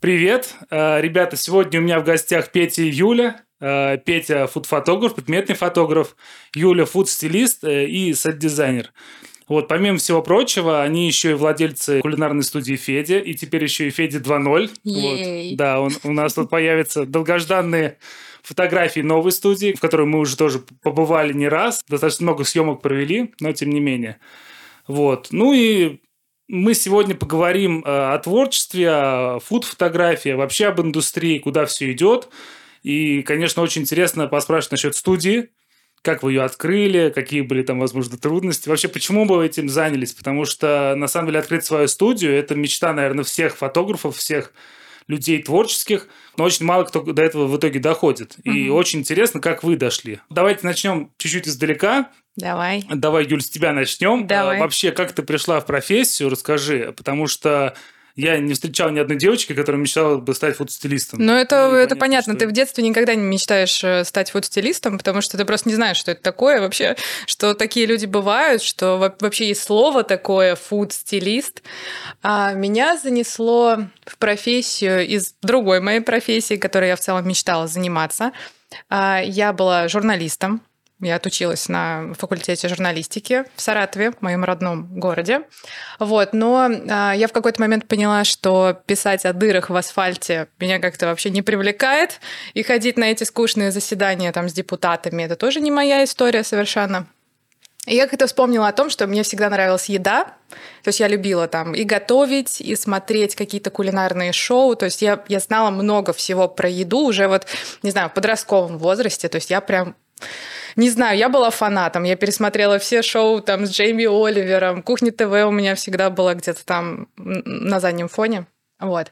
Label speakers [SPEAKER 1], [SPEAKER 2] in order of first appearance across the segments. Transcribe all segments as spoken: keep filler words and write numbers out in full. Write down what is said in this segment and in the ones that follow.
[SPEAKER 1] Привет, Э, ребята, сегодня у меня в гостях Петя и Юля. Э, Петя фуд-фотограф, предметный фотограф, Юля фуд-стилист э, и сет-дизайнер. Вот, помимо всего прочего, они еще и владельцы кулинарной студии «Федя», и теперь еще и «Федя два ноль». Вот.
[SPEAKER 2] Ей.
[SPEAKER 1] Да, он, у нас тут появятся долгожданные фотографии новой студии, в которой мы уже тоже побывали не раз, достаточно много съемок провели, но тем не менее. Вот. Ну и мы сегодня поговорим э, о творчестве, о фуд-фотографии, вообще об индустрии, куда все идет. И, конечно, очень интересно поспрашивать насчет студии, как вы ее открыли, какие были там, возможно, трудности. Вообще, почему вы этим занялись? Потому что, на самом деле, открыть свою студию – это мечта, наверное, всех фотографов, всех людей творческих, но очень мало кто до этого в итоге доходит. И
[SPEAKER 2] Мгм.
[SPEAKER 1] очень интересно, как вы дошли. Давайте начнем чуть-чуть издалека.
[SPEAKER 2] Давай.
[SPEAKER 1] Давай, Юль, с тебя начнем.
[SPEAKER 2] Давай.
[SPEAKER 1] А, Вообще, как ты пришла в профессию, расскажи, потому что я не встречал ни одной девочки, которая мечтала бы стать фотостилистом.
[SPEAKER 2] Ну, это,
[SPEAKER 1] Ну, и
[SPEAKER 2] это понятно.
[SPEAKER 1] что-
[SPEAKER 2] Ты в детстве никогда не мечтаешь э, стать фотостилистом, потому что ты просто не знаешь, что это такое вообще, что такие люди бывают, что во- вообще есть слово такое фуд-стилист. А меня занесло в профессию из другой моей профессии, которой я в целом мечтала заниматься. А, Я была журналистом. Я отучилась на факультете журналистики в Саратове, в моем родном городе. Вот. Но а, я в какой-то момент поняла, что писать о дырах в асфальте меня как-то вообще не привлекает. И ходить на эти скучные заседания там, с депутатами – это тоже не моя история совершенно. И я как-то вспомнила о том, что мне всегда нравилась еда. То есть я любила там и готовить, и смотреть какие-то кулинарные шоу. То есть я, я знала много всего про еду уже вот, не знаю, в подростковом возрасте. То есть я прям... Не знаю, я была фанатом. Я пересмотрела все шоу там с Джейми Оливером. Кухня ТВ у меня всегда была где-то там на заднем фоне. Вот.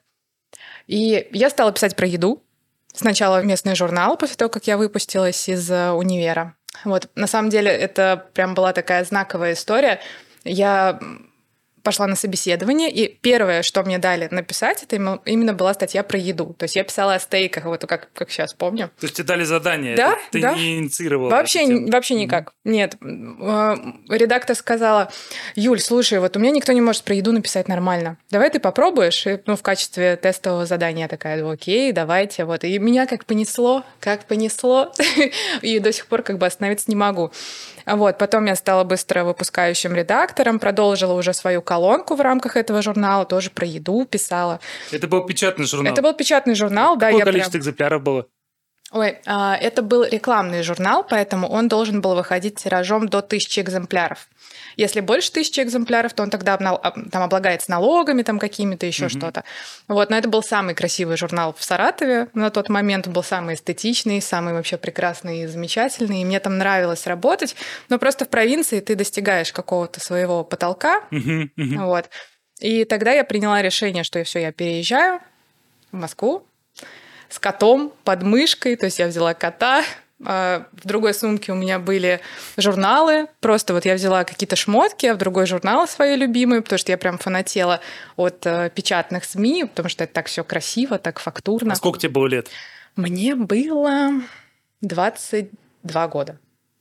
[SPEAKER 2] И я стала писать про еду. Сначала в местный журнал, после того, как я выпустилась из э, универа. Вот. На самом деле это прям была такая знаковая история. Я пошла на собеседование, и первое, что мне дали написать, это именно была статья про еду. То есть я писала о стейках, вот как, как сейчас помню.
[SPEAKER 1] То есть тебе дали задание,
[SPEAKER 2] Да,
[SPEAKER 1] это ты
[SPEAKER 2] да.
[SPEAKER 1] не инициировала
[SPEAKER 2] Вообще,
[SPEAKER 1] эту тему?
[SPEAKER 2] вообще никак. Нет. Э, Редактор сказала: Юль, слушай, вот у меня никто не может про еду написать нормально. Давай ты попробуешь. И, ну, в качестве тестового задания я такая: окей, давайте. Вот. И меня как понесло, как понесло. И до сих пор как бы остановиться не могу. Вот. Потом я стала быстро выпускающим редактором, продолжила уже свою колонку в рамках этого журнала, тоже про еду писала.
[SPEAKER 1] Это был печатный журнал?
[SPEAKER 2] Это был печатный журнал, да.
[SPEAKER 1] Какое
[SPEAKER 2] я
[SPEAKER 1] количество
[SPEAKER 2] прям...
[SPEAKER 1] экземпляров было?
[SPEAKER 2] Ой, а, это был рекламный журнал, поэтому он должен был выходить тиражом до тысячи экземпляров. Если больше тысячи экземпляров, то он тогда обнал- об- там облагается налогами там какими-то, еще
[SPEAKER 1] Мгм.
[SPEAKER 2] что-то. Вот, но это был самый красивый журнал в Саратове на тот момент. Он был самый эстетичный, самый вообще прекрасный и замечательный. И мне там нравилось работать. Но просто в провинции ты достигаешь какого-то своего потолка.
[SPEAKER 1] Мгм, мгм.
[SPEAKER 2] Вот. И тогда я приняла решение, что все, я переезжаю в Москву с котом под мышкой. То есть я взяла кота. А в другой сумке у меня были журналы. Просто вот я взяла какие-то шмотки, а в другой журналы свои любимые, потому что я прям фанатела от э, печатных СМИ, потому что это так все красиво, так фактурно.
[SPEAKER 1] А сколько тебе было лет?
[SPEAKER 2] Мне было двадцать два года.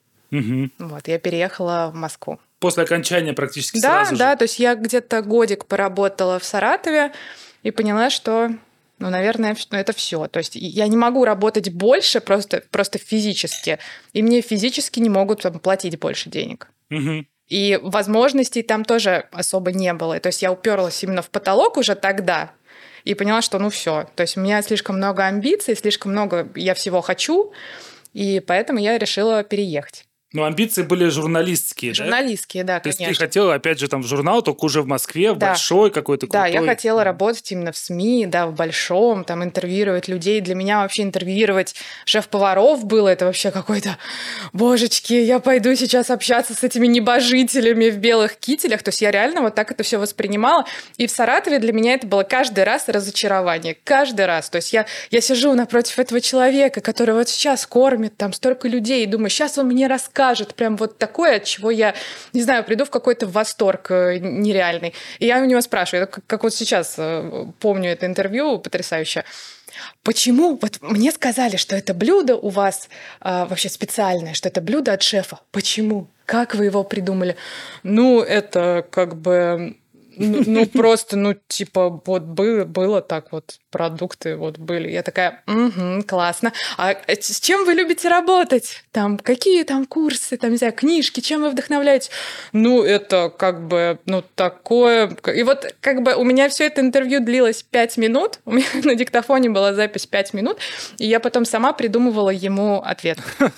[SPEAKER 1] Мгм.
[SPEAKER 2] Вот, я переехала в Москву.
[SPEAKER 1] После окончания практически
[SPEAKER 2] Да,
[SPEAKER 1] сразу
[SPEAKER 2] да,
[SPEAKER 1] же?
[SPEAKER 2] то есть я где-то годик поработала в Саратове и поняла, что, ну, наверное, вс- ну, это все. То есть я не могу работать больше просто, просто физически, и мне физически не могут там, платить больше денег.
[SPEAKER 1] Мгм.
[SPEAKER 2] И возможностей там тоже особо не было. То есть я уперлась именно в потолок уже тогда и поняла, что ну все. То есть у меня слишком много амбиций, слишком много я всего хочу, и поэтому я решила переехать.
[SPEAKER 1] Но амбиции были журналистские, да?
[SPEAKER 2] Журналистские, да,
[SPEAKER 1] То есть ты
[SPEAKER 2] конечно.
[SPEAKER 1] хотела, опять же, там в журнал, только уже в Москве, в
[SPEAKER 2] Да.
[SPEAKER 1] большой какой-то
[SPEAKER 2] Да,
[SPEAKER 1] крутой.
[SPEAKER 2] я хотела работать именно в СМИ, да, в большом, там интервьюировать людей. Для меня вообще интервьюировать шеф-поваров было это вообще какой-то, божечки, я пойду сейчас общаться с этими небожителями в белых кителях. То есть я реально вот так это все воспринимала. И в Саратове для меня это было каждый раз разочарование. Каждый раз. То есть я, я сижу напротив этого человека, который вот сейчас кормит там столько людей, и думаю, сейчас он мне расскажет прям вот такое, от чего я, не знаю, приду в какой-то восторг э, нереальный. И я у него спрашиваю, как, как вот сейчас э, помню это интервью потрясающее. Почему? Вот мне сказали, что это блюдо у вас а, вообще специальное, что это блюдо от шефа. Почему? Как вы его придумали? Ну, это как бы Ну, ну, просто, ну, типа, вот было, было так вот, продукты вот были. Я такая, угу, классно. А с чем вы любите работать? Там, какие там курсы, там, не знаю, книжки, чем вы вдохновляетесь? Ну, это как бы, ну, такое... И вот как бы у меня все это интервью длилось пять минут, у меня на диктофоне была запись пять минут, и я потом сама придумывала ему ответ.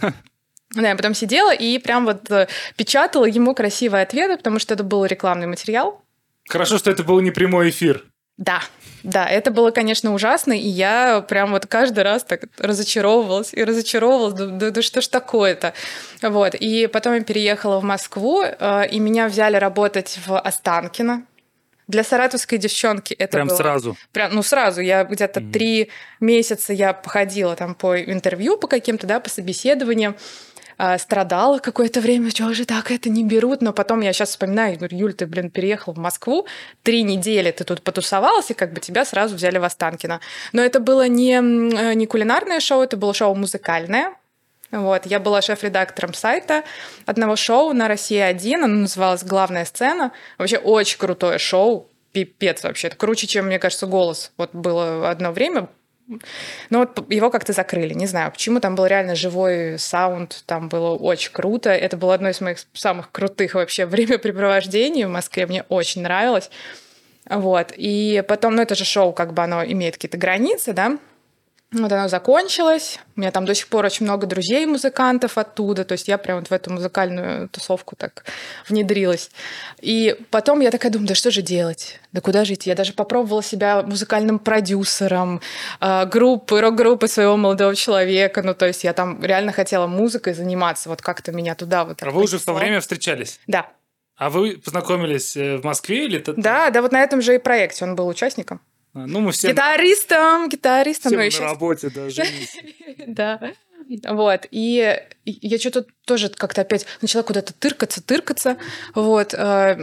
[SPEAKER 2] Да, я потом сидела и прям вот печатала ему красивые ответы, потому что это был рекламный материал.
[SPEAKER 1] Хорошо, что это был не прямой эфир.
[SPEAKER 2] Да, да, это было, конечно, ужасно, и я прям вот каждый раз так разочаровывалась и разочаровывалась, да, да, да что ж такое-то. Вот, и потом я переехала в Москву, и меня взяли работать в Останкино. Для саратовской девчонки это
[SPEAKER 1] прям
[SPEAKER 2] было...
[SPEAKER 1] сразу?
[SPEAKER 2] Прям, ну, сразу. Я где-то mm-hmm. три месяца я походила там по интервью, по каким-то, да, по собеседованиям, страдала какое-то время, что же так это не берут, но потом я сейчас вспоминаю, говорю, Юль, ты, блин, переехала в Москву, три недели ты тут потусовалась, и как бы тебя сразу взяли в Останкино. Но это было не, не кулинарное шоу, это было шоу музыкальное. Вот. Я была шеф-редактором сайта одного шоу на Россия один, оно называлось «Главная сцена». Вообще очень крутое шоу, пипец вообще. Это круче, чем, мне кажется, «Голос». Вот было одно время. Но вот его как-то закрыли, не знаю почему, там был реально живой саунд, там было очень круто, это было одно из моих самых крутых вообще времяпрепровождений в Москве, мне очень нравилось, вот, и потом, ну это же шоу, как бы оно имеет какие-то границы, да, вот оно закончилось, у меня там до сих пор очень много друзей-музыкантов оттуда, то есть я прям вот в эту музыкальную тусовку так внедрилась. И потом я такая думаю, да что же делать? Да куда же идти? Я даже попробовала себя музыкальным продюсером группы, рок-группы своего молодого человека, ну то есть я там реально хотела музыкой заниматься, вот как-то меня туда вот...
[SPEAKER 1] А вы уже в то время встречались?
[SPEAKER 2] Да.
[SPEAKER 1] А вы познакомились в Москве или...
[SPEAKER 2] Да, да, вот на этом же и проекте он был участником.
[SPEAKER 1] Ну, мы все...
[SPEAKER 2] Гитаристом, гитаристом.
[SPEAKER 1] Все мы
[SPEAKER 2] еще...
[SPEAKER 1] на работе, да, женись.
[SPEAKER 2] Да. Вот. И я что-то тоже как-то опять начала куда-то тыркаться, тыркаться. Вот.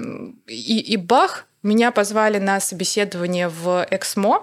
[SPEAKER 2] И, и бах, меня позвали на собеседование в Эксмо.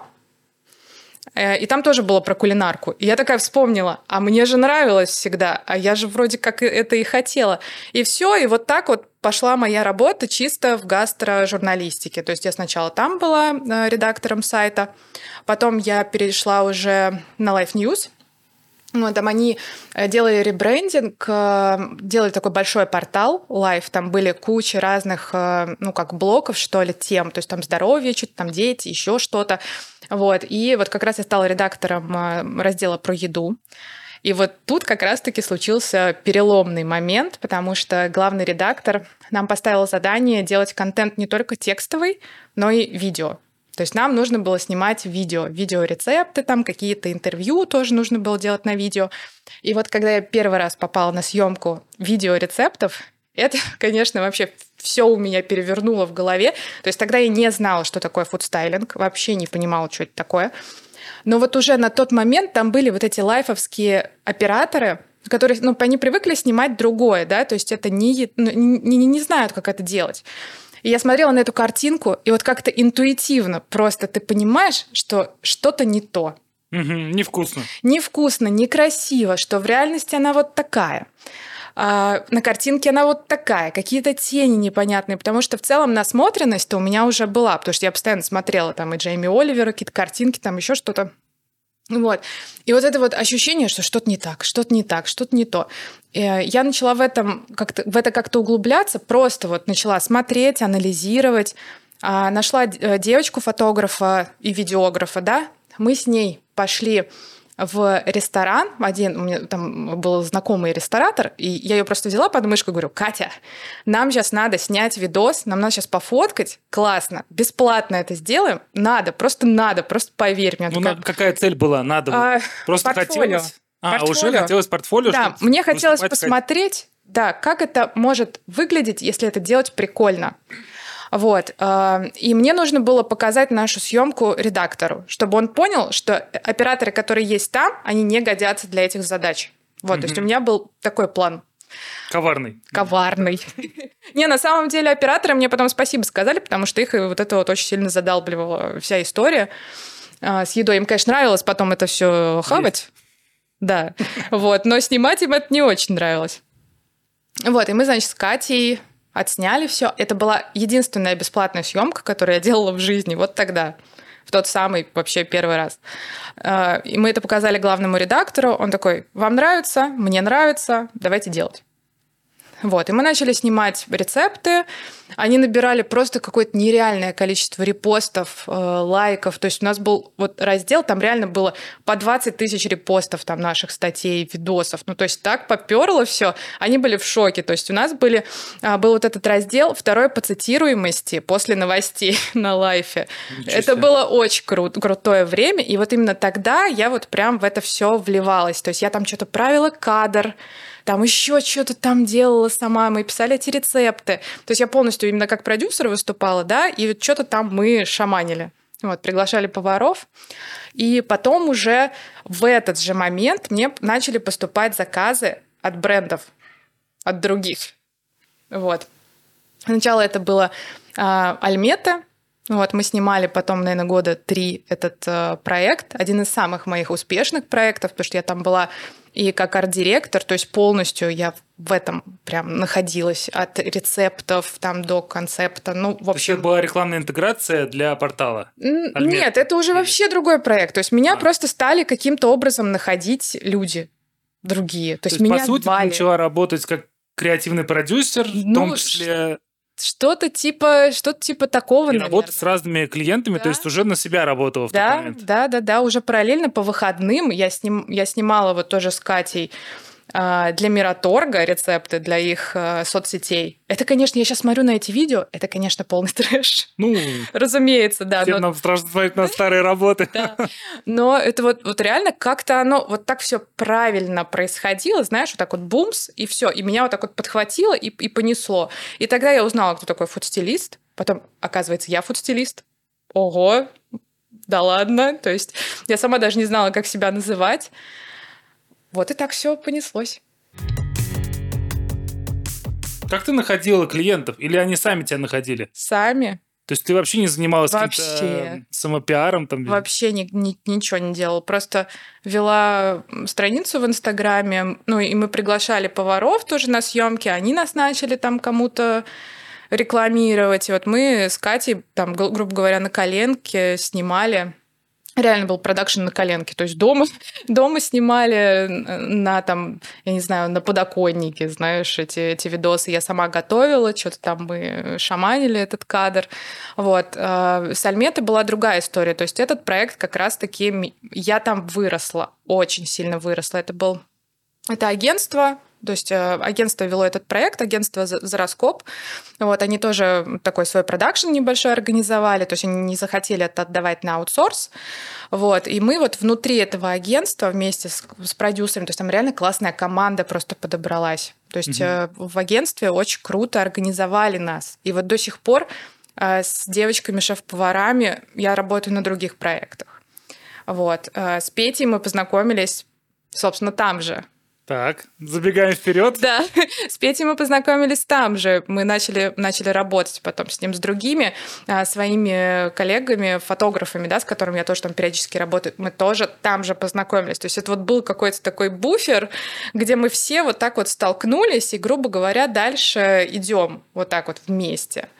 [SPEAKER 2] И там тоже было про кулинарку. И я такая вспомнила, а мне же нравилось всегда, а я же вроде как это и хотела. И все, и вот так вот пошла моя работа чисто в гастрожурналистике. То есть я сначала там была редактором сайта, потом я перешла уже на Life News. Ну, там они делали ребрендинг, делали такой большой портал Life, там были куча разных, ну, как блоков, что ли, тем, то есть там здоровье, что-то там дети, еще что-то. Вот. И вот как раз я стала редактором раздела про еду. И вот тут как раз-таки случился переломный момент, потому что главный редактор нам поставил задание делать контент не только текстовый, но и видео. То есть нам нужно было снимать видео, видеорецепты, там какие-то интервью тоже нужно было делать на видео. И вот когда я первый раз попала на съемку видеорецептов, это, конечно, вообще все у меня перевернуло в голове. То есть тогда я не знала, что такое фудстайлинг, вообще не понимала, что это такое. Но вот уже на тот момент там были вот эти лайфовские операторы, которые, ну, они привыкли снимать другое, да, то есть это не, не, не, не знают, как это делать. И я смотрела на эту картинку, и вот как-то интуитивно просто ты понимаешь, что что-то не то.
[SPEAKER 1] Угу, невкусно.
[SPEAKER 2] Невкусно, некрасиво, что в реальности она вот такая. А на картинке она вот такая, какие-то тени непонятные, потому что в целом насмотренность-то у меня уже была, потому что я постоянно смотрела там и Джейми Оливера, какие-то картинки, там еще что-то. Вот. И вот это вот ощущение, что что-то не так, что-то не так, что-то не то. И я начала в, этом как-то, в это как-то углубляться, просто вот начала смотреть, анализировать. Нашла девочку-фотографа и видеографа, да, мы с ней пошли в ресторан. Один у меня там был знакомый ресторатор, и я ее просто взяла под мышку и говорю: Катя, нам сейчас надо снять видос, нам надо сейчас пофоткать, классно, бесплатно это сделаем, надо, просто надо, просто поверь мне.
[SPEAKER 1] Ну,
[SPEAKER 2] такая...
[SPEAKER 1] какая цель была? Надо а, просто
[SPEAKER 2] портфолио.
[SPEAKER 1] хотелось? А,
[SPEAKER 2] портфолио.
[SPEAKER 1] уже хотелось портфолио?
[SPEAKER 2] Да, мне хотелось посмотреть, да, как это может выглядеть, если это делать прикольно. Вот. И мне нужно было показать нашу съемку редактору, чтобы он понял, что операторы, которые есть там, они не годятся для этих задач. Вот, mm-hmm. То есть у меня был такой план.
[SPEAKER 1] Коварный.
[SPEAKER 2] Коварный. Не, на самом деле операторы мне потом спасибо сказали, потому что их вот это вот очень сильно задалбливала вся история с едой. Им, конечно, нравилось потом это все хавать. Да. Вот. Но снимать им это не очень нравилось. Вот. И мы, значит, с Катей отсняли все. Это была единственная бесплатная съемка, которую я делала в жизни вот тогда. В тот самый вообще первый раз. И мы это показали главному редактору. Он такой: вам нравится? Мне нравится. Давайте делать. Вот. И мы начали снимать рецепты. Они набирали просто какое-то нереальное количество репостов, э, лайков. То есть у нас был вот раздел, там реально было по двадцать тысяч репостов там наших статей, видосов. Ну, то есть так поперло все. Они были в шоке. То есть у нас были, а, был вот этот раздел второй по цитируемости после новостей на лайфе. Это было очень кру- крутое время. И вот именно тогда я вот прям в это все вливалась. То есть я там что-то правила кадр, там еще что-то там делала сама, мы писали эти рецепты. То есть я полностью именно как продюсер выступала, да, и вот что-то там мы шаманили. Вот, приглашали поваров. И потом уже в этот же момент мне начали поступать заказы от брендов, от других. Вот. Сначала это было а, Альмета. Вот, мы снимали потом, наверное, года три этот э, проект. Один из самых моих успешных проектов, потому что я там была и как арт-директор, то есть полностью я в этом прям находилась, от рецептов там до концепта. Ну, в общем...
[SPEAKER 1] Это была рекламная интеграция для портала?
[SPEAKER 2] Альмета? Нет, это уже Или... вообще другой проект. То есть меня а. просто стали каким-то образом находить люди другие. То, то есть, есть меня
[SPEAKER 1] по сути,
[SPEAKER 2] звали.
[SPEAKER 1] Ты начала работать как креативный продюсер, ну, в том числе...
[SPEAKER 2] Что-то типа, что-то типа такого,
[SPEAKER 1] и
[SPEAKER 2] наверное.
[SPEAKER 1] работать с разными клиентами, да. То есть уже на себя работала в
[SPEAKER 2] да,
[SPEAKER 1] тот момент.
[SPEAKER 2] Да, да, да, уже параллельно по выходным я, сним, я снимала вот тоже с Катей для Мираторга рецепты для их соцсетей. Это, конечно, я сейчас смотрю на эти видео, это, конечно, полный трэш.
[SPEAKER 1] Ну,
[SPEAKER 2] разумеется, да.
[SPEAKER 1] Всем но... нам страшно смотреть на старые работы.
[SPEAKER 2] Да. Но это вот, вот реально как-то оно вот так все правильно происходило, знаешь, вот так вот бумс, и все. И меня вот так вот подхватило и, и понесло. И тогда я узнала, кто такой фуд-стилист. Потом, оказывается, я фуд-стилист. Ого, да ладно. То есть я сама даже не знала, как себя называть. Вот и так все понеслось.
[SPEAKER 1] Как ты находила клиентов? Или они сами тебя находили?
[SPEAKER 2] Сами.
[SPEAKER 1] То есть ты вообще не занималась
[SPEAKER 2] вообще.
[SPEAKER 1] каким-то самопиаром? Там?
[SPEAKER 2] Вообще ни, ни, ничего не делала. Просто вела страницу в Инстаграме, ну и мы приглашали поваров тоже на съемки, они нас начали там кому-то рекламировать. И вот мы с Катей, там, грубо говоря, на коленке снимали. Реально был продакшн на коленке. То есть дома, дома снимали на, там, я не знаю, на подоконнике, знаешь, эти, эти видосы. Я сама готовила, что-то там мы шаманили этот кадр. Вот. С Альметой была другая история. То есть этот проект как раз-таки... Я там выросла, очень сильно выросла. Это был... Это агентство... То есть агентство вело этот проект, агентство «Зороскоп». Вот, они тоже такой свой продакшн небольшой организовали, то есть они не захотели это отдавать на аутсорс. Вот, и мы вот внутри этого агентства вместе с, с продюсерами, то есть там реально классная команда просто подобралась. То есть угу. в агентстве очень круто организовали нас. И вот до сих пор с девочками-шеф-поварами я работаю на других проектах. Вот. С Петей мы познакомились, собственно, там же.
[SPEAKER 1] Так, забегаем вперед.
[SPEAKER 2] Да, с Петей мы познакомились там же. Мы начали, начали работать потом с ним, с другими а, своими коллегами, фотографами, да, с которыми я тоже там периодически работаю. Мы тоже там же познакомились. То есть это вот был какой-то такой буфер, где мы все вот так вот столкнулись и, грубо говоря, дальше идем вот так вот вместе.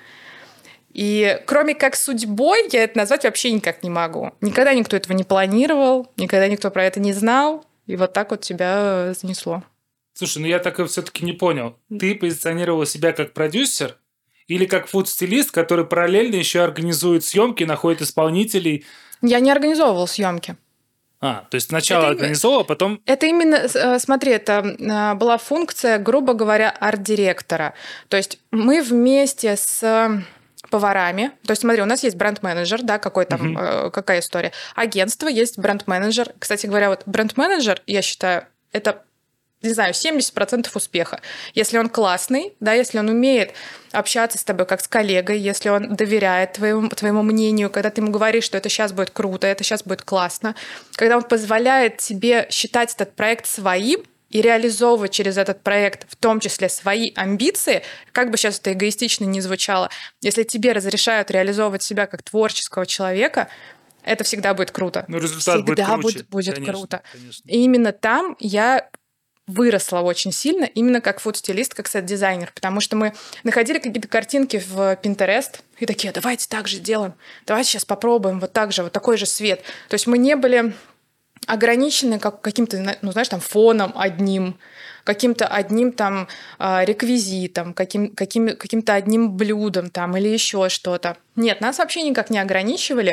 [SPEAKER 2] И кроме как судьбой я это назвать вообще никак не могу. Никогда никто этого не планировал, никогда никто про это не знал. И вот так вот тебя занесло.
[SPEAKER 1] Слушай, ну я так и все-таки не понял. Ты позиционировала себя как продюсер или как фуд-стилист, который параллельно еще организует съемки, находит исполнителей?
[SPEAKER 2] Я не организовывала съемки.
[SPEAKER 1] А, то есть сначала это организовала, а потом...
[SPEAKER 2] Это именно, смотри, это была функция, грубо говоря, арт-директора. То есть мы вместе с... поварами. То есть, смотри, у нас есть бренд-менеджер, да, какой там, uh-huh. э, какая история. Агентство, есть бренд-менеджер. Кстати говоря, вот бренд-менеджер, я считаю, это, не знаю, семьдесят процентов успеха. Если он классный, да, если он умеет общаться с тобой как с коллегой, если он доверяет твоему, твоему мнению, когда ты ему говоришь, что это сейчас будет круто, это сейчас будет классно, когда он позволяет тебе считать этот проект своим, и реализовывать через этот проект в том числе свои амбиции, как бы сейчас это эгоистично ни звучало, если тебе разрешают реализовывать себя как творческого человека, это всегда будет круто.
[SPEAKER 1] Ну, результат
[SPEAKER 2] всегда
[SPEAKER 1] будет круче.
[SPEAKER 2] будет, будет
[SPEAKER 1] конечно,
[SPEAKER 2] круто.
[SPEAKER 1] Конечно.
[SPEAKER 2] И именно там я выросла очень сильно именно как фуд-стилист, как сет-дизайнер, потому что мы находили какие-то картинки в Pinterest и такие, давайте так же делаем, давайте сейчас попробуем вот так же, вот такой же свет. То есть мы не были ограничены как, каким-то, ну, знаешь, там, фоном одним, каким-то одним там реквизитом, каким, каким, каким-то одним блюдом там или еще что-то. Нет, нас вообще никак не ограничивали.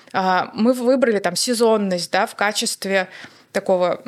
[SPEAKER 2] Мы выбрали там сезонность, да, в качестве такого,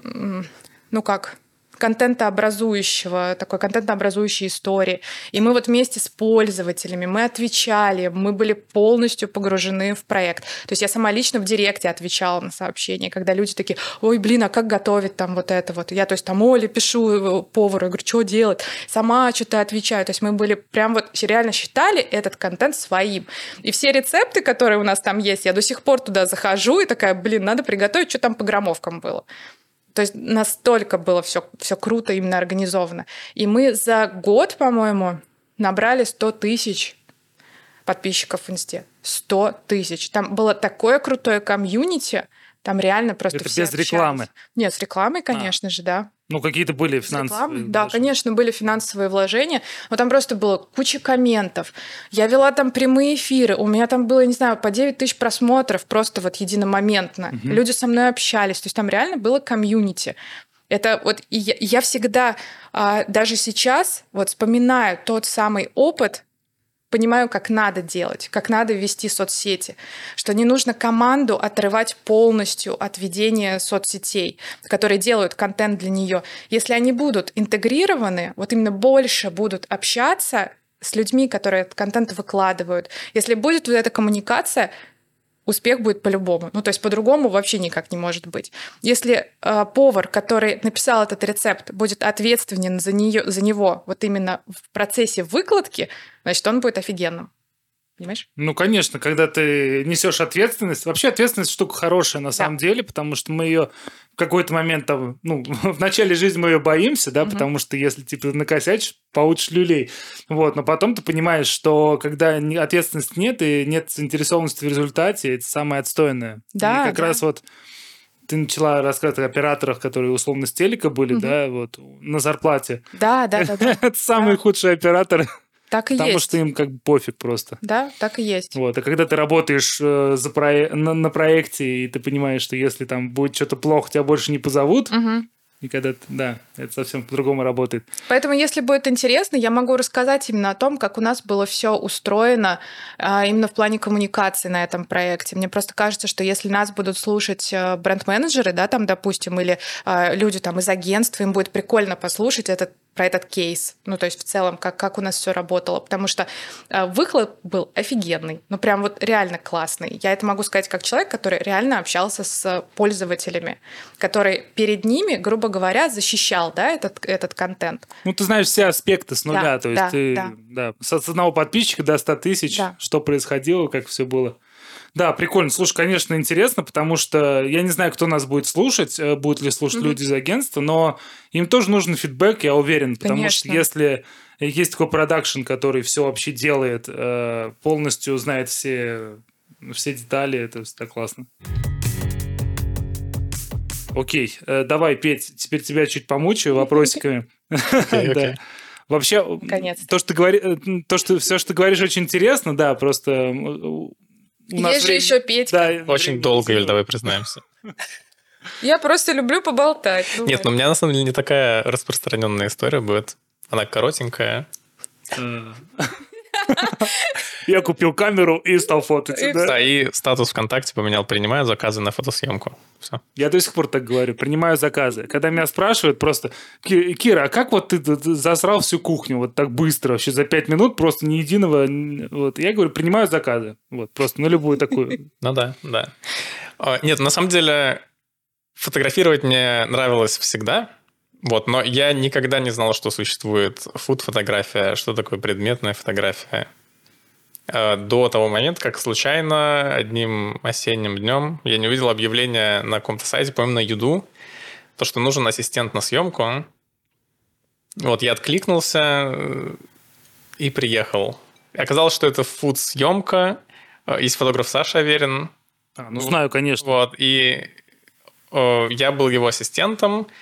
[SPEAKER 2] ну как, контентообразующего, такой контентообразующей истории. И мы вот вместе с пользователями, мы отвечали, мы были полностью погружены в проект. То есть я сама лично в директе отвечала на сообщения, когда люди такие, ой, блин, а как готовить там вот это вот? Я, то есть там Оле пишу повару, я говорю, что делать? Сама что-то отвечаю. То есть мы были прям вот реально считали этот контент своим. И все рецепты, которые у нас там есть, я до сих пор туда захожу и такая, блин, надо приготовить, что там по граммовкам было. То есть настолько было все, все круто именно организовано. И мы за год, по-моему, набрали сто тысяч подписчиков в Инсте. сто тысяч. Там было такое крутое комьюнити, там реально просто
[SPEAKER 1] это
[SPEAKER 2] все
[SPEAKER 1] без
[SPEAKER 2] общались.
[SPEAKER 1] Рекламы?
[SPEAKER 2] Нет, с рекламой, конечно а. же, да.
[SPEAKER 1] Ну, какие-то были финансовые
[SPEAKER 2] Да,
[SPEAKER 1] вложения.
[SPEAKER 2] конечно, были финансовые вложения, но там просто было куча комментов. Я вела там прямые эфиры, у меня там было, не знаю, по девять тысяч просмотров просто вот единомоментно. Угу. Люди со мной общались, то есть там реально было комьюнити. Это вот и я, я всегда, даже сейчас, вот вспоминаю тот самый опыт, понимаю, как надо делать, как надо вести соцсети, что не нужно команду отрывать полностью от ведения соцсетей, которые делают контент для нее. Если они будут интегрированы, вот именно больше будут общаться с людьми, которые этот контент выкладывают, если будет вот эта коммуникация, успех будет по-любому. Ну, то есть по-другому вообще никак не может быть. Если э, повар, который написал этот рецепт, будет ответственен за, нее, за него вот именно в процессе выкладки, значит, он будет офигенным. Понимаешь?
[SPEAKER 1] Ну, конечно, когда ты несешь ответственность. Вообще ответственность штука хорошая на самом да. деле, потому что мы ее в какой-то момент там, ну, в начале жизни мы ее боимся, да, угу. потому что если типа накосячишь, получишь люлей. Вот, но потом ты понимаешь, что когда ответственности нет и нет заинтересованности в результате, это самое отстойное.
[SPEAKER 2] Да,
[SPEAKER 1] и как
[SPEAKER 2] да.
[SPEAKER 1] раз вот ты начала рассказывать о операторах, которые условно с телека были, угу. да, вот, на зарплате.
[SPEAKER 2] Да, да, да. да.
[SPEAKER 1] Это самые
[SPEAKER 2] да.
[SPEAKER 1] худшие операторы.
[SPEAKER 2] Так и
[SPEAKER 1] Потому
[SPEAKER 2] есть.
[SPEAKER 1] что им как бы пофиг просто.
[SPEAKER 2] Да, так и есть.
[SPEAKER 1] Вот. А когда ты работаешь э, за про... на, на проекте, и ты понимаешь, что если там будет что-то плохо, тебя больше не позовут,
[SPEAKER 2] угу.
[SPEAKER 1] и когда ты, да, это совсем по-другому работает.
[SPEAKER 2] Поэтому, если будет интересно, я могу рассказать именно о том, как у нас было все устроено а, именно в плане коммуникации на этом проекте. Мне просто кажется, что если нас будут слушать бренд-менеджеры, да, там, допустим, или а, люди там из агентства, им будет прикольно послушать этот про этот кейс, ну, то есть в целом, как, как у нас все работало, потому что э, выхлоп был офигенный, ну, прям вот реально классный. Я это могу сказать как человек, который реально общался с пользователями, который перед ними, грубо говоря, защищал, да, этот, этот контент.
[SPEAKER 1] Ну, ты знаешь все аспекты с нуля, да, то есть
[SPEAKER 2] да,
[SPEAKER 1] ты
[SPEAKER 2] да.
[SPEAKER 1] Да, с одного подписчика до ста тысяч, да. что происходило, как все было. Да, прикольно. Слушай, конечно, интересно, потому что я не знаю, кто нас будет слушать, будут ли слушать mm-hmm. люди из агентства, но им тоже нужен фидбэк, я уверен, потому конечно. Что если есть такой продакшн, который все вообще делает, полностью знает все, все детали, это всегда классно. Окей, давай, Петь, теперь тебя чуть помучаю вопросиками. Вообще, то, что ты говоришь, то, что все, что ты говоришь, очень интересно, да, просто
[SPEAKER 2] у нас есть время... же еще Петь.
[SPEAKER 3] Да, очень долго, Юль, давай признаемся.
[SPEAKER 2] Я просто люблю поболтать.
[SPEAKER 3] Думаю. Нет, ну у меня на самом деле не такая распространенная история будет. Она коротенькая.
[SPEAKER 1] Я купил камеру и стал фотать.
[SPEAKER 3] И, да? да, и статус ВКонтакте поменял, принимаю заказы на фотосъемку. Все.
[SPEAKER 1] Я до сих пор так говорю, принимаю заказы. Когда меня спрашивают просто, Кира, а как вот ты засрал всю кухню вот так быстро, вообще за пять минут, просто ни единого... Вот. Я говорю, принимаю заказы. Вот, просто на любую такую.
[SPEAKER 3] Ну да, да. Нет, на самом деле фотографировать мне нравилось всегда. Вот, но я никогда не знал, что существует фуд-фотография, что такое предметная фотография. До того момента, как случайно одним осенним днем я не увидел объявление на каком-то сайте, по-моему, на Юду, то, что нужен ассистент на съемку. Вот, я откликнулся и приехал. Оказалось, что это фуд-съемка. Есть фотограф Саша Аверин.
[SPEAKER 1] А, ну, знаю, конечно.
[SPEAKER 3] Вот, и я был его ассистентом.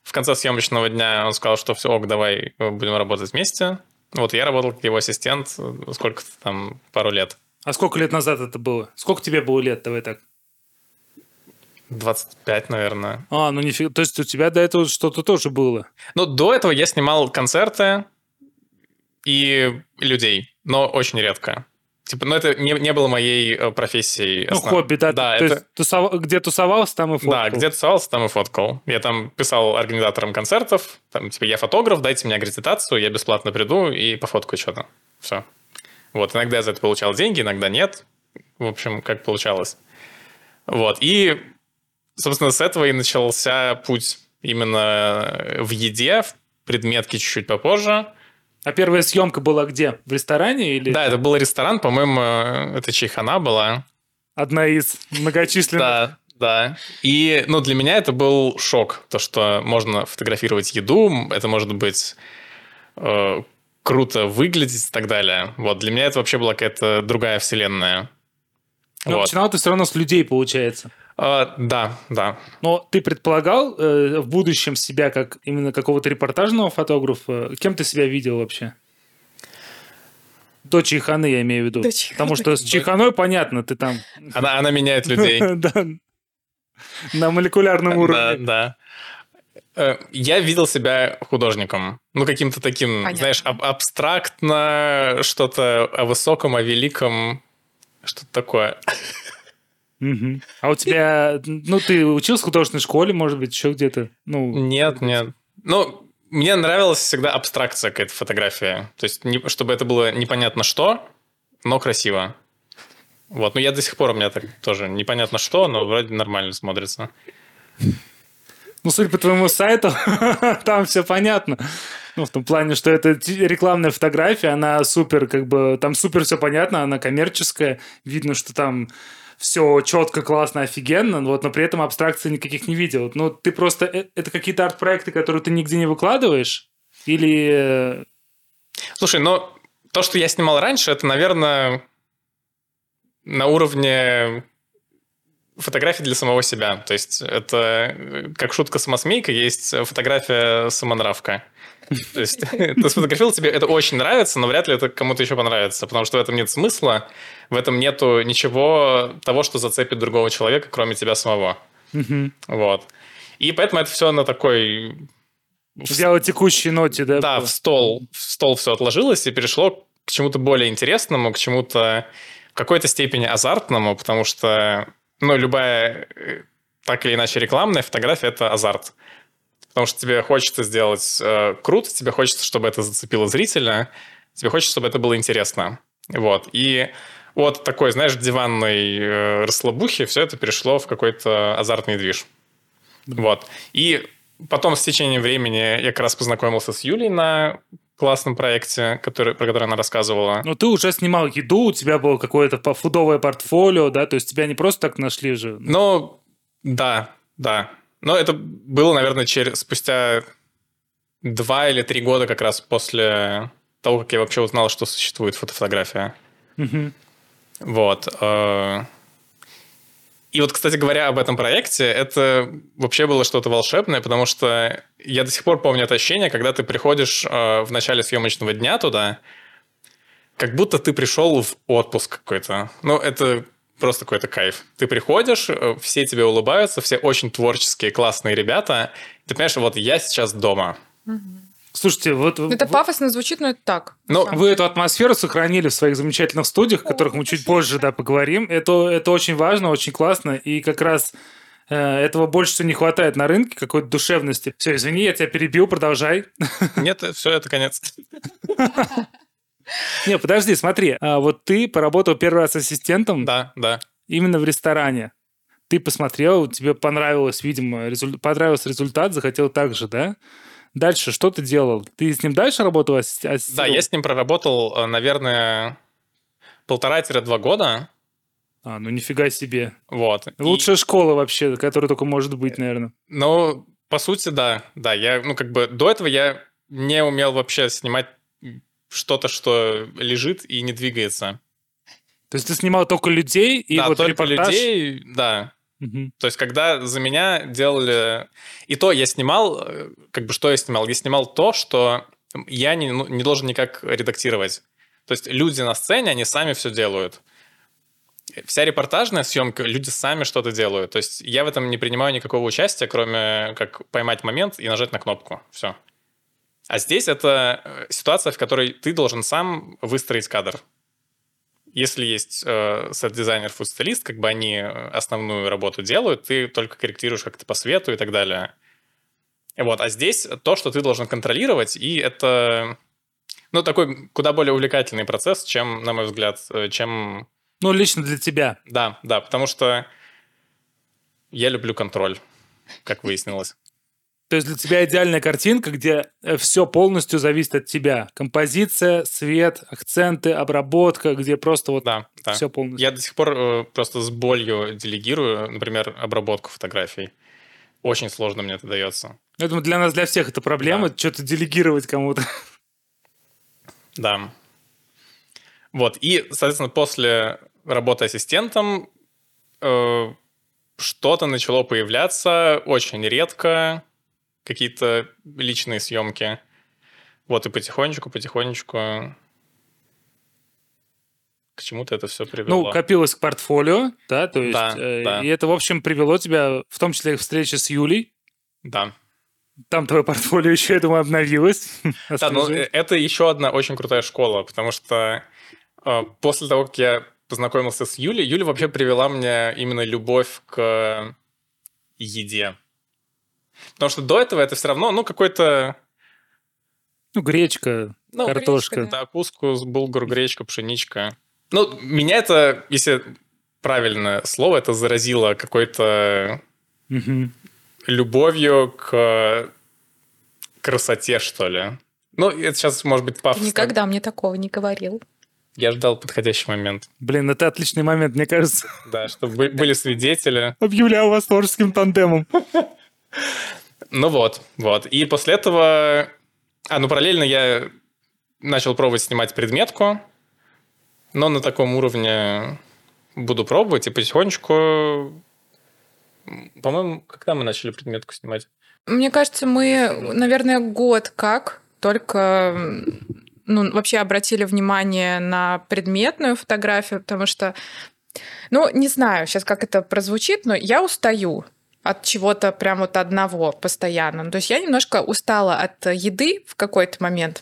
[SPEAKER 3] В конце съемочного дня он сказал, что все, ок, давай будем работать вместе. Вот я работал как его ассистент сколько-то там, пару лет.
[SPEAKER 1] А сколько лет назад это было? Сколько тебе было лет, давай так?
[SPEAKER 3] двадцать пять, наверное.
[SPEAKER 1] А, ну нифига. То есть у тебя до этого что-то тоже было?
[SPEAKER 3] Ну, до этого я снимал концерты и людей, но очень редко. Типа, ну, это не, не было моей профессией.
[SPEAKER 1] Ну,
[SPEAKER 3] основ...
[SPEAKER 1] хобби, да.
[SPEAKER 3] Да,
[SPEAKER 1] то
[SPEAKER 3] это...
[SPEAKER 1] есть тусов... где тусовался, там и фоткал.
[SPEAKER 3] Да, где тусовался, там и фоткал. Я там писал организаторам концертов, там, типа, я фотограф, дайте мне аккредитацию, я бесплатно приду и пофоткаю что-то. Все. Вот, иногда я за это получал деньги, иногда нет. В общем, как получалось. Вот, и, собственно, с этого и начался путь именно в еде, в предметке чуть-чуть попозже.
[SPEAKER 1] А первая съемка была где? В ресторане или?
[SPEAKER 3] Да, это был ресторан, по-моему, это чайхана была.
[SPEAKER 1] Одна из многочисленных.
[SPEAKER 3] Да, да. И, ну, для меня это был шок, то, что можно фотографировать еду, это может быть э, круто выглядеть и так далее. Вот, для меня это вообще была какая-то другая вселенная.
[SPEAKER 1] Но
[SPEAKER 3] вот.
[SPEAKER 1] Начинал ты все равно с людей, получается.
[SPEAKER 3] Э, да, да.
[SPEAKER 1] Но ты предполагал э, в будущем себя как именно какого-то репортажного фотографа? Кем ты себя видел вообще? До чайханы, я имею в виду.
[SPEAKER 2] До чайханы.
[SPEAKER 1] Потому что с чайханой, понятно, ты там...
[SPEAKER 3] Она, она меняет людей.
[SPEAKER 1] Да, на молекулярном уровне.
[SPEAKER 3] Да, да. Я видел себя художником. Ну, каким-то таким,
[SPEAKER 2] Понятно.
[SPEAKER 3] знаешь, аб- абстрактно, что-то о высоком, о великом, что-то такое.
[SPEAKER 1] Мгм. А у тебя... Ну, ты учился в художественной школе, может быть, еще где-то? Ну,
[SPEAKER 3] Нет, нет. Ну, мне нравилась всегда абстракция какая-то фотография. То есть, не, чтобы это было непонятно что, но красиво. Вот, ну я до сих пор, у меня так тоже непонятно что, но вроде нормально смотрится.
[SPEAKER 1] ну, судя по твоему сайту, там все понятно. Ну, в том плане, что это ти- рекламная фотография, она супер, как бы, там супер все понятно, она коммерческая. Видно, что там все четко, классно, офигенно, вот, но при этом абстракций никаких не видел. Ну, ты просто... э- Это какие-то арт-проекты, которые ты нигде не выкладываешь? Или...
[SPEAKER 3] Слушай, ну, то, что я снимал раньше, это, наверное, на уровне фотографии для самого себя. То есть это как шутка-самосмейка, есть фотография-самонравка. То есть ты сфотографировал, тебе это очень нравится, но вряд ли это кому-то еще понравится, потому что в этом нет смысла, в этом нету ничего того, что зацепит другого человека, кроме тебя самого.
[SPEAKER 1] Мгм.
[SPEAKER 3] Вот. И поэтому это все на такой...
[SPEAKER 1] Взяла текущей ноте, да?
[SPEAKER 3] Да, в стол, в стол все отложилось и перешло к чему-то более интересному, к чему-то в какой-то степени азартному, потому что, ну, любая э, так или иначе рекламная фотография – это азарт. Потому что тебе хочется сделать э, круто, тебе хочется, чтобы это зацепило зрителя, тебе хочется, чтобы это было интересно. Вот. И от такой, знаешь, диванной э, расслабухи все это перешло в какой-то азартный движ. Вот. И потом с течением времени я как раз познакомился с Юлей на классном проекте, который, про который она рассказывала.
[SPEAKER 1] Ну, ты уже снимал еду, у тебя было какое-то по- фудовое портфолио, да? То есть тебя не просто так нашли же.
[SPEAKER 3] Ну, да, да. Но это было, наверное, через, спустя два или три года как раз после того, как я вообще узнал, что существует фотофотография.
[SPEAKER 1] Мгм.
[SPEAKER 3] Вот. э. И вот, кстати говоря, об этом проекте, это вообще было что-то волшебное, потому что я до сих пор помню это ощущение, когда ты приходишь э, в начале съемочного дня туда, как будто ты пришел в отпуск какой-то. Ну, это просто какой-то кайф. Ты приходишь, э, все тебе улыбаются, все очень творческие, классные ребята. Ты понимаешь, вот я сейчас дома.
[SPEAKER 1] Слушайте, вот...
[SPEAKER 2] Это
[SPEAKER 1] в-
[SPEAKER 2] пафосно звучит, но это так.
[SPEAKER 3] Ну,
[SPEAKER 2] на самом
[SPEAKER 1] Вы эту атмосферу сохранили в своих замечательных студиях, о которых мы чуть позже, да, поговорим. Это, это очень важно, очень классно, и как раз э, этого больше всего не хватает на рынке, какой-то душевности. Все, извини, я тебя перебил, продолжай.
[SPEAKER 3] нет, все, это конец.
[SPEAKER 1] Не, подожди, смотри, а вот ты поработал первый раз ассистентом
[SPEAKER 3] Да, да.
[SPEAKER 1] именно в ресторане. Ты посмотрел, тебе понравилось, видимо, резуль- понравился результат, захотел так же, да? Дальше что ты делал? Ты с ним дальше работал? асси-
[SPEAKER 3] Да,
[SPEAKER 1] ассистировал?
[SPEAKER 3] я с ним проработал, э, наверное, полтора-два года.
[SPEAKER 1] А, ну нифига себе.
[SPEAKER 3] Вот. И-
[SPEAKER 1] Лучшая школа вообще, которая только может быть, наверное.
[SPEAKER 3] Ну, по сути, да. Да, я, ну, как бы до этого я не умел вообще снимать что-то, что лежит и не двигается.
[SPEAKER 1] То есть ты снимал только людей и
[SPEAKER 3] да,
[SPEAKER 1] вот
[SPEAKER 3] только
[SPEAKER 1] репортаж?
[SPEAKER 3] людей, да.
[SPEAKER 1] Мгм.
[SPEAKER 3] То есть, когда за меня делали... И то я снимал... э, Как бы что я снимал? Я снимал то, что я не, ну, не должен никак редактировать. То есть, люди на сцене, они сами все делают. Вся репортажная съемка, люди сами что-то делают. То есть, я в этом не принимаю никакого участия, кроме как поймать момент и нажать на кнопку. Все. А здесь это э, ситуация, в которой ты должен сам выстроить кадр. Если есть э, сет-дизайнер, фуд-стилист, как бы они основную работу делают, ты только корректируешь как-то по свету и так далее. Вот. А здесь то, что ты должен контролировать, и это, ну, такой куда более увлекательный процесс, чем, на мой взгляд, э, чем...
[SPEAKER 1] Ну, лично для тебя.
[SPEAKER 3] Да, да, потому что я люблю контроль, как выяснилось.
[SPEAKER 1] То есть для тебя идеальная картинка, где все полностью зависит от тебя. Композиция, свет, акценты, обработка, где просто вот
[SPEAKER 3] Да, да.
[SPEAKER 1] все полностью.
[SPEAKER 3] Я до сих пор э, просто с болью делегирую, например, обработку фотографий. Очень сложно мне это дается.
[SPEAKER 1] Я думаю, для нас, для всех это проблема,
[SPEAKER 3] Да.
[SPEAKER 1] что-то делегировать кому-то.
[SPEAKER 3] Да. Вот. И, соответственно, после работы ассистентом э, что-то начало появляться очень редко, какие-то личные съемки. Вот, и потихонечку, потихонечку к чему-то это все привело.
[SPEAKER 1] Ну, копилось к портфолио, да, то есть,
[SPEAKER 3] Да,
[SPEAKER 1] э,
[SPEAKER 3] да.
[SPEAKER 1] и это, в общем, привело тебя, в том числе, к встрече с Юлей.
[SPEAKER 3] Да.
[SPEAKER 1] Там твое портфолио еще, я думаю, обновилось.
[SPEAKER 3] Да, ну,
[SPEAKER 1] Освежилось.
[SPEAKER 3] э, это еще одна очень крутая школа, потому что э, после того, как я познакомился с Юлей, Юля вообще привела мне именно любовь к еде. Потому что до этого это все равно, ну, какой-то...
[SPEAKER 1] Ну, гречка,
[SPEAKER 3] Ну,
[SPEAKER 1] картошка.
[SPEAKER 2] гречка,
[SPEAKER 3] Да, кускус, булгур, гречка, пшеничка. Ну, меня это, если правильное слово, это заразило какой-то
[SPEAKER 1] Мгм.
[SPEAKER 3] любовью к красоте, что ли. Ну, это сейчас, может быть,
[SPEAKER 2] Ты
[SPEAKER 3] пафосно.
[SPEAKER 2] никогда мне такого не говорил.
[SPEAKER 3] Я ждал подходящий момент.
[SPEAKER 1] Блин, это отличный момент, мне кажется.
[SPEAKER 3] Да, чтобы бы- были свидетели.
[SPEAKER 1] Объявляю вас творческим тандемом.
[SPEAKER 3] Ну вот, вот. И после этого... А, ну параллельно я начал пробовать снимать предметку, но на таком уровне буду пробовать и потихонечку... По-моему, когда мы начали предметку снимать?
[SPEAKER 2] Мне кажется, мы, наверное, год как только м, ну, вообще обратили внимание на предметную фотографию, потому что, ну, не знаю сейчас, как это прозвучит, но я устаю от чего-то прям вот одного постоянно. То есть я немножко устала от еды в какой-то момент.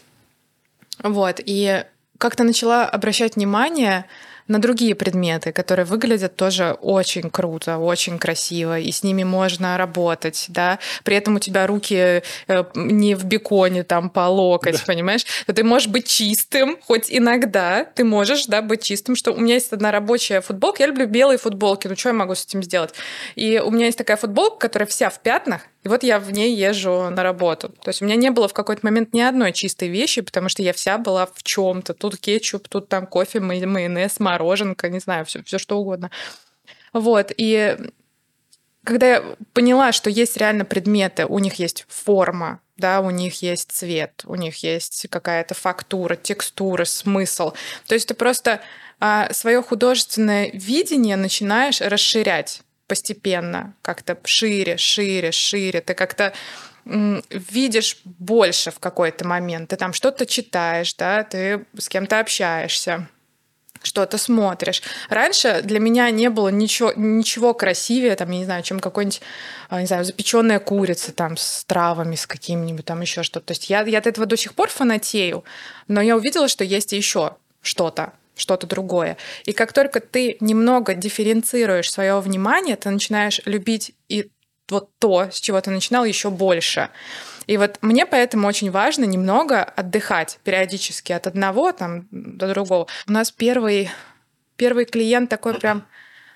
[SPEAKER 2] Вот. И как-то начала обращать внимание на другие предметы, которые выглядят тоже очень круто, очень красиво, и с ними можно работать, да. При этом у тебя руки э, не в беконе там по локоть,
[SPEAKER 1] Да.
[SPEAKER 2] понимаешь? То ты можешь быть чистым, хоть иногда ты можешь, да, быть чистым. Что у меня есть одна рабочая футболка, я люблю белые футболки, ну что я могу с этим сделать? И у меня есть такая футболка, которая вся в пятнах, и вот я в ней езжу на работу. То есть у меня не было в какой-то момент ни одной чистой вещи, потому что я вся была в чем-то. Тут кетчуп, тут там кофе, май- майонез, мороженка, не знаю, все, все что угодно. Вот. И когда я поняла, что есть реально предметы, у них есть форма, да, у них есть цвет, у них есть какая-то фактура, текстура, смысл. То есть ты просто а, свое художественное видение начинаешь расширять постепенно, как-то шире, шире, шире. Ты как-то м, видишь больше в какой-то момент. Ты там что-то читаешь, да, ты с кем-то общаешься, что-то смотришь. Раньше для меня не было ничего, ничего красивее, там, я не знаю, чем какой-нибудь, а, не знаю, запеченная курица там с травами, с какими-нибудь там еще что-то. То есть я, я от этого до сих пор фанатею, но я увидела, что есть еще что-то, что-то другое. И как только ты немного дифференцируешь свое внимание, ты начинаешь любить и вот то, с чего ты начинал, еще больше. И вот мне поэтому очень важно немного отдыхать периодически от одного там, до другого. У нас первый, первый клиент такой прям,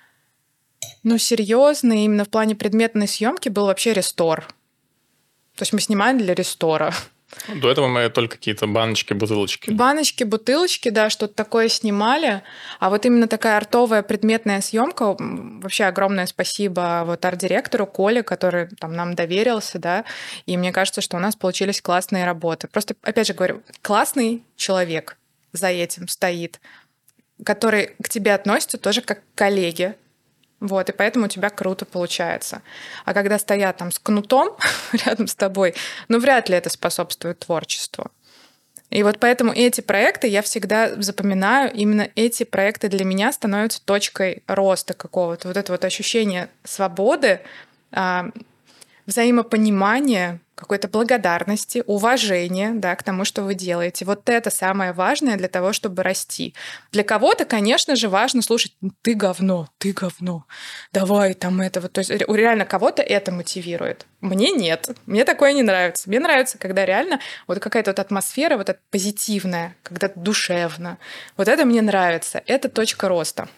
[SPEAKER 2] ну, серьезный, именно в плане предметной съемки был вообще рестор. То есть мы снимали для рестора.
[SPEAKER 3] До этого мы только какие-то баночки, бутылочки.
[SPEAKER 2] Баночки, бутылочки, да, что-то такое снимали. А вот именно такая артовая предметная съемка, вообще огромное спасибо вот арт-директору Коле, который там нам доверился, да, и мне кажется, что у нас получились классные работы. Просто, опять же говорю, классный человек за этим стоит, который к тебе относится тоже как к коллеге, Вот, и поэтому у тебя круто получается. А когда стоят там с кнутом рядом с тобой, ну, вряд ли это способствует творчеству. И вот поэтому эти проекты я всегда запоминаю, именно эти проекты для меня становятся точкой роста какого-то. Вот это вот ощущение свободы, взаимопонимания, какой-то благодарности, уважения, да, к тому, что вы делаете. Вот это самое важное для того, чтобы расти. Для кого-то, конечно же, важно слушать: ты говно, ты говно, давай там это вот. То есть реально кого-то это мотивирует. Мне нет. Мне такое не нравится. Мне нравится, когда реально вот какая-то вот атмосфера вот эта позитивная, когда душевно. Вот это мне нравится. Это точка роста.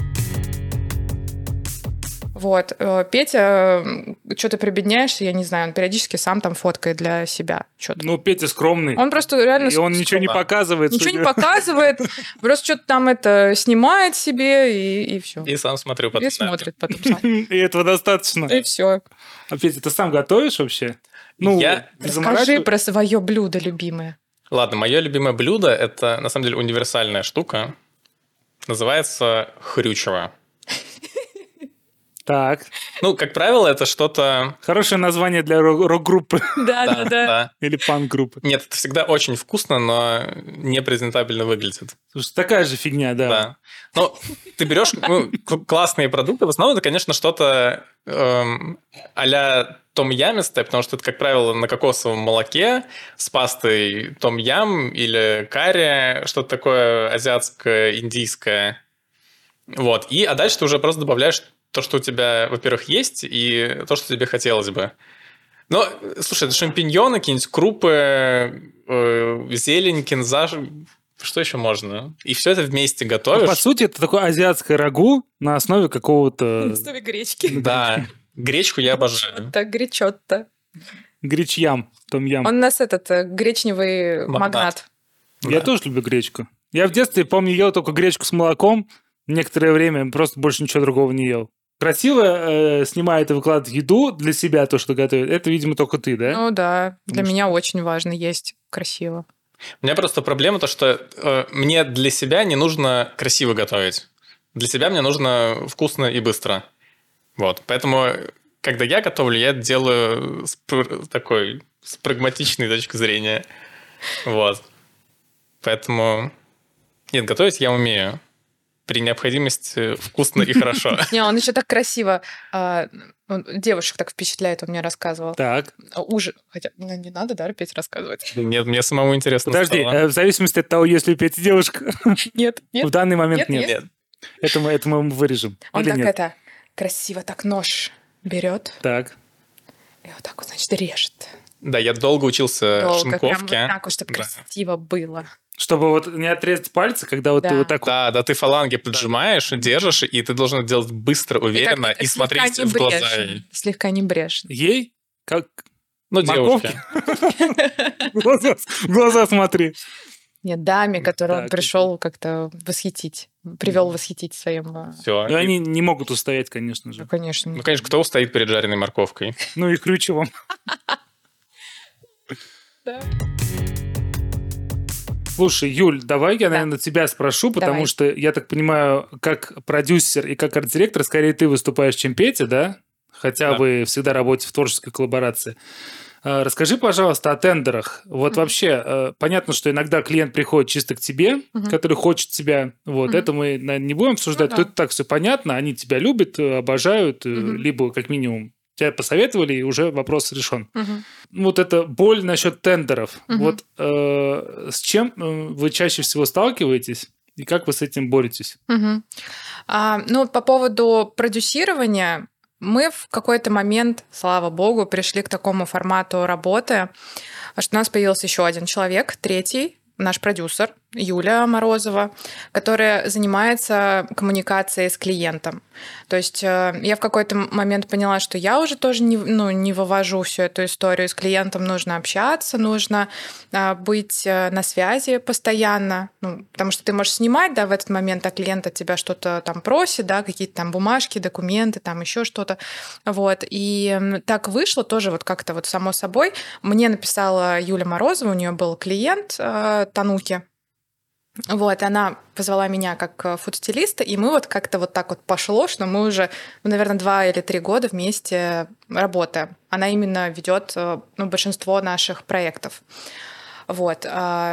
[SPEAKER 2] Вот. Петя, что ты прибедняешься, я не знаю, он периодически сам там фоткает для себя что-то.
[SPEAKER 1] Ну, Петя скромный.
[SPEAKER 2] Он просто реально...
[SPEAKER 1] И он ничего не показывает.
[SPEAKER 2] Ничего не показывает, просто что-то там это снимает себе, и, и все.
[SPEAKER 3] И сам смотрю потом.
[SPEAKER 2] И смотрит потом сам.
[SPEAKER 1] И этого достаточно.
[SPEAKER 2] И все.
[SPEAKER 1] А, Петя, ты сам готовишь вообще? Ну,
[SPEAKER 3] Я...
[SPEAKER 2] Расскажи про свое блюдо любимое.
[SPEAKER 3] Ладно, мое любимое блюдо – это, на самом деле, универсальная штука. Называется хрючево.
[SPEAKER 1] Так.
[SPEAKER 3] Ну, как правило, это что-то...
[SPEAKER 1] Хорошее название для рок-группы.
[SPEAKER 2] Да, да, да.
[SPEAKER 1] Или панк-группы.
[SPEAKER 3] Нет, это всегда очень вкусно, но не презентабельно выглядит.
[SPEAKER 1] Слушай, такая же фигня, да.
[SPEAKER 3] Да. Ну, ты берешь ну, классные продукты, в основном это, конечно, что-то эм, а-ля том-ямистое, потому что это, как правило, на кокосовом молоке с пастой том-ям или карри, что-то такое азиатское, индийское. Вот. И, а дальше ты уже просто добавляешь то, что у тебя, во-первых, есть, и то, что тебе хотелось бы. Но, слушай, это шампиньоны, какие-нибудь крупы, э, зелень, кинза, что еще можно? И все это вместе готовишь.
[SPEAKER 1] Ну, по сути, это такое азиатское рагу на основе какого-то...
[SPEAKER 2] На основе гречки.
[SPEAKER 3] Да, гречку я обожаю.
[SPEAKER 2] Так гречот-то.
[SPEAKER 1] Гречьям, том-ям.
[SPEAKER 2] Он у нас этот гречневый магнат.
[SPEAKER 1] Я тоже люблю гречку. Я в детстве, помню, ел только гречку с молоком. Некоторое время просто больше ничего другого не ел. Красиво э, снимает и выкладывает еду для себя, то, что готовит. Это, видимо, только ты, да?
[SPEAKER 2] Ну да, для
[SPEAKER 1] Потому
[SPEAKER 2] меня очень важно есть красиво.
[SPEAKER 3] У меня просто проблема то, что э, мне для себя не нужно красиво готовить. Для себя мне нужно вкусно и быстро. Вот. Поэтому, когда я готовлю, я это делаю с пр- такой, с прагматичной точки зрения. Вот. Поэтому... Нет, готовить я умею. При необходимости вкусно и хорошо.
[SPEAKER 2] Не, он еще так красиво девушек так впечатляет, он мне рассказывал.
[SPEAKER 1] Так.
[SPEAKER 2] Ужин. Хотя не надо, да, Петь рассказывать?
[SPEAKER 3] Нет, мне самому интересно
[SPEAKER 1] Подожди,
[SPEAKER 3] стало.
[SPEAKER 1] э, в зависимости от того, если у Пети девушка.
[SPEAKER 2] Нет, нет.
[SPEAKER 1] В данный момент
[SPEAKER 2] Нет,
[SPEAKER 1] нет.
[SPEAKER 2] нет.
[SPEAKER 1] Это мы, это мы вырежем.
[SPEAKER 2] Он
[SPEAKER 1] Или
[SPEAKER 2] так
[SPEAKER 1] нет?
[SPEAKER 2] это красиво так нож берет
[SPEAKER 1] Так.
[SPEAKER 2] и вот так вот, значит, режет.
[SPEAKER 3] Да, я долго учился
[SPEAKER 2] Долго, прям вот
[SPEAKER 3] шинковке.
[SPEAKER 2] так вот, чтобы
[SPEAKER 3] Да.
[SPEAKER 2] красиво было.
[SPEAKER 1] Чтобы вот не отрезать пальцы, когда вот
[SPEAKER 2] Да.
[SPEAKER 1] ты вот так вот...
[SPEAKER 3] Да, да, ты фаланги поджимаешь, держишь, и ты должен это делать быстро, уверенно и,
[SPEAKER 2] так,
[SPEAKER 3] смотреть
[SPEAKER 2] слегка
[SPEAKER 3] в глаза.
[SPEAKER 2] небрежно,
[SPEAKER 3] ей.
[SPEAKER 2] Слегка небрежно.
[SPEAKER 1] Ей? Как?
[SPEAKER 3] Ну,
[SPEAKER 1] Морковки?
[SPEAKER 3] девушке.
[SPEAKER 1] В глаза, в глаза смотри.
[SPEAKER 2] Нет, даме, которую он
[SPEAKER 1] Так,
[SPEAKER 2] пришел как-то восхитить, привел восхитить своим... а,
[SPEAKER 3] Все.
[SPEAKER 1] И они не могут устоять, конечно
[SPEAKER 2] Ну,
[SPEAKER 1] же.
[SPEAKER 2] конечно.
[SPEAKER 3] Ну, конечно, кто устоит перед жареной морковкой?
[SPEAKER 1] Ну и ключевым.
[SPEAKER 2] Да.
[SPEAKER 1] Слушай, Юль, давай я,
[SPEAKER 2] Да.
[SPEAKER 1] наверное, тебя спрошу, потому
[SPEAKER 2] Давай.
[SPEAKER 1] что, я так понимаю, как продюсер и как арт-директор, скорее ты выступаешь, чем Петя, да? Хотя
[SPEAKER 3] Да.
[SPEAKER 1] вы всегда работаете в творческой коллаборации. А, Расскажи, пожалуйста, о тендерах. Вот
[SPEAKER 2] Мгм.
[SPEAKER 1] вообще, э, понятно, что иногда клиент приходит чисто к тебе,
[SPEAKER 2] Мгм.
[SPEAKER 1] который хочет тебя. Вот,
[SPEAKER 2] Мгм.
[SPEAKER 1] это мы, наверное, не будем обсуждать.
[SPEAKER 2] Ну да.
[SPEAKER 1] Тут так все понятно, они тебя любят, э, обожают, э,
[SPEAKER 2] Мгм.
[SPEAKER 1] либо, как минимум, тебя посоветовали, и уже вопрос решен.
[SPEAKER 2] Мгм.
[SPEAKER 1] Вот это боль насчет тендеров.
[SPEAKER 2] Мгм.
[SPEAKER 1] Вот э, с чем э, вы чаще всего сталкиваетесь и как вы с этим боретесь?
[SPEAKER 2] Мгм. А, ну, по поводу продюсирования, мы в какой-то момент, слава богу, пришли к такому формату работы, что у нас появился еще один человек, третий, наш продюсер Юля Морозова, которая занимается коммуникацией с клиентом. То есть э, я в какой-то момент поняла, что я уже тоже не, ну, не вывожу всю эту историю. С клиентом нужно общаться, нужно э, быть э, на связи постоянно, ну, потому что ты можешь снимать, да, в этот момент, а клиент от тебя что-то там просит, да, какие-то там бумажки, документы, там еще что-то. Вот. И м, так вышло тоже вот как-то вот само собой. Мне написала Юля Морозова, у нее был клиент э, Тануки. Вот, она позвала меня как фуд-стилиста, и мы вот как-то вот так вот пошло, что мы уже, ну, наверное, два или три года вместе работаем. Она именно ведет, ну, большинство наших проектов. Вот.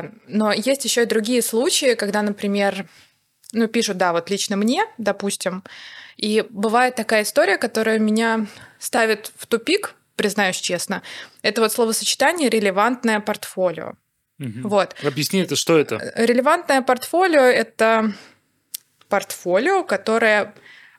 [SPEAKER 2] Но есть еще и другие случаи, когда, например, ну, пишут, да, вот лично мне, допустим, и бывает такая история, которая меня ставит в тупик, признаюсь честно. Это вот словосочетание «релевантное портфолио».
[SPEAKER 1] Угу.
[SPEAKER 2] Вот.
[SPEAKER 1] Объясни, это что это?
[SPEAKER 2] Релевантное портфолио – это портфолио, которое,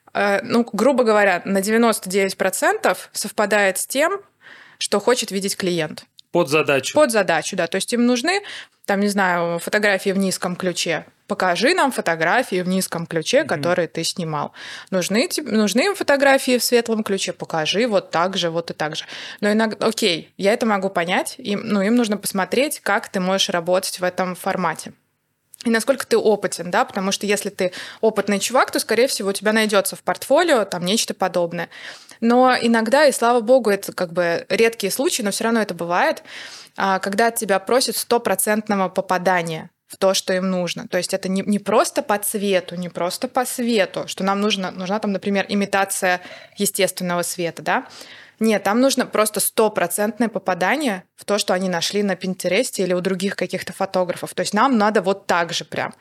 [SPEAKER 2] ну, грубо говоря, на девяносто девять процентов совпадает с тем, что хочет видеть клиент.
[SPEAKER 1] Под задачу.
[SPEAKER 2] Под задачу, да. То есть им нужны, там, не знаю, фотографии в низком ключе. Покажи нам фотографии в низком ключе, которые mm-hmm. ты снимал. Нужны, нужны им фотографии в светлом ключе, покажи вот так же, вот и так же. Но иногда, окей, я это могу понять, им, ну, им нужно посмотреть, как ты можешь работать в этом формате. И насколько ты опытен, да, потому что если ты опытный чувак, то, скорее всего, у тебя найдется в портфолио там нечто подобное. Но иногда, и слава богу, это как бы редкие случаи, но все равно это бывает, когда тебя просят стопроцентного попадания в то, что им нужно. То есть это не, не просто по цвету, не просто по свету, что нам нужно, нужна там, например, имитация естественного света, да? Нет, там нужно просто стопроцентное попадание в то, что они нашли на Пинтересте или у других каких-то фотографов. То есть нам надо вот так же прям.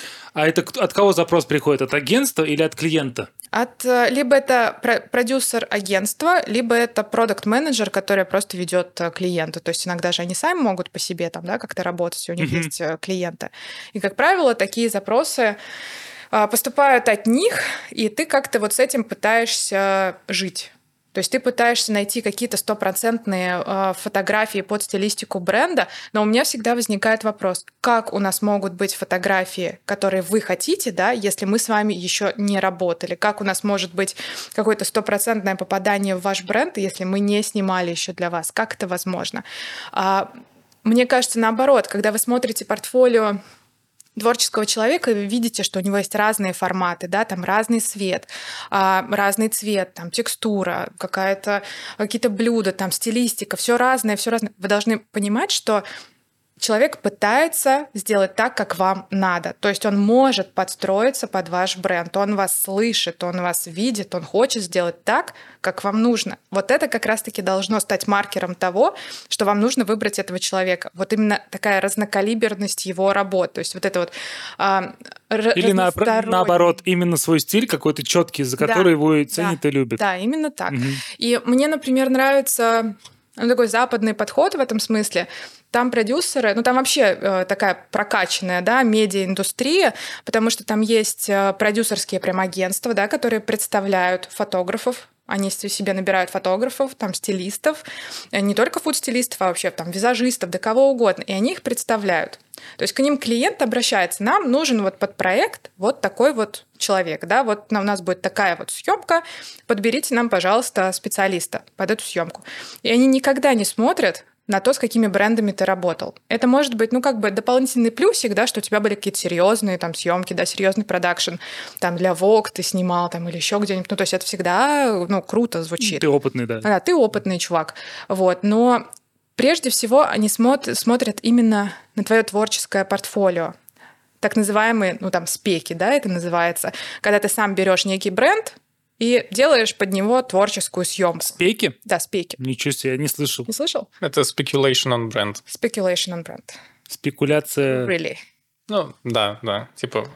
[SPEAKER 1] А это от кого запрос приходит? От агентства или от клиента?
[SPEAKER 2] От, либо это продюсер агентства, либо это продакт-менеджер, который просто ведет клиента. То есть иногда же они сами могут по себе там, да, как-то работать, у них mm-hmm. есть клиенты. И, как правило, такие запросы поступают от них, и ты как-то вот с этим пытаешься жить. То есть ты пытаешься найти какие-то стопроцентные э, фотографии под стилистику бренда, но у меня всегда возникает вопрос, как у нас могут быть фотографии, которые вы хотите, да, если мы с вами еще не работали? Как у нас может быть какое-то стопроцентное попадание в ваш бренд, если мы не снимали еще для вас? Как это возможно? А, мне кажется, наоборот, когда вы смотрите портфолио творческого человека, вы видите, что у него есть разные форматы, да, там разный свет, разный цвет, там текстура, какая-то, какие-то блюда, там стилистика, все разное, все разное. Вы должны понимать, что человек пытается сделать так, как вам надо. То есть он может подстроиться под ваш бренд, он вас слышит, он вас видит, он хочет сделать так, как вам нужно. Вот это как раз-таки должно стать маркером того, что вам нужно выбрать этого человека. Вот именно такая разнокалиберность его работ. То есть вот это вот а,
[SPEAKER 1] Или разносторонний... наоборот, именно свой стиль какой-то четкий, за который да, его ценит да, и любит.
[SPEAKER 2] Да, именно так. Угу. И мне, например, нравится... Ну, такой западный подход в этом смысле. Там продюсеры, ну, там вообще э, такая прокачанная, да, медиаиндустрия, потому что там есть продюсерские прям агентства, да, которые представляют фотографов. Они себе набирают фотографов, там, стилистов, не только фуд-стилистов, а вообще там визажистов, да кого угодно, и они их представляют. То есть к ним клиент обращается, нам нужен вот под проект вот такой вот человек, да, вот у нас будет такая вот съемка, подберите нам, пожалуйста, специалиста под эту съемку. И они никогда не смотрят на то, с какими брендами ты работал. Это может быть, ну, как бы дополнительный плюсик, да, что у тебя были какие-то серьезные там съемки, да, серьезный продакшн, там для Vogue ты снимал, там, или еще где-нибудь. Ну, то есть это всегда, ну, круто звучит.
[SPEAKER 1] Ты опытный, да.
[SPEAKER 2] Да, ты опытный чувак. Вот, но прежде всего они смотрят, смотрят именно на твое творческое портфолио. Так называемые, ну, там, спеки, да, это называется. Когда ты сам берешь некий бренд, и делаешь под него творческую съемку.
[SPEAKER 1] Спеки?
[SPEAKER 2] Да, спеки.
[SPEAKER 1] Ничего себе, я не слышал.
[SPEAKER 2] Не слышал?
[SPEAKER 3] Это speculation on brand.
[SPEAKER 2] Speculation on brand.
[SPEAKER 1] Спекуляция.
[SPEAKER 2] Really?
[SPEAKER 3] Ну, да, да. Типа...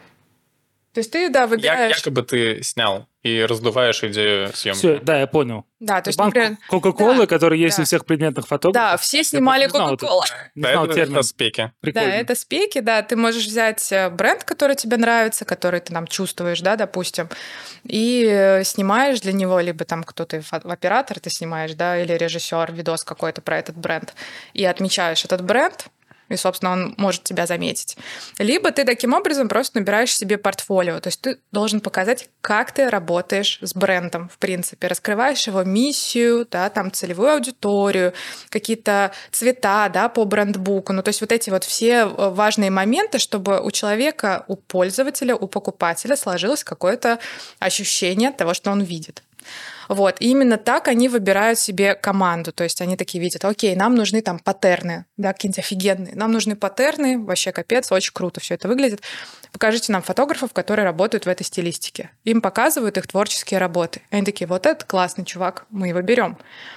[SPEAKER 2] То есть ты, да, выбираешь...
[SPEAKER 3] Я, якобы ты снял и раздуваешь идею съемки.
[SPEAKER 1] Все, да, я понял.
[SPEAKER 2] Да, то есть,
[SPEAKER 1] банк
[SPEAKER 2] например...
[SPEAKER 1] Кока-колы,
[SPEAKER 2] да,
[SPEAKER 1] который есть
[SPEAKER 2] да.
[SPEAKER 1] у всех предметных фотографов.
[SPEAKER 2] Да, все снимали Кока-колу.
[SPEAKER 1] Не
[SPEAKER 3] да,
[SPEAKER 1] знал
[SPEAKER 3] это,
[SPEAKER 1] термин.
[SPEAKER 3] это спеки.
[SPEAKER 1] Прикольно.
[SPEAKER 2] Да, это спеки, да. Ты можешь взять бренд, который тебе нравится, который ты там чувствуешь, да, допустим, и снимаешь для него, либо там кто-то, оператор ты снимаешь, да, или режиссер, видос какой-то про этот бренд, и отмечаешь этот бренд, и, собственно, он может тебя заметить. Либо ты таким образом просто набираешь себе портфолио. То есть ты должен показать, как ты работаешь с брендом, в принципе. Раскрываешь его миссию, да, там, целевую аудиторию, какие-то цвета, да, по брендбуку. Ну, то есть вот эти вот все важные моменты, чтобы у человека, у пользователя, у покупателя сложилось какое-то ощущение того, что он видит. Вот. И именно так они выбирают себе команду. То есть они такие видят, окей, нам нужны там паттерны, да, какие-нибудь офигенные. Нам нужны паттерны, вообще капец, очень круто все это выглядит. Покажите нам фотографов, которые работают в этой стилистике. Им показывают их творческие работы. Они такие, вот этот классный чувак, мы его берем.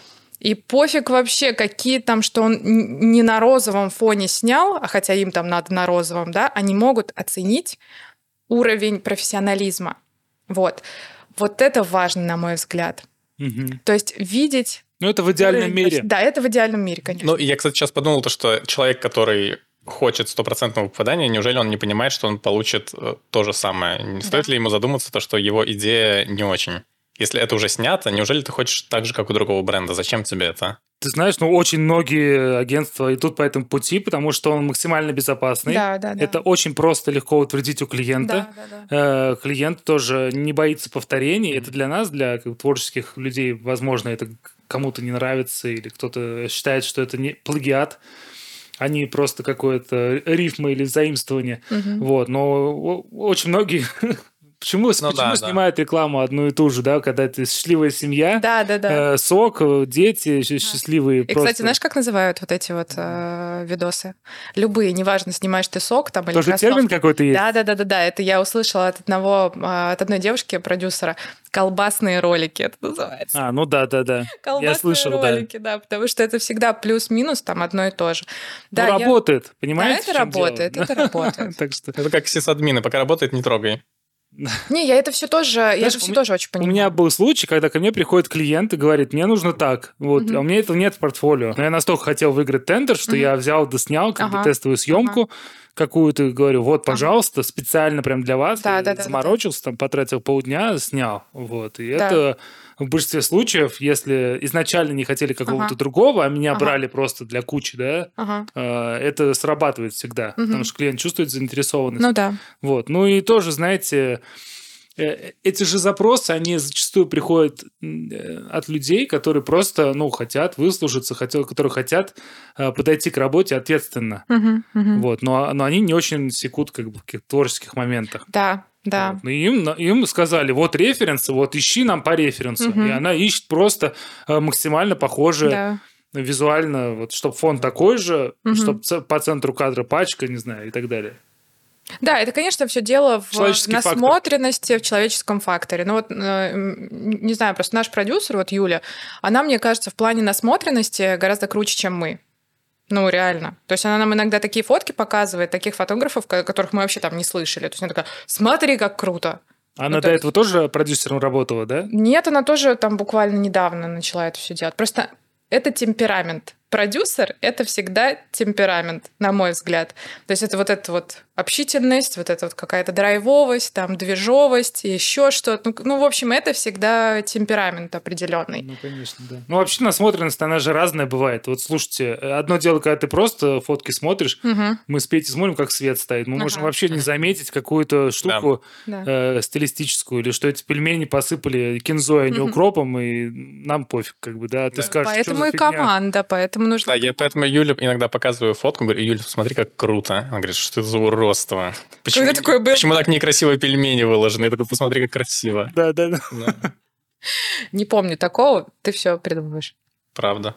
[SPEAKER 2] И пофиг вообще, какие там, что он не на розовом фоне снял, а хотя им там надо на розовом, да, они могут оценить уровень профессионализма. Вот. Вот это важно, на мой взгляд.
[SPEAKER 1] Угу.
[SPEAKER 2] То есть видеть...
[SPEAKER 1] Ну, это в идеальном мире.
[SPEAKER 2] Да, это в идеальном мире, конечно.
[SPEAKER 3] Ну, я, кстати, сейчас подумал, то, что человек, который хочет стопроцентного попадания, неужели он не понимает, что он получит то же самое? Не стоит да. ли ему задуматься, то, что его идея не очень? Если это уже снято, неужели ты хочешь так же, как у другого бренда? Зачем тебе это?
[SPEAKER 1] Ты знаешь, ну, очень многие агентства идут по этому пути, потому что он максимально безопасный.
[SPEAKER 2] Да, да, да.
[SPEAKER 1] Это очень просто, легко утвердить у клиента.
[SPEAKER 2] Да, да, да.
[SPEAKER 1] Клиент тоже не боится повторений. Это для нас, для как, творческих людей, возможно, это кому-то не нравится, или кто-то считает, что это не плагиат, а не просто какое-то рифма или заимствование.
[SPEAKER 2] Угу.
[SPEAKER 1] Вот. Но очень многие... Почему, ну, почему да, снимают да. рекламу одну и ту же, да, когда это счастливая семья,
[SPEAKER 2] да, да, да.
[SPEAKER 1] Э, сок, дети счастливые.
[SPEAKER 2] И,
[SPEAKER 1] просто...
[SPEAKER 2] кстати, знаешь, как называют вот эти вот э, видосы? Любые, неважно, снимаешь ты сок там или
[SPEAKER 1] тоже
[SPEAKER 2] кроссовки.
[SPEAKER 1] Термин какой-то есть?
[SPEAKER 2] Да, да, да, да, да. Это я услышала от одного, от одной девушки, продюсера. Колбасные ролики это называется.
[SPEAKER 1] А, ну да, да, да.
[SPEAKER 2] Колбасные
[SPEAKER 1] я слышал,
[SPEAKER 2] ролики,
[SPEAKER 1] да.
[SPEAKER 2] да, потому что это всегда плюс-минус там одно и то же.
[SPEAKER 1] Да,
[SPEAKER 2] я...
[SPEAKER 1] работает, понимаете?
[SPEAKER 2] Да, это работает, это работает.
[SPEAKER 1] Так что
[SPEAKER 3] это как сисадмины, пока работает, не трогай.
[SPEAKER 2] Не, я это все тоже, Знаешь, я это все тоже очень понимаю.
[SPEAKER 1] У меня был случай, когда ко мне приходит клиент и говорит, мне нужно так, вот, mm-hmm. а у меня этого нет в портфолио. Но я настолько хотел выиграть тендер, что mm-hmm. я взял, доснял как бы ага. тестовую съемку ага. какую-то, и говорю, вот, пожалуйста, ага. специально прям для вас.
[SPEAKER 2] Да, да, да,
[SPEAKER 1] заморочился,
[SPEAKER 2] да, да.
[SPEAKER 1] там, потратил полдня, снял. Вот, и
[SPEAKER 2] да.
[SPEAKER 1] это в большинстве случаев, если изначально не хотели какого-то ага. другого, а меня ага. брали просто для кучи, да,
[SPEAKER 2] ага.
[SPEAKER 1] э, это срабатывает всегда, угу. потому что клиент чувствует заинтересованность.
[SPEAKER 2] Ну да.
[SPEAKER 1] Вот, ну и тоже, знаете... Эти же запросы, они зачастую приходят от людей, которые просто, ну, хотят выслужиться, хотят, которые хотят подойти к работе ответственно.
[SPEAKER 2] Uh-huh, uh-huh.
[SPEAKER 1] Вот, но, но они не очень секут как бы, в каких-то творческих моментах.
[SPEAKER 2] Да, да.
[SPEAKER 1] Вот. И им, им сказали, вот референсы, вот ищи нам по референсу. Uh-huh. И она ищет просто максимально похожее
[SPEAKER 2] да.
[SPEAKER 1] визуально, вот, чтобы фон такой же,
[SPEAKER 2] uh-huh.
[SPEAKER 1] чтобы по центру кадра пачка, не знаю, и так далее.
[SPEAKER 2] Да, это, конечно, все дело в насмотренности,
[SPEAKER 1] фактор.
[SPEAKER 2] в человеческом факторе. Ну вот, не знаю, просто наш продюсер, вот Юля, она, мне кажется, в плане насмотренности гораздо круче, чем мы. Ну, реально. То есть она нам иногда такие фотки показывает, таких фотографов, которых мы вообще там не слышали. То есть она такая, смотри, как круто.
[SPEAKER 1] Она
[SPEAKER 2] ну,
[SPEAKER 1] до
[SPEAKER 2] есть...
[SPEAKER 1] этого тоже продюсером работала, да?
[SPEAKER 2] Нет, она тоже там буквально недавно начала это все делать. Просто это темперамент. Продюсер — это всегда темперамент, на мой взгляд. То есть это вот эта вот общительность, вот эта вот какая-то драйвовость, там, движовость, еще что-то. Ну, ну, в общем, это всегда темперамент определенный.
[SPEAKER 1] Ну, конечно, да. Ну, вообще насмотренность, она же разная бывает. Вот слушайте, одно дело, когда ты просто фотки смотришь,
[SPEAKER 2] угу.
[SPEAKER 1] мы с Петей смотрим, как свет стоит. Мы
[SPEAKER 2] ага.
[SPEAKER 1] можем вообще не заметить какую-то штуку
[SPEAKER 2] да.
[SPEAKER 1] э, стилистическую, или что эти пельмени посыпали кинзой, а не угу. укропом, и нам пофиг, как бы, да. Ты да. скажешь,
[SPEAKER 2] поэтому
[SPEAKER 1] что за
[SPEAKER 2] и
[SPEAKER 1] фигня?
[SPEAKER 2] Команда, поэтому нужно...
[SPEAKER 3] Да, я поэтому Юле иногда показываю фотку, говорю, Юля, смотри, как круто. Она говорит, что это за уродство? Почему,
[SPEAKER 2] Когда такое было?
[SPEAKER 3] Почему так некрасиво пельмени выложены? Я такой, посмотри, как красиво.
[SPEAKER 1] Да, да, да.
[SPEAKER 2] Не помню такого, ты все придумываешь.
[SPEAKER 3] Правда.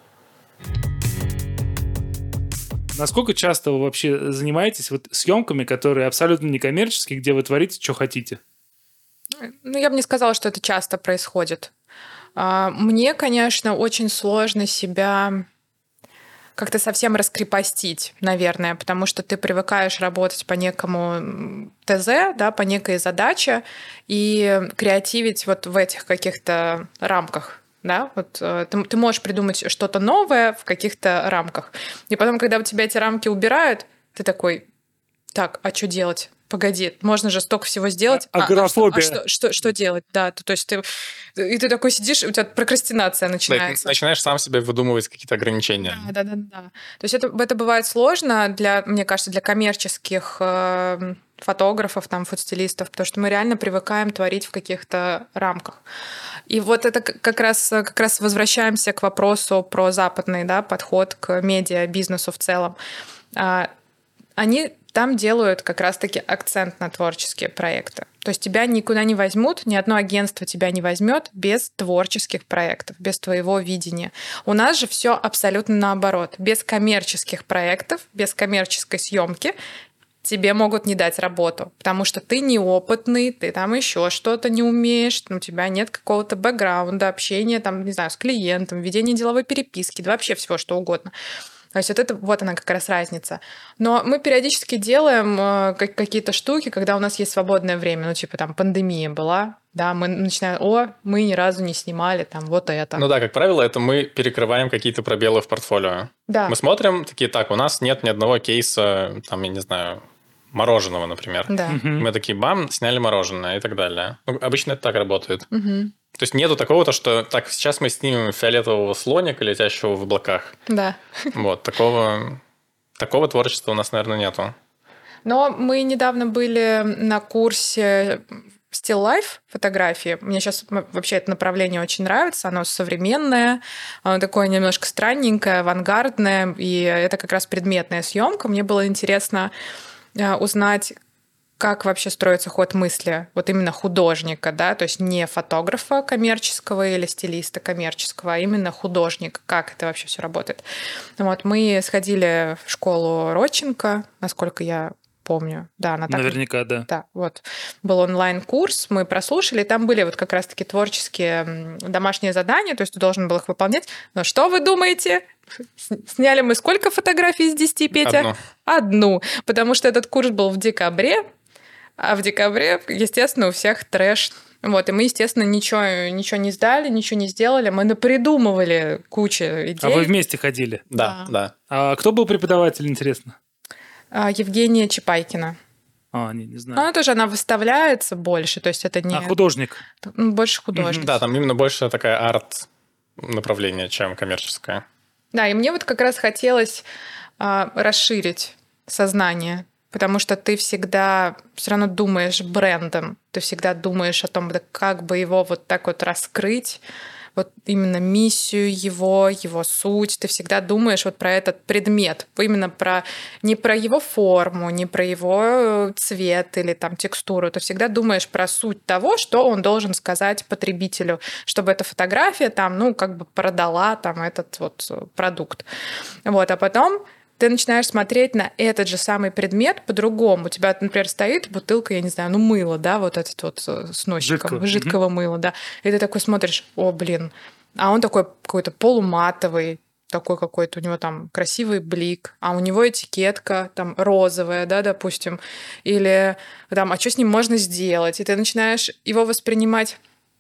[SPEAKER 1] Насколько часто вы вообще занимаетесь вот съемками, которые абсолютно некоммерческие, где вы творите, что хотите?
[SPEAKER 2] Ну, я бы не сказала, что это часто происходит. Мне, конечно, очень сложно себя как-то совсем раскрепостить, наверное, потому что ты привыкаешь работать по некому ТЗ, да, по некой задаче и креативить вот в этих каких-то рамках. Да? Вот, ты, ты можешь придумать что-то новое в каких-то рамках. И потом, когда у тебя эти рамки убирают, ты такой, так, а что делать? Погоди, можно же столько всего сделать.
[SPEAKER 1] А, агорафобия.
[SPEAKER 2] А, а что, что, что делать? Да, то, то есть ты, и ты такой сидишь, у тебя прокрастинация начинается.
[SPEAKER 3] Да, начинаешь сам себе выдумывать какие-то ограничения.
[SPEAKER 2] Да, да, да, да. То есть это, это бывает сложно для, мне кажется, для коммерческих э, фотографов, там, фотостилистов, потому что мы реально привыкаем творить в каких-то рамках. И вот это как раз, как раз возвращаемся к вопросу про западный, да, подход к медиа-бизнесу в целом. Они там делают как раз-таки акцент на творческие проекты. То есть тебя никуда не возьмут, ни одно агентство тебя не возьмет без творческих проектов, без твоего видения. У нас же все абсолютно наоборот. Без коммерческих проектов, без коммерческой съемки тебе могут не дать работу, потому что ты неопытный, ты там еще что-то не умеешь, у тебя нет какого-то бэкграунда, общения, там, не знаю, с клиентом, ведения деловой переписки, да вообще всего что угодно. То есть вот это вот она как раз разница. Но мы периодически делаем э, какие-то штуки, когда у нас есть свободное время, ну типа там пандемия была, да, мы начинаем, о, мы ни разу не снимали там вот это.
[SPEAKER 3] Ну да, как правило, это мы перекрываем какие-то пробелы в портфолио.
[SPEAKER 2] Да.
[SPEAKER 3] Мы смотрим, такие, так, у нас нет ни одного кейса, там, я не знаю, мороженого, например.
[SPEAKER 2] Да.
[SPEAKER 1] Угу.
[SPEAKER 3] Мы такие, бам, сняли мороженое и так далее. Ну, обычно это так работает.
[SPEAKER 2] Угу.
[SPEAKER 3] То есть нету такого-то, что так, сейчас мы снимем фиолетового слоника, летящего в облаках.
[SPEAKER 2] Да.
[SPEAKER 3] Вот, такого, такого творчества у нас, наверное, нету.
[SPEAKER 2] Но мы недавно были на курсе Still Life фотографии. Мне сейчас вообще это направление очень нравится. Оно современное, оно такое немножко странненькое, авангардное, и это как раз предметная съемка. Мне было интересно узнать, как вообще строится ход мысли вот именно художника, да, то есть не фотографа коммерческого или стилиста коммерческого, а именно художника, как это вообще все работает. Вот, мы сходили в школу Родченко, насколько я помню. Да, она так...
[SPEAKER 1] Наверняка, да.
[SPEAKER 2] Да, вот. Был онлайн-курс, мы прослушали, там были вот как раз-таки творческие домашние задания, то есть ты должен был их выполнять. Но что вы думаете? Сняли мы сколько фотографий из десяти, Петя?
[SPEAKER 3] Одну.
[SPEAKER 2] Одну. Потому что этот курс был в декабре, а в декабре, естественно, у всех трэш. Вот, и мы, естественно, ничего, ничего не сдали, ничего не сделали. Мы напридумывали кучу идей.
[SPEAKER 1] А вы вместе ходили?
[SPEAKER 3] Да,
[SPEAKER 2] Да.
[SPEAKER 3] да.
[SPEAKER 1] А кто был преподаватель, интересно?
[SPEAKER 2] Евгения Чапайкина.
[SPEAKER 1] А, не, не знаю.
[SPEAKER 2] Она тоже, она выставляется больше, то есть это не...
[SPEAKER 1] А художник?
[SPEAKER 2] Ну, больше художник.
[SPEAKER 3] Да, там именно больше такая арт-направление, чем коммерческое.
[SPEAKER 2] Да, и мне вот как раз хотелось а, расширить сознание, потому что ты всегда все равно думаешь брендом, ты всегда думаешь о том, да, как бы его вот так вот раскрыть, вот именно миссию его, его суть. Ты всегда думаешь вот про этот предмет, именно про не про его форму, не про его цвет или там текстуру. Ты всегда думаешь про суть того, что он должен сказать потребителю, чтобы эта фотография там, ну, как бы продала там этот вот продукт. Вот, а потом ты начинаешь смотреть на этот же самый предмет по-другому. У тебя, например, стоит бутылка, я не знаю, ну, мыло, да, вот этот вот с носиком,
[SPEAKER 1] Жидкого.
[SPEAKER 2] жидкого мыла, да. И ты такой смотришь, о, блин, а он такой какой-то полуматовый, такой какой-то, у него там красивый блик, а у него этикетка там розовая, да, допустим, или там, а что с ним можно сделать? И ты начинаешь его воспринимать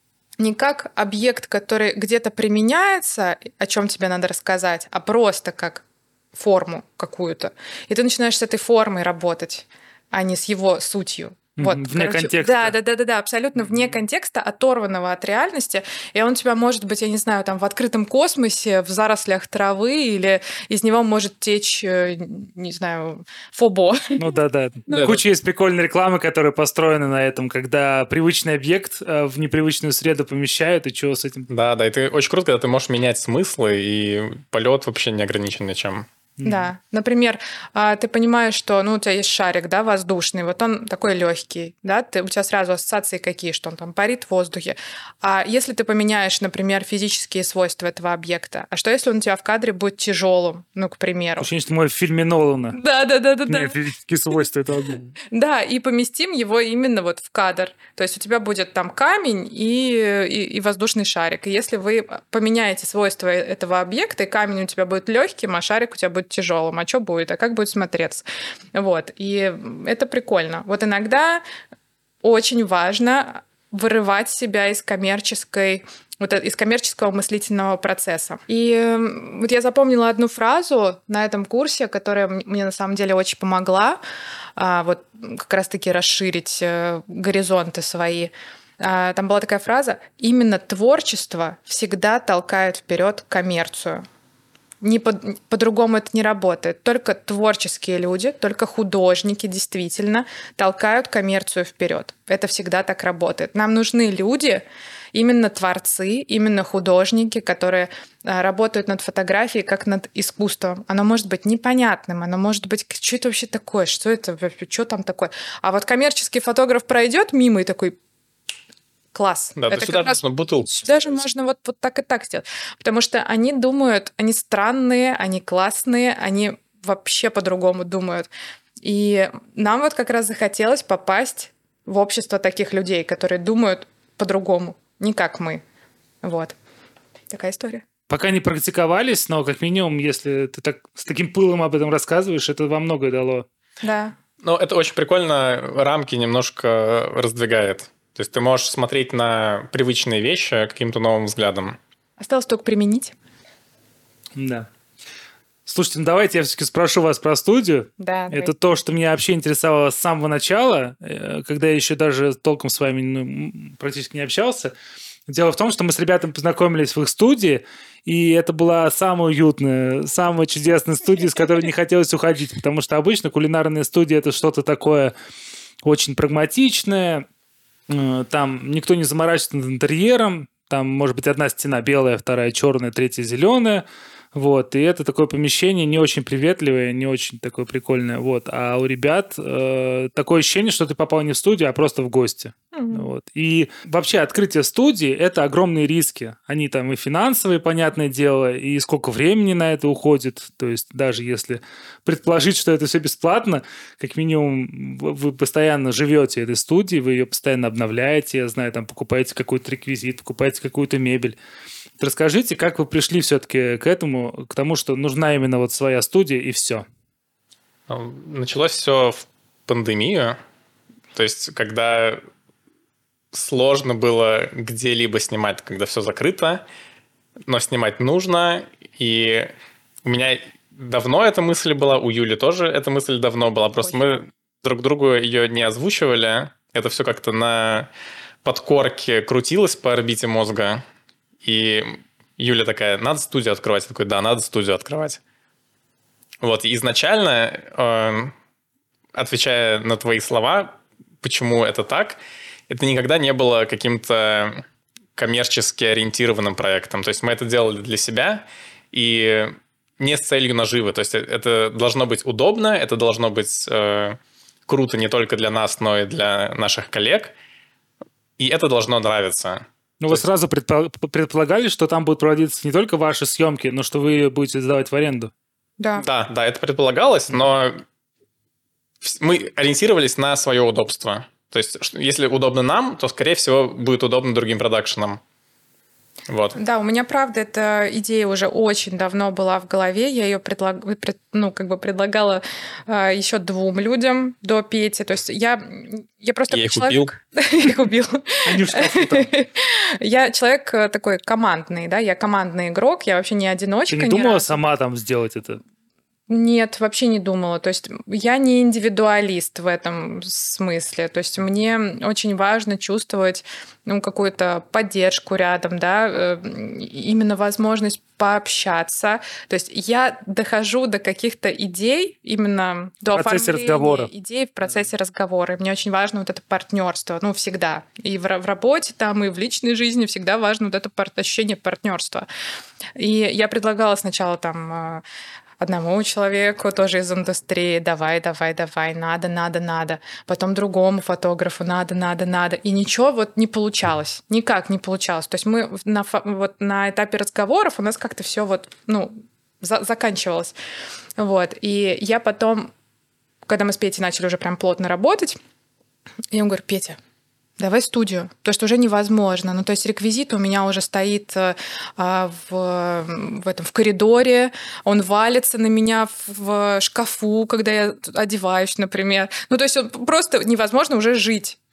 [SPEAKER 2] не как объект, который где-то применяется, о чем тебе надо рассказать, а просто как форму какую-то. И ты начинаешь с этой формой работать, а не с его сутью. Вот,
[SPEAKER 1] вне
[SPEAKER 2] короче,
[SPEAKER 1] контекста.
[SPEAKER 2] Да, да, да, да, да, абсолютно вне контекста, оторванного от реальности. И он у тебя может быть, я не знаю, там в открытом космосе, в зарослях травы, или из него может течь, не знаю, фобо.
[SPEAKER 1] Ну да, да.
[SPEAKER 3] Да,
[SPEAKER 1] Куча есть прикольной рекламы, которые построены на этом, когда привычный объект э, в непривычную среду помещают, и что с этим?
[SPEAKER 3] Да, да, и ты очень круто, когда ты можешь менять смыслы, и полет вообще не ограничен ничем.
[SPEAKER 2] Да, например, ты понимаешь, что, ну, у тебя есть шарик, да, воздушный, вот он такой легкий, да, ты, у тебя сразу ассоциации какие, что он там парит в воздухе. А если ты поменяешь, например, физические свойства этого объекта, а что если он у тебя в кадре будет тяжелым, ну, к примеру?
[SPEAKER 1] Ощущение, что мы в фильме Нолана.
[SPEAKER 2] Да, да, да, да, да.
[SPEAKER 1] Нет, физические свойства этого объекта.
[SPEAKER 2] Да, и поместим его именно вот в кадр. То есть у тебя будет там камень и, и, и воздушный шарик. И если вы поменяете свойства этого объекта, и камень у тебя будет легким, а шарик у тебя будет тяжелым, а что будет, а как будет смотреться? Вот. И это прикольно. Вот иногда очень важно вырывать себя из коммерческой вот из коммерческого мыслительного процесса. И вот я запомнила одну фразу на этом курсе, которая мне на самом деле очень помогла вот как раз-таки расширить горизонты свои. Там была такая фраза: именно творчество всегда толкает вперед коммерцию. Не по- по-другому это не работает. Только творческие люди, только художники действительно толкают коммерцию вперед. Это всегда так работает. Нам нужны люди, именно творцы, именно художники, которые а, работают над фотографией как над искусством. Оно может быть непонятным, оно может быть, что это вообще такое, что это, что там такое. А вот коммерческий фотограф пройдет мимо и такой... Класс.
[SPEAKER 3] Да,
[SPEAKER 2] это
[SPEAKER 3] да сюда
[SPEAKER 2] раз...
[SPEAKER 3] можно бутылку.
[SPEAKER 2] Даже можно вот, вот так и так сделать. Потому что они думают, они странные, они классные, они вообще по-другому думают. И нам вот как раз захотелось попасть в общество таких людей, которые думают по-другому, не как мы. Вот. Такая история.
[SPEAKER 1] Пока не практиковались, но как минимум, если ты так с таким пылом об этом рассказываешь, это во многое дало.
[SPEAKER 2] Да.
[SPEAKER 3] Ну, это очень прикольно, рамки немножко раздвигает. То есть ты можешь смотреть на привычные вещи каким-то новым взглядом.
[SPEAKER 2] Осталось только применить.
[SPEAKER 1] Да. Слушайте, ну давайте я все-таки спрошу вас про студию.
[SPEAKER 2] Да.
[SPEAKER 1] Это давай. То, что меня вообще интересовало с самого начала, когда я еще даже толком с вами ну, практически не общался. Дело в том, что мы с ребятами познакомились в их студии, и это была самая уютная, самая чудесная студия, с которой не хотелось уходить, потому что обычно кулинарная студия – это что-то такое очень прагматичное. Там никто не заморачивается над интерьером. Там может быть одна стена белая, вторая черная, третья зеленая. Вот. И это такое помещение не очень приветливое, не очень такое прикольное. Вот. А у ребят э, такое ощущение, что ты попал не в студию, а просто в гости. Mm-hmm. Вот. И вообще открытие студии – это огромные риски. Они там и финансовые, понятное дело, и сколько времени на это уходит. То есть даже если предположить, что это все бесплатно, как минимум вы постоянно живете этой студией, вы ее постоянно обновляете, я знаю, там покупаете какой-то реквизит, покупаете какую-то мебель. Расскажите, как вы пришли все-таки к этому, к тому, что нужна именно вот своя студия и все?
[SPEAKER 3] Началось все в пандемию, то есть когда сложно было где-либо снимать, когда все закрыто, но снимать нужно, и у меня давно эта мысль была, у Юли тоже эта мысль давно была, просто мы друг другу ее не озвучивали, это все как-то на подкорке крутилось по орбите мозга. И Юля такая, надо студию открывать. Я такой, да, надо студию открывать. Вот, и изначально, э, отвечая на твои слова, почему это так, это никогда не было каким-то коммерчески ориентированным проектом. То есть мы это делали для себя и не с целью наживы. То есть это должно быть удобно, это должно быть э, круто не только для нас, но и для наших коллег. И это должно нравиться.
[SPEAKER 1] Ну, вы есть... сразу предполагали, что там будут проводиться не только ваши съемки, но что вы будете сдавать в аренду?
[SPEAKER 2] Да.
[SPEAKER 3] Да, да, это предполагалось, но мы ориентировались на свое удобство. То есть, если удобно нам, то, скорее всего, будет удобно другим продакшенам. Вот.
[SPEAKER 2] Да, у меня, правда, эта идея уже очень давно была в голове. Я ее предлаг... ну, как бы предлагала э, еще двум людям до Пети. То есть я, я просто
[SPEAKER 3] я
[SPEAKER 2] человек...
[SPEAKER 3] их
[SPEAKER 2] убил. Я их убил.
[SPEAKER 1] Они в шкафу там.
[SPEAKER 2] Я человек такой командный, да, я командный игрок, я вообще не одиночка.
[SPEAKER 1] Ты не думала сама там сделать это?
[SPEAKER 2] Нет, вообще не думала. То есть я не индивидуалист в этом смысле. То есть мне очень важно чувствовать ну, какую-то поддержку рядом, да, именно возможность пообщаться. То есть я дохожу до каких-то идей именно до
[SPEAKER 1] оформления разговора.
[SPEAKER 2] идей в процессе разговора. И мне очень важно вот это партнерство, ну, всегда. И в, в работе там, и в личной жизни всегда важно вот это пар- ощущение партнерства. И я предлагала сначала там одному человеку тоже из индустрии, давай, давай, давай, надо, надо, надо. Потом другому фотографу, надо, надо, надо. И ничего вот не получалось, никак не получалось. То есть мы на, вот на этапе разговоров у нас как-то все вот, ну, за, заканчивалось. Вот. И я потом, когда мы с Петей начали уже прям плотно работать, я ему говорю, Петя, давай студию, потому что уже невозможно. Ну, то есть реквизит у меня уже стоит а, в, в, этом, в коридоре, он валится на меня в шкафу, когда я одеваюсь, например. Ну, то есть просто невозможно уже жить.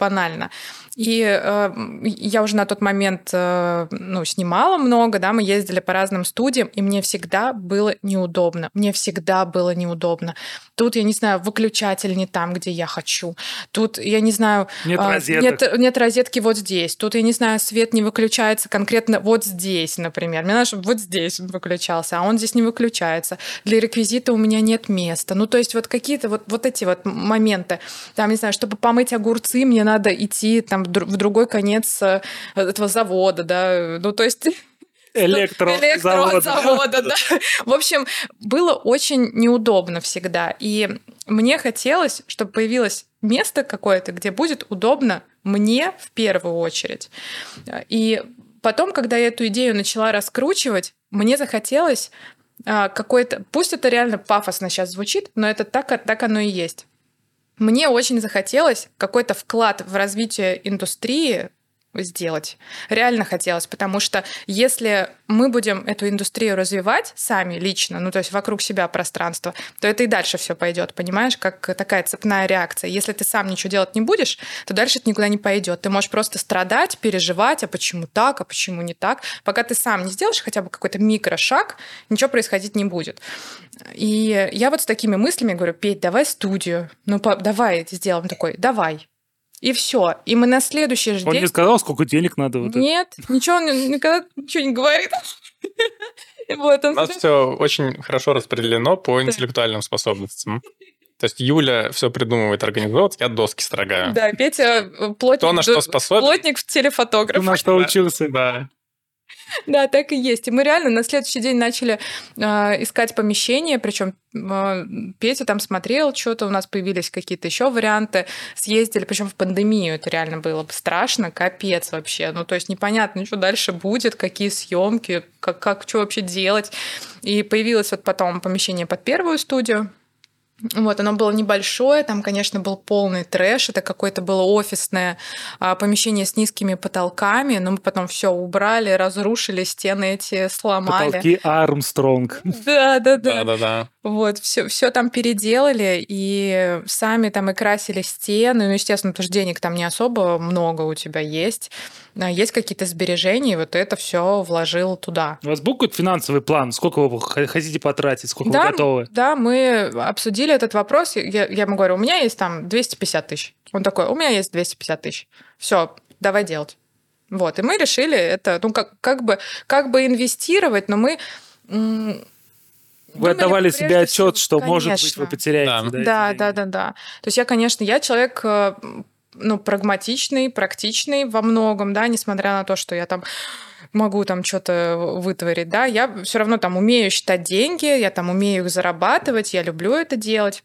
[SPEAKER 2] банально. И э, я уже на тот момент э, ну, снимала много, да, мы ездили по разным студиям, и мне всегда было неудобно. Мне всегда было неудобно. Тут, я не знаю, выключатель не там, где я хочу. Тут, я не знаю...
[SPEAKER 1] Нет
[SPEAKER 2] э,
[SPEAKER 1] розеток.
[SPEAKER 2] Нет, нет розетки вот здесь. Тут, я не знаю, свет не выключается конкретно вот здесь, например. Мне надо, чтобы вот здесь он выключался, а он здесь не выключается. Для реквизита у меня нет места. Ну, то есть вот какие-то вот, вот эти вот моменты. Там, не знаю, чтобы помыть огурцы, мне надо идти там в другой конец этого завода, да, ну, то есть...
[SPEAKER 1] Электрозавода.
[SPEAKER 2] Электрозавода, да. В общем, было очень неудобно всегда. И мне хотелось, чтобы появилось место какое-то, где будет удобно мне в первую очередь. И потом, когда я эту идею начала раскручивать, мне захотелось какой-то... Пусть это реально пафосно сейчас звучит, но это так, так оно и есть. Мне очень захотелось какой-то вклад в развитие индустрии сделать. Реально хотелось, потому что если мы будем эту индустрию развивать сами лично, ну то есть вокруг себя пространство, то это и дальше все пойдет, понимаешь, как такая цепная реакция. Если ты сам ничего делать не будешь, то дальше это никуда не пойдет. Ты можешь просто страдать, переживать, а почему так, а почему не так. Пока ты сам не сделаешь хотя бы какой-то микрошаг, ничего происходить не будет. И я вот с такими мыслями говорю: Петь, давай студию, ну по- давай сделаем. Такой: давай. И все. И мы на следующий же
[SPEAKER 1] Он
[SPEAKER 2] день...
[SPEAKER 1] не сказал, сколько денег надо? Вот
[SPEAKER 2] Нет, ничего, он никогда ничего не говорит. Вот, он...
[SPEAKER 3] У нас все очень хорошо распределено по интеллектуальным способностям. То есть Юля все придумывает, организовывает, я доски строгаю.
[SPEAKER 2] Да, Петя плотник,
[SPEAKER 3] Кто на что способен?
[SPEAKER 2] плотник в телефотограф.
[SPEAKER 1] Ты на что учился?
[SPEAKER 3] Да.
[SPEAKER 2] Да, так и есть. И мы реально на следующий день начали э, искать помещение, причем э, Петя там смотрел что-то, у нас появились какие-то еще варианты, съездили, причем в пандемию, это реально было страшно, капец вообще. Ну, то есть непонятно, что дальше будет, какие съемки, как, как что вообще делать. И появилось вот потом помещение под первую студию. Вот, оно было небольшое, там, конечно, был полный трэш, это какое-то было офисное а, помещение с низкими потолками, но мы потом все убрали, разрушили, стены эти сломали.
[SPEAKER 1] Потолки Армстронг.
[SPEAKER 2] Да, да, да.
[SPEAKER 3] Да-да-да.
[SPEAKER 2] Вот, все, все там переделали, и сами там и красили стены. Ну, естественно, потому что денег там не особо много у тебя есть. А есть какие-то сбережения, и вот это все вложил туда.
[SPEAKER 1] У вас был какой-то финансовый план? Сколько вы хотите потратить? Сколько
[SPEAKER 2] Да,
[SPEAKER 1] вы готовы?
[SPEAKER 2] да, мы обсудили этот вопрос. Я, я ему говорю: у меня есть там двести пятьдесят тысяч. Он такой: у меня есть двести пятьдесят тысяч. Все, давай делать. Вот, и мы решили это, ну, как, как, бы, как бы инвестировать, но мы...
[SPEAKER 1] Вы
[SPEAKER 2] думали
[SPEAKER 1] отдавали
[SPEAKER 2] прежде
[SPEAKER 1] себе отчет,
[SPEAKER 2] всего-
[SPEAKER 1] что, может быть,
[SPEAKER 2] Конечно.
[SPEAKER 1] вы потеряете.
[SPEAKER 3] Да.
[SPEAKER 1] Да, эти
[SPEAKER 2] Да,
[SPEAKER 1] деньги?
[SPEAKER 2] да, да, да. То есть я, конечно, я человек э, ну, прагматичный, практичный во многом, да, несмотря на то, что я там могу там что-то вытворить, да, я все равно там умею считать деньги, я там умею их зарабатывать, я люблю это делать.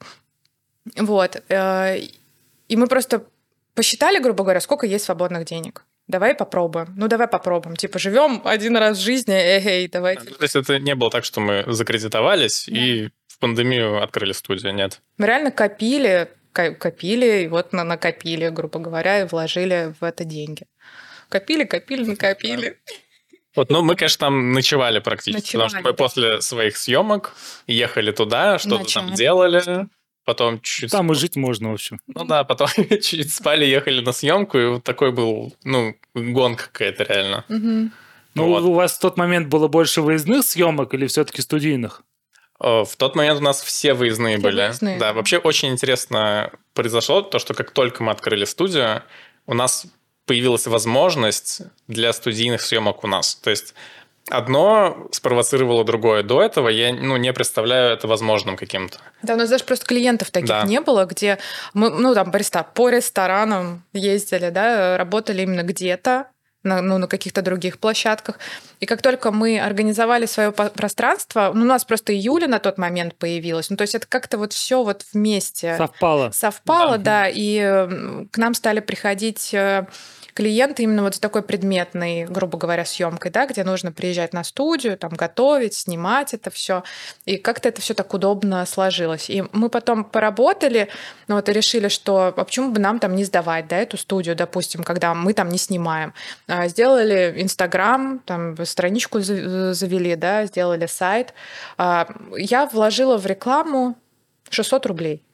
[SPEAKER 2] Вот. э, И мы просто посчитали, грубо говоря, сколько есть свободных денег. Давай попробуем. Ну, давай попробуем. Типа, живем один раз в жизни, эй, давайте.
[SPEAKER 3] То есть это не было так, что мы закредитовались
[SPEAKER 2] Да.
[SPEAKER 3] и в пандемию открыли студию, нет.
[SPEAKER 2] Мы реально копили, ко- копили, и вот на- накопили, грубо говоря, и вложили в это деньги. Копили, копили, накопили.
[SPEAKER 3] Вот, ну, мы, конечно, там ночевали практически, потому что мы
[SPEAKER 2] Ночевали, да.
[SPEAKER 3] после своих съемок ехали туда, что-то там
[SPEAKER 2] Ночевали.
[SPEAKER 3] делали, потом чуть-чуть...
[SPEAKER 1] Там и жить можно, в общем.
[SPEAKER 3] Ну да, потом чуть спали, ехали на съемку, и вот такой был, ну, гонка какая-то реально.
[SPEAKER 2] Мгм.
[SPEAKER 1] Ну,
[SPEAKER 3] Вот.
[SPEAKER 1] у вас в тот момент было больше выездных съемок или все-таки студийных?
[SPEAKER 3] Э, В тот момент у нас все выездные
[SPEAKER 2] Все
[SPEAKER 3] были.
[SPEAKER 2] выездные,
[SPEAKER 3] Да,
[SPEAKER 2] да.
[SPEAKER 3] вообще очень интересно произошло то, что как только мы открыли студию, у нас появилась возможность для студийных съемок у нас. То есть одно спровоцировало другое. До этого я ну, не представляю это возможным каким-то.
[SPEAKER 2] Да, у нас даже просто клиентов таких
[SPEAKER 3] Да.
[SPEAKER 2] не было, где мы, ну, там, по реста- по ресторанам ездили, да, работали именно где-то, на, ну, на каких-то других площадках. И как только мы организовали свое по- пространство, ну, у нас просто июля на тот момент появилось. Ну, то есть это как-то вот все вот вместе
[SPEAKER 1] Совпало.
[SPEAKER 2] совпало,
[SPEAKER 3] Да.
[SPEAKER 2] да, и э, к нам стали приходить э, клиенты именно вот с такой предметной, грубо говоря, съемкой, да, где нужно приезжать на студию, там готовить, снимать это все, и как-то это все так удобно сложилось. И мы потом поработали, ну вот и решили, что а почему бы нам там не сдавать, да, эту студию, допустим, когда мы там не снимаем. А, Сделали Инстаграм, там страничку за- завели, да, сделали сайт. А, Я вложила в рекламу шестьсот рублей.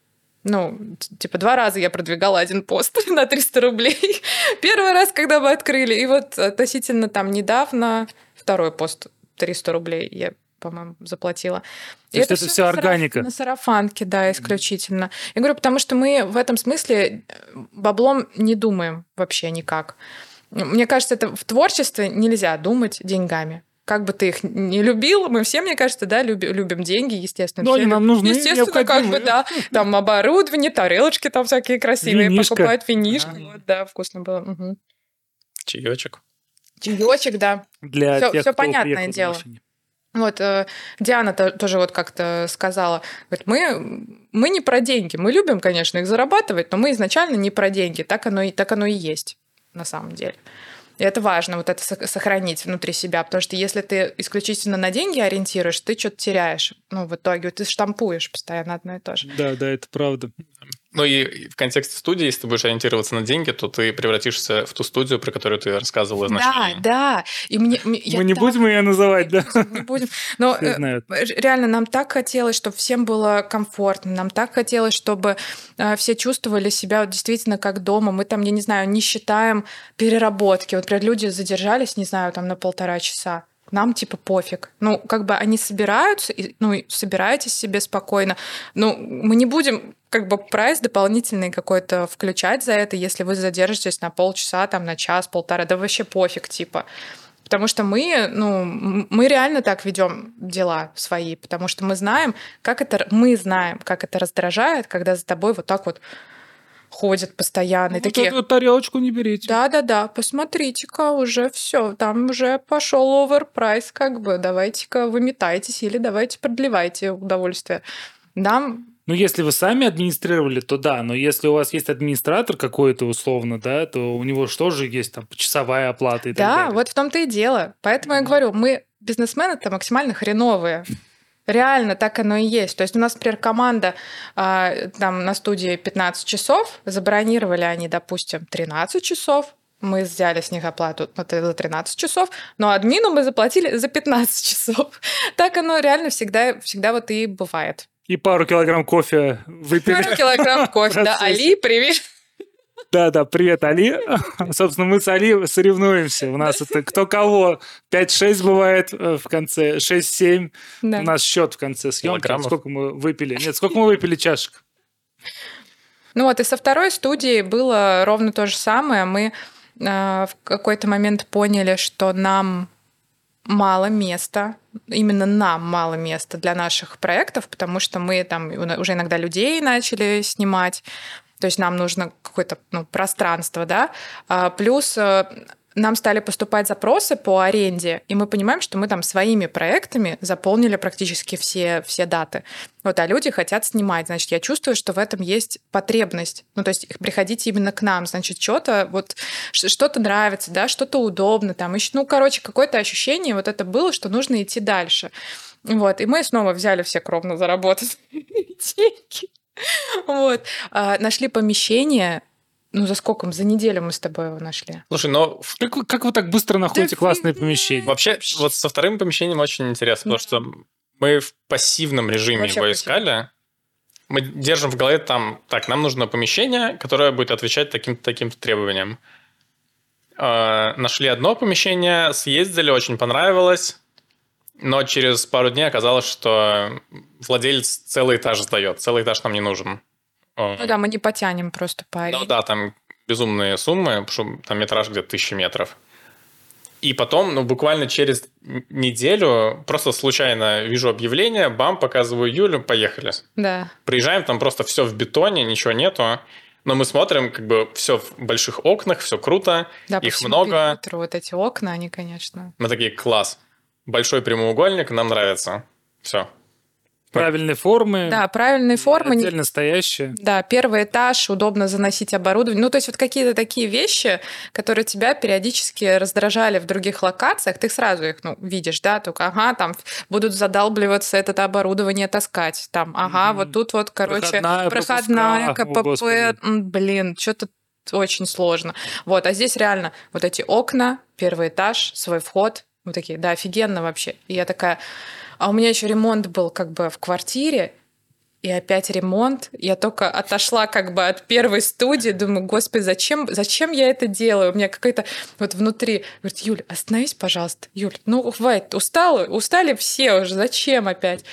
[SPEAKER 2] Ну, типа, два раза я продвигала один пост на триста рублей. Первый раз, когда мы открыли. И вот относительно там недавно второй пост триста рублей я, по-моему, заплатила.
[SPEAKER 1] То есть это, это все органика?
[SPEAKER 2] На сарафанке, да, исключительно. Я говорю, потому что мы в этом смысле баблом не думаем вообще никак. Мне кажется, это в творчестве нельзя думать деньгами. Как бы ты их не любил, мы все, мне кажется, да, любим, любим деньги, естественно.
[SPEAKER 1] Но они нам нужны,
[SPEAKER 2] естественно, как бы, да, там оборудование, тарелочки там всякие красивые
[SPEAKER 1] винишко.
[SPEAKER 2] Покупают, винишко,
[SPEAKER 1] А-а-а.
[SPEAKER 2] вот, да, вкусно было. Угу.
[SPEAKER 3] Чаечек.
[SPEAKER 2] Чаечек, да.
[SPEAKER 1] Для
[SPEAKER 2] все,
[SPEAKER 1] тех,
[SPEAKER 2] все
[SPEAKER 1] кто
[SPEAKER 2] понятное дело. Вот э, Диана то, тоже вот как-то сказала, говорит, мы, мы не про деньги, мы любим, конечно, их зарабатывать, но мы изначально не про деньги, так оно, и, так оно и есть на самом деле. И это важно, вот это сохранить внутри себя, потому что если ты исключительно на деньги ориентируешь, ты что-то теряешь. Ну, в итоге ты штампуешь постоянно одно и то же.
[SPEAKER 1] Да, да, это правда.
[SPEAKER 3] Ну и в контексте студии, если ты будешь ориентироваться на деньги, то ты превратишься в ту студию, про которую ты рассказывала изначально.
[SPEAKER 2] Да, да. И мне,
[SPEAKER 1] Мы не так... будем ее называть, да?
[SPEAKER 2] Не будем. Но реально нам так хотелось, чтобы всем было комфортно, нам так хотелось, чтобы все чувствовали себя действительно как дома. Мы там, я не знаю, не считаем переработки. Вот, например, люди задержались, не знаю, там на полтора часа. Нам типа пофиг. Ну, как бы они собираются, ну, собирайтесь себе спокойно. Ну, мы не будем как бы прайс дополнительный какой-то включать за это, если вы задержитесь на полчаса, там, на час, полтора, да вообще пофиг, типа. Потому что мы, ну, мы реально так ведем дела свои, потому что мы знаем, как это, мы знаем, как это раздражает, когда за тобой вот так вот ходят постоянно.
[SPEAKER 1] Ну,
[SPEAKER 2] и такие,
[SPEAKER 1] вот эту тарелочку не берите.
[SPEAKER 2] Да-да-да, посмотрите-ка, уже все, там уже пошел оверпрайс, как бы, давайте-ка выметайтесь или давайте продлевайте удовольствие. Нам...
[SPEAKER 1] Ну, если вы сами администрировали, то да, но если у вас есть администратор какой-то условно, да, то у него что же есть там часовая оплата и
[SPEAKER 2] да,
[SPEAKER 1] так далее.
[SPEAKER 2] Да, вот в том-то и дело. Поэтому mm-hmm. я говорю, мы бизнесмены-то максимально хреновые. Реально, так оно и есть. То есть у нас, например, команда э, там на студии пятнадцать часов, забронировали они, допустим, тринадцать часов, мы взяли с них оплату за тринадцать часов, но админу мы заплатили за пятнадцать часов. Так оно реально всегда, всегда вот и бывает.
[SPEAKER 1] И пару килограмм кофе выпили.
[SPEAKER 2] Пару килограмм кофе, да. Али, привет.
[SPEAKER 1] Да-да, привет, Али. Собственно, мы с Али соревнуемся. У нас это кто кого. пять-шесть бывает в конце, шесть-семь. Да. У нас счет в конце съемки. Сколько мы выпили? Нет, сколько мы выпили чашек?
[SPEAKER 2] Ну вот, и со второй студии было ровно то же самое. Мы э, в какой-то момент поняли, что нам мало места, именно нам мало места для наших проектов, потому что мы там уже иногда людей начали снимать. То есть нам нужно какое-то ну, пространство, да. А, плюс а, нам стали поступать запросы по аренде, и мы понимаем, что мы там своими проектами заполнили практически все, все даты. Вот, а люди хотят снимать. Значит, я чувствую, что в этом есть потребность. Ну, то есть приходите именно к нам. Значит, что-то вот что-то нравится, да, что-то удобно. Там, еще, ну, короче, какое-то ощущение вот это было, что нужно идти дальше. Вот, и мы снова взяли все кровно заработать деньги. Вот. А, нашли помещение. Ну, за сколько? За неделю мы с тобой его нашли.
[SPEAKER 3] Слушай, но...
[SPEAKER 1] Как, как вы так быстро находите да классные помещения?
[SPEAKER 3] Вообще, вот со вторым помещением очень интересно, да. Потому что мы в пассивном режиме вообще его искали. Мы держим в голове там, так, нам нужно помещение, которое будет отвечать таким-то таким-то требованиям. А, нашли одно помещение, съездили, очень понравилось. Но через пару дней оказалось, что владелец целый этаж сдает. Целый этаж нам не нужен.
[SPEAKER 2] Ну да, мы не потянем просто по аренде.
[SPEAKER 3] Ну да, там безумные суммы, потому что там метраж где-то тысяча метров. И потом, ну буквально через неделю, просто случайно вижу объявление, бам, показываю Юлю, поехали.
[SPEAKER 2] Да.
[SPEAKER 3] Приезжаем, там просто все в бетоне, ничего нету. Но мы смотрим, как бы все в больших окнах, все круто,
[SPEAKER 2] да,
[SPEAKER 3] их много.
[SPEAKER 2] Периметру вот эти окна, они, конечно.
[SPEAKER 3] Мы такие, класс. Большой прямоугольник, нам нравится. Все.
[SPEAKER 1] Правильные формы.
[SPEAKER 2] Да, правильные формы.
[SPEAKER 1] Отдельно стоящие.
[SPEAKER 2] Да, первый этаж, удобно заносить оборудование. Ну, то есть вот какие-то такие вещи, которые тебя периодически раздражали в других локациях, ты сразу их, ну, видишь, да, только, ага, там будут задалбливаться это оборудование таскать, там, ага, mm-hmm. вот тут вот, короче, проходная, проходная КПП, блин, что-то очень сложно. Вот, а здесь реально вот эти окна, первый этаж, свой вход, мы такие, да, офигенно вообще. И я такая... А у меня еще ремонт был как бы в квартире, и опять ремонт. Я только отошла как бы от первой студии, думаю, господи, зачем, зачем я это делаю? У меня какая-то вот внутри, говорит, Юль, остановись, пожалуйста. Юль, ну хватит, устала, устали все уже, зачем опять?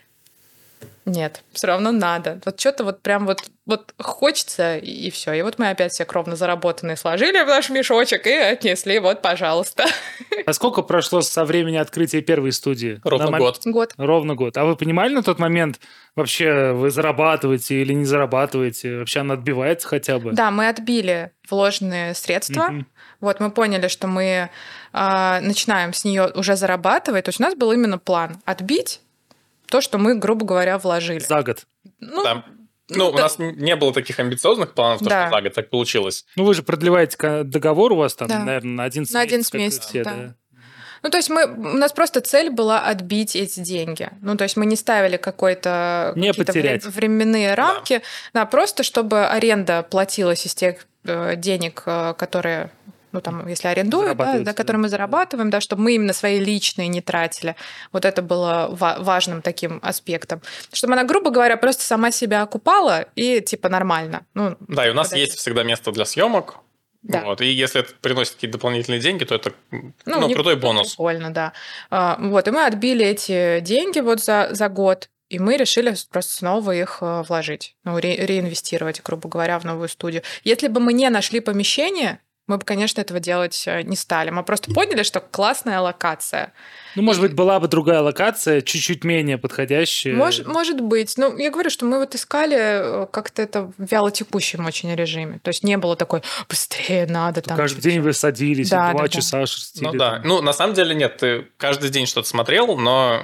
[SPEAKER 2] Нет, все равно надо. Вот что-то вот прям вот, вот хочется, и, и все. И вот мы опять все кровно заработанные сложили в наш мешочек и отнесли. Вот, пожалуйста.
[SPEAKER 1] А сколько прошло со времени открытия первой студии?
[SPEAKER 3] Ровно
[SPEAKER 1] На
[SPEAKER 3] год.
[SPEAKER 2] Год.
[SPEAKER 1] Ровно год. А вы понимали на тот момент, вообще вы зарабатываете или не зарабатываете? Вообще она отбивается хотя бы?
[SPEAKER 2] Да, мы отбили вложенные средства.
[SPEAKER 1] Мгм.
[SPEAKER 2] Вот мы поняли, что мы э, начинаем с нее уже зарабатывать. То есть у нас был именно план отбить то, что мы, грубо говоря, вложили.
[SPEAKER 1] За год.
[SPEAKER 2] Ну,
[SPEAKER 3] Да. Ну, у
[SPEAKER 2] да.
[SPEAKER 3] нас не было таких амбициозных планов, то,
[SPEAKER 2] Да.
[SPEAKER 3] что за год так получилось.
[SPEAKER 1] Ну, вы же продлеваете ка- договор у вас там,
[SPEAKER 2] Да.
[SPEAKER 1] наверное, на одиннадцать
[SPEAKER 2] На одиннадцать
[SPEAKER 1] месяцев, как и
[SPEAKER 2] месяцев,
[SPEAKER 1] все,
[SPEAKER 2] да.
[SPEAKER 1] да?
[SPEAKER 2] Ну, то есть мы, у нас просто цель была отбить эти деньги. Ну, то есть мы не ставили какой-то,
[SPEAKER 1] Не
[SPEAKER 2] какие-то
[SPEAKER 1] потерять.
[SPEAKER 2] вре- временные рамки, да. просто чтобы аренда платилась из тех э, денег, э, которые, ну, там, если арендуют, да,
[SPEAKER 1] Зарабатываются,
[SPEAKER 2] да, которые
[SPEAKER 1] да.
[SPEAKER 2] мы зарабатываем, да, чтобы мы именно свои личные не тратили. Вот это было ва- важным таким аспектом. Чтобы она, грубо говоря, просто сама себя окупала и, типа, нормально. Ну,
[SPEAKER 3] Да, и у нас
[SPEAKER 2] когда-
[SPEAKER 3] есть всегда место для съемок.
[SPEAKER 2] Да.
[SPEAKER 3] Вот, и если это приносит какие-то дополнительные деньги, то это ну,
[SPEAKER 2] не-
[SPEAKER 3] крутой
[SPEAKER 2] ну,
[SPEAKER 3] бонус.
[SPEAKER 2] Прикольно, да. А, Вот, и мы отбили эти деньги вот за, за год, и мы решили просто снова их э, вложить, ну, ре- реинвестировать, грубо говоря, в новую студию. Если бы мы не нашли помещение, мы бы, конечно, этого делать э, не стали. Мы просто поняли, что классная локация.
[SPEAKER 1] Ну, может быть, была бы другая локация, чуть-чуть менее подходящая.
[SPEAKER 2] Может, может быть. Ну, я говорю, что мы вот искали э, как-то это в вялотекущем очень режиме. То есть не было такой, быстрее надо там.
[SPEAKER 1] Каждый день вы садились,
[SPEAKER 2] Да,
[SPEAKER 1] и два
[SPEAKER 2] да, да.
[SPEAKER 1] часа шерстили.
[SPEAKER 3] Ну да.
[SPEAKER 1] там.
[SPEAKER 3] Ну, на самом деле, нет, ты каждый день что-то смотрел, но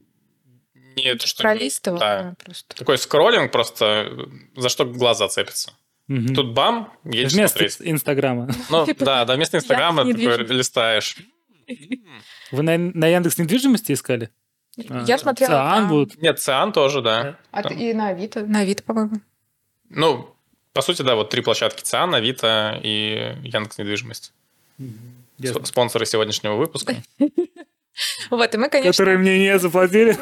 [SPEAKER 3] не это что.
[SPEAKER 2] Пролистывал,
[SPEAKER 3] Да.
[SPEAKER 2] да, просто.
[SPEAKER 3] Такой скроллинг просто, за что глаз зацепится.
[SPEAKER 1] Мгм.
[SPEAKER 3] Тут бам, едешь
[SPEAKER 1] Вместо
[SPEAKER 3] смотреть.
[SPEAKER 1] Инстаграма.
[SPEAKER 3] Ну,
[SPEAKER 2] Типа,
[SPEAKER 3] да, да, вместо Инстаграма ты такой
[SPEAKER 2] недвижимость.
[SPEAKER 3] листаешь.
[SPEAKER 1] Вы на, на Яндекс недвижимости искали? А,
[SPEAKER 2] Я смотрела.
[SPEAKER 1] Циан
[SPEAKER 2] да.
[SPEAKER 1] будут.
[SPEAKER 3] Нет, Циан тоже, да.
[SPEAKER 2] А
[SPEAKER 3] Там.
[SPEAKER 2] ты- и на Авито. На Авито, по-моему.
[SPEAKER 3] Ну, по сути, да, вот три площадки: Циан, Авито и Яндекс Недвижимость.
[SPEAKER 1] Ясно.
[SPEAKER 3] С- Спонсоры сегодняшнего выпуска.
[SPEAKER 2] Вот, и мы, конечно,
[SPEAKER 1] Которые мне не заплатили.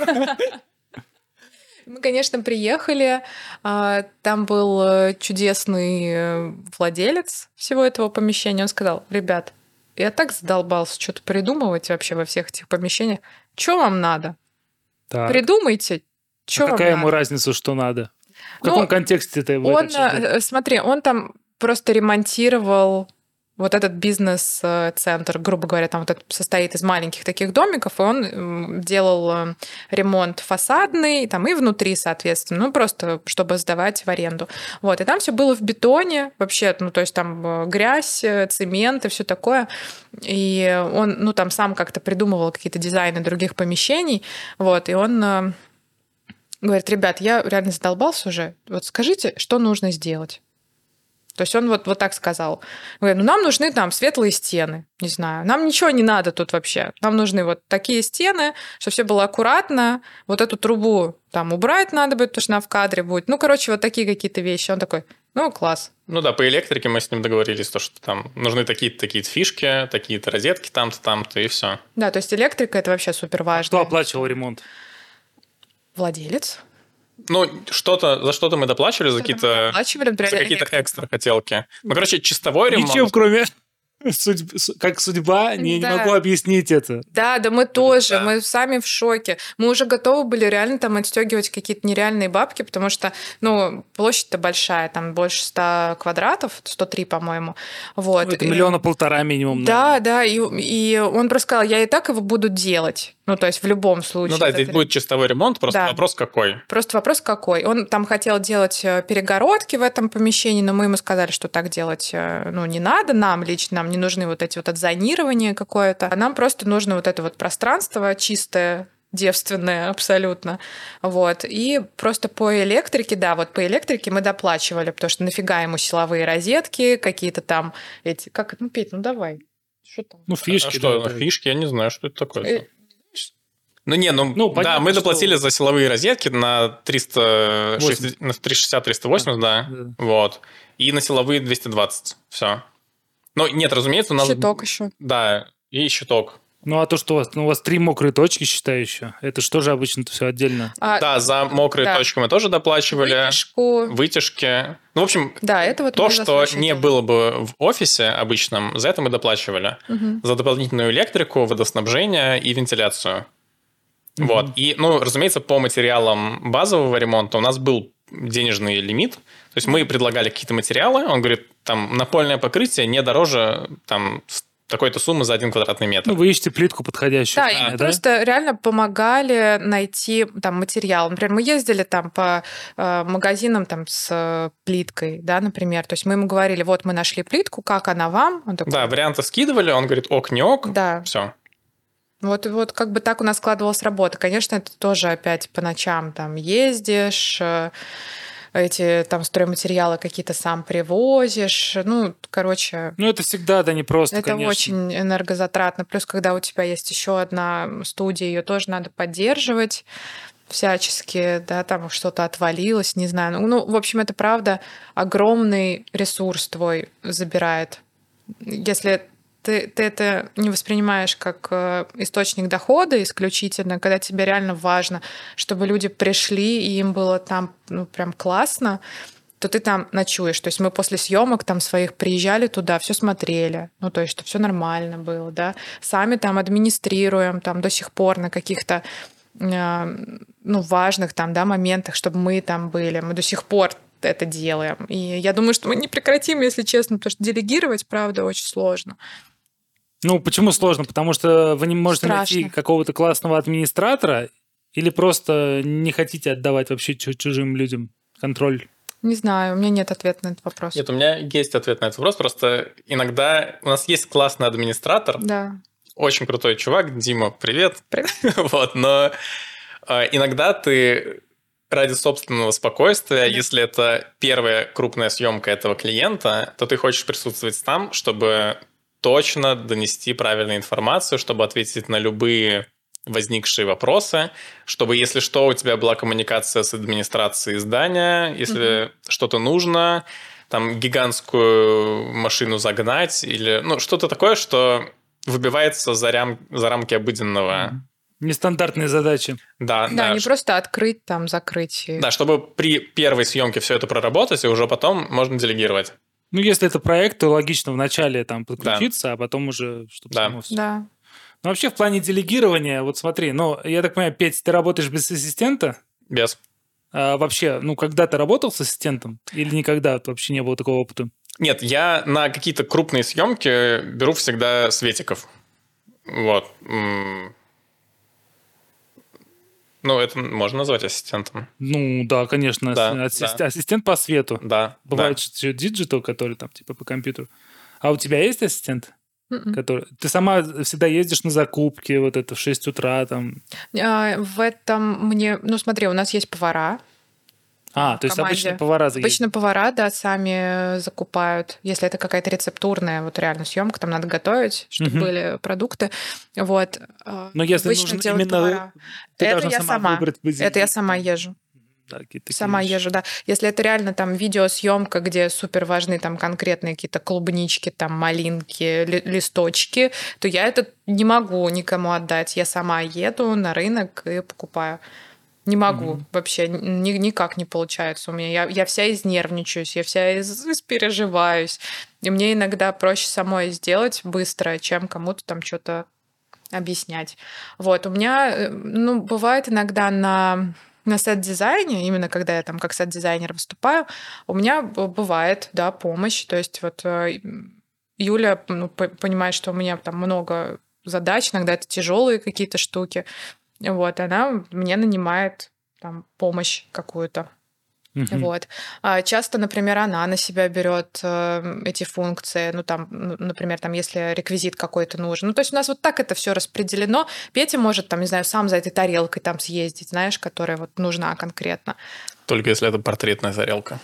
[SPEAKER 2] мы, конечно, приехали. а, Там был э, чудесный э, владелец всего этого помещения. Он сказал, ребят, я так задолбался что-то придумывать вообще во всех этих помещениях. Что вам надо?
[SPEAKER 1] Так.
[SPEAKER 2] Придумайте,
[SPEAKER 1] А
[SPEAKER 2] что вам
[SPEAKER 1] какая ему
[SPEAKER 2] надо.
[SPEAKER 1] разница, что надо? В
[SPEAKER 2] Ну,
[SPEAKER 1] каком контексте ты вы это
[SPEAKER 2] Он,
[SPEAKER 1] обсуждали?
[SPEAKER 2] э, смотри, он там просто ремонтировал вот этот бизнес-центр, грубо говоря, там вот это состоит из маленьких таких домиков, и он м, делал э, ремонт фасадный, там и внутри, соответственно, ну просто чтобы сдавать в аренду. Вот, и там все было в бетоне вообще, ну то есть там э, грязь, э, цемент и все такое. И он, ну там сам как-то придумывал какие-то дизайны других помещений, вот, и он э, говорит, ребят, я реально задолбался уже, вот скажите, что нужно сделать? То есть он вот, вот так сказал. Говорит, ну нам нужны там светлые стены, не знаю. Нам ничего не надо тут вообще. Нам нужны вот такие стены, чтобы все было аккуратно. Вот эту трубу там убрать надо будет, потому что она в кадре будет. Ну, короче, вот такие какие-то вещи. Он такой, ну, класс.
[SPEAKER 3] Ну да, по электрике мы с ним договорились, то, что там нужны такие-то такие-то фишки, такие-то розетки там-то, там-то, и все.
[SPEAKER 2] Да, то есть электрика это вообще супер важно.
[SPEAKER 1] Кто оплачивал ремонт?
[SPEAKER 2] Владелец.
[SPEAKER 3] Ну, что-то, за что-то мы доплачивали, за какие-то,
[SPEAKER 2] Оплачивали, например,
[SPEAKER 3] за какие-то
[SPEAKER 2] электрику.
[SPEAKER 3] экстра хотелки. Ну, короче, чистовой ремонт.
[SPEAKER 1] Ничем, кроме судьб- с- как судьба, не, не
[SPEAKER 2] Да.
[SPEAKER 1] могу объяснить это.
[SPEAKER 2] Да, да, мы тоже,
[SPEAKER 3] Да.
[SPEAKER 2] мы сами в шоке. Мы уже готовы были реально там отстегивать какие-то нереальные бабки, потому что, ну, площадь-то большая, там больше ста квадратов, сто три, по-моему. Вот.
[SPEAKER 1] Ну, это
[SPEAKER 2] И-
[SPEAKER 1] миллиона полтора минимум.
[SPEAKER 2] Да, да, и, и он просто сказал, я и так его буду делать. Ну, то есть в любом случае.
[SPEAKER 3] Ну да,
[SPEAKER 2] Это-
[SPEAKER 3] здесь будет чистовой ремонт, просто
[SPEAKER 2] Да.
[SPEAKER 3] вопрос какой.
[SPEAKER 2] Просто вопрос какой. Он там хотел делать э, перегородки в этом помещении, но мы ему сказали, что так делать э, ну, не надо. Нам лично нам не нужны вот эти вот отзонирования какое-то. А нам просто нужно вот это вот пространство чистое, девственное абсолютно. Вот. И просто по электрике, да, вот по электрике мы доплачивали, потому что нафига ему силовые розетки, какие-то там эти... Как это? Ну, Петь, ну давай. Что там?
[SPEAKER 1] Ну, фишки.
[SPEAKER 3] А что,
[SPEAKER 1] да, да.
[SPEAKER 3] фишки, я не знаю, что это такое.
[SPEAKER 2] Э,
[SPEAKER 3] Ну не, ну,
[SPEAKER 1] Ну,
[SPEAKER 3] да,
[SPEAKER 1] понятно,
[SPEAKER 3] мы
[SPEAKER 1] что-
[SPEAKER 3] доплатили за силовые розетки на триста
[SPEAKER 1] восемьдесят.
[SPEAKER 3] шестьдесят триста восемьдесят, да.
[SPEAKER 1] Да.
[SPEAKER 3] Вот. И на силовые двести двадцать. Все. Ну, нет, разумеется, у нас...
[SPEAKER 2] Щиток еще.
[SPEAKER 3] Да, и щиток.
[SPEAKER 1] Ну, а то, что у вас, ну, у вас три мокрые точки, считаю, еще. Это что же обычно-то все отдельно?
[SPEAKER 2] А,
[SPEAKER 3] Да, за мокрые
[SPEAKER 2] да.
[SPEAKER 3] точки мы тоже доплачивали.
[SPEAKER 2] Вытяжку.
[SPEAKER 3] Вытяжки. Ну, в общем,
[SPEAKER 2] Да, это вот
[SPEAKER 3] то,
[SPEAKER 2] мы за
[SPEAKER 3] что
[SPEAKER 2] свой
[SPEAKER 3] не
[SPEAKER 2] счет
[SPEAKER 3] было бы в офисе обычном, за это мы доплачивали.
[SPEAKER 2] Мгм.
[SPEAKER 3] За дополнительную электрику, водоснабжение и вентиляцию.
[SPEAKER 1] Мгм.
[SPEAKER 3] Вот. И, ну, разумеется, по материалам базового ремонта у нас был денежный лимит. То есть мы предлагали какие-то материалы, он говорит, там, напольное покрытие не дороже там такой-то суммы за один квадратный метр.
[SPEAKER 1] Ну, вы ищете плитку подходящую.
[SPEAKER 2] Да,
[SPEAKER 1] правильно,
[SPEAKER 2] и просто реально помогали найти там материал. Например, мы ездили там по э, магазинам там с э, плиткой, да, например. То есть мы ему говорили, вот мы нашли плитку, как она вам? Он такой,
[SPEAKER 3] Да, варианты скидывали, он говорит, ок, не ок,
[SPEAKER 2] да.
[SPEAKER 3] все.
[SPEAKER 2] Вот, вот как бы так у нас складывалась работа. Конечно, это тоже опять по ночам там ездишь, э, эти там стройматериалы какие-то сам привозишь. Ну, короче,
[SPEAKER 1] Ну, это всегда, да, непросто,
[SPEAKER 2] это
[SPEAKER 1] конечно.
[SPEAKER 2] очень энергозатратно. Плюс, когда у тебя есть еще одна студия, ее тоже надо поддерживать всячески, да, там что-то отвалилось, не знаю. Ну, ну, в общем, это правда огромный ресурс твой забирает. Если ты, ты это не воспринимаешь как э, источник дохода исключительно, когда тебе реально важно, чтобы люди пришли, и им было там ну, прям классно, то ты там ночуешь. То есть мы после съемок там своих приезжали туда, все смотрели, ну то есть что все нормально было, да. Сами там администрируем там до сих пор на каких-то э, ну важных там да моментах, чтобы мы там были. Мы до сих пор это делаем. И я думаю, что мы не прекратим, если честно, потому что делегировать, правда, очень сложно.
[SPEAKER 1] Ну, почему сложно? Потому что вы не можете
[SPEAKER 2] Страшно.
[SPEAKER 1] найти какого-то классного администратора или просто не хотите отдавать вообще чу- чужим людям контроль?
[SPEAKER 2] Не знаю, у меня нет ответа на этот вопрос.
[SPEAKER 3] Нет, у меня есть ответ на этот вопрос, просто иногда у нас есть классный администратор,
[SPEAKER 2] Да.
[SPEAKER 3] очень крутой чувак, Дима, привет.
[SPEAKER 2] Привет.
[SPEAKER 3] Вот, но э, иногда ты ради собственного спокойствия, если это первая крупная съемка этого клиента, то ты хочешь присутствовать там, чтобы точно донести правильную информацию, чтобы ответить на любые возникшие вопросы, чтобы, если что, у тебя была коммуникация с администрацией здания, если mm-hmm. что-то нужно, там гигантскую машину загнать или ну, что-то такое, что выбивается за, рям... за рамки обыденного. Mm-hmm.
[SPEAKER 1] Нестандартные задачи.
[SPEAKER 3] Да,
[SPEAKER 2] да,
[SPEAKER 3] да.
[SPEAKER 2] не просто открыть, там, закрыть. И...
[SPEAKER 3] Да, чтобы при первой съемке все это проработать, и уже потом можно делегировать.
[SPEAKER 1] Ну, если это проект, то логично вначале там подключиться, да. а потом уже чтобы
[SPEAKER 3] да.
[SPEAKER 1] само все.
[SPEAKER 2] Да.
[SPEAKER 1] Ну, вообще, в плане делегирования, вот смотри, ну, я так понимаю, Петь, ты работаешь без ассистента?
[SPEAKER 3] Без.
[SPEAKER 1] А вообще, ну, когда ты работал с ассистентом? Или никогда вообще не было такого опыта?
[SPEAKER 3] Нет, я на какие-то крупные съемки беру всегда светиков. Вот. Ну, это можно назвать ассистентом.
[SPEAKER 1] Ну, да, конечно.
[SPEAKER 3] Да,
[SPEAKER 1] ассист...
[SPEAKER 3] да.
[SPEAKER 1] Ассистент по свету.
[SPEAKER 3] Да.
[SPEAKER 1] Бывает
[SPEAKER 3] да.
[SPEAKER 1] еще диджитал, который там типа по компьютеру. А у тебя есть ассистент?
[SPEAKER 2] Mm-mm.
[SPEAKER 1] Который... Ты сама всегда ездишь на закупки, вот это в шесть утра там?
[SPEAKER 2] А, в этом мне... Ну, смотри, у нас есть повара.
[SPEAKER 1] А, то есть обычно повара заедут?
[SPEAKER 2] Обычно повара, да, сами закупают. Если это какая-то рецептурная, вот реально съемка, там надо готовить, чтобы угу. были продукты. Вот.
[SPEAKER 1] Но если нужно именно...
[SPEAKER 2] Повара.
[SPEAKER 1] Ты
[SPEAKER 2] это
[SPEAKER 1] должна
[SPEAKER 2] я
[SPEAKER 1] сама,
[SPEAKER 2] сама.
[SPEAKER 1] выбрать.
[SPEAKER 2] Это я сама езжу.
[SPEAKER 1] Да,
[SPEAKER 2] сама
[SPEAKER 1] вещи.
[SPEAKER 2] езжу, да. Если это реально там видеосъемка, где супер важны там конкретные какие-то клубнички, там малинки, ли, листочки, то я это не могу никому отдать. Я сама еду на рынок и покупаю. Не могу mm-hmm. вообще, ни, никак не получается у меня. Я, я вся изнервничаюсь, я вся из, испереживаюсь. И мне иногда проще самой сделать быстро, чем кому-то там что-то объяснять. Вот, у меня, ну, бывает иногда на... на сет-дизайне, именно когда я там как сет-дизайнер выступаю, у меня бывает, да, помощь. То есть вот Юля ну, понимает, что у меня там много задач, иногда это тяжелые какие-то штуки. Вот, она мне нанимает там помощь какую-то. Uh-huh. Вот. А часто, например, она на себя берет э, эти функции, ну там, например, там, если реквизит какой-то нужен. Ну, то есть у нас вот так это все распределено. Петя может, там, не знаю, сам за этой тарелкой там съездить, знаешь, которая вот нужна конкретно.
[SPEAKER 3] Только если это портретная тарелка.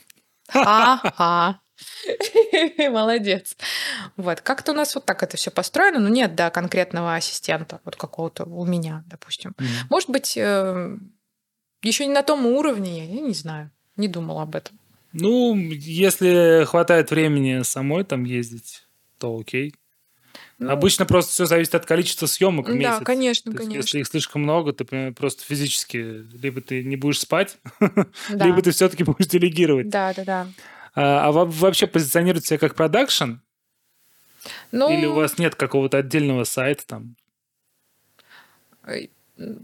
[SPEAKER 2] Ага. Молодец. Вот. Как-то у нас вот так это все построено, но нет, да, конкретного ассистента, вот какого-то у меня, допустим. Mm. Может быть, э, еще не на том уровне, я не знаю, не думала об этом.
[SPEAKER 1] Ну, если хватает времени самой там ездить, то окей.
[SPEAKER 2] Ну,
[SPEAKER 1] Обычно просто все зависит от количества съемок в месяц.
[SPEAKER 2] да, конечно,
[SPEAKER 1] То есть,
[SPEAKER 2] конечно.
[SPEAKER 1] если их слишком много, ты понимаешь, просто физически либо ты не будешь спать,
[SPEAKER 2] Да.
[SPEAKER 1] либо ты все-таки будешь делегировать.
[SPEAKER 2] Да, да, да.
[SPEAKER 1] А, а вы вообще позиционируете себя как продакшн?
[SPEAKER 2] Ну,
[SPEAKER 1] Или у вас нет какого-то отдельного сайта там?
[SPEAKER 2] ой, м,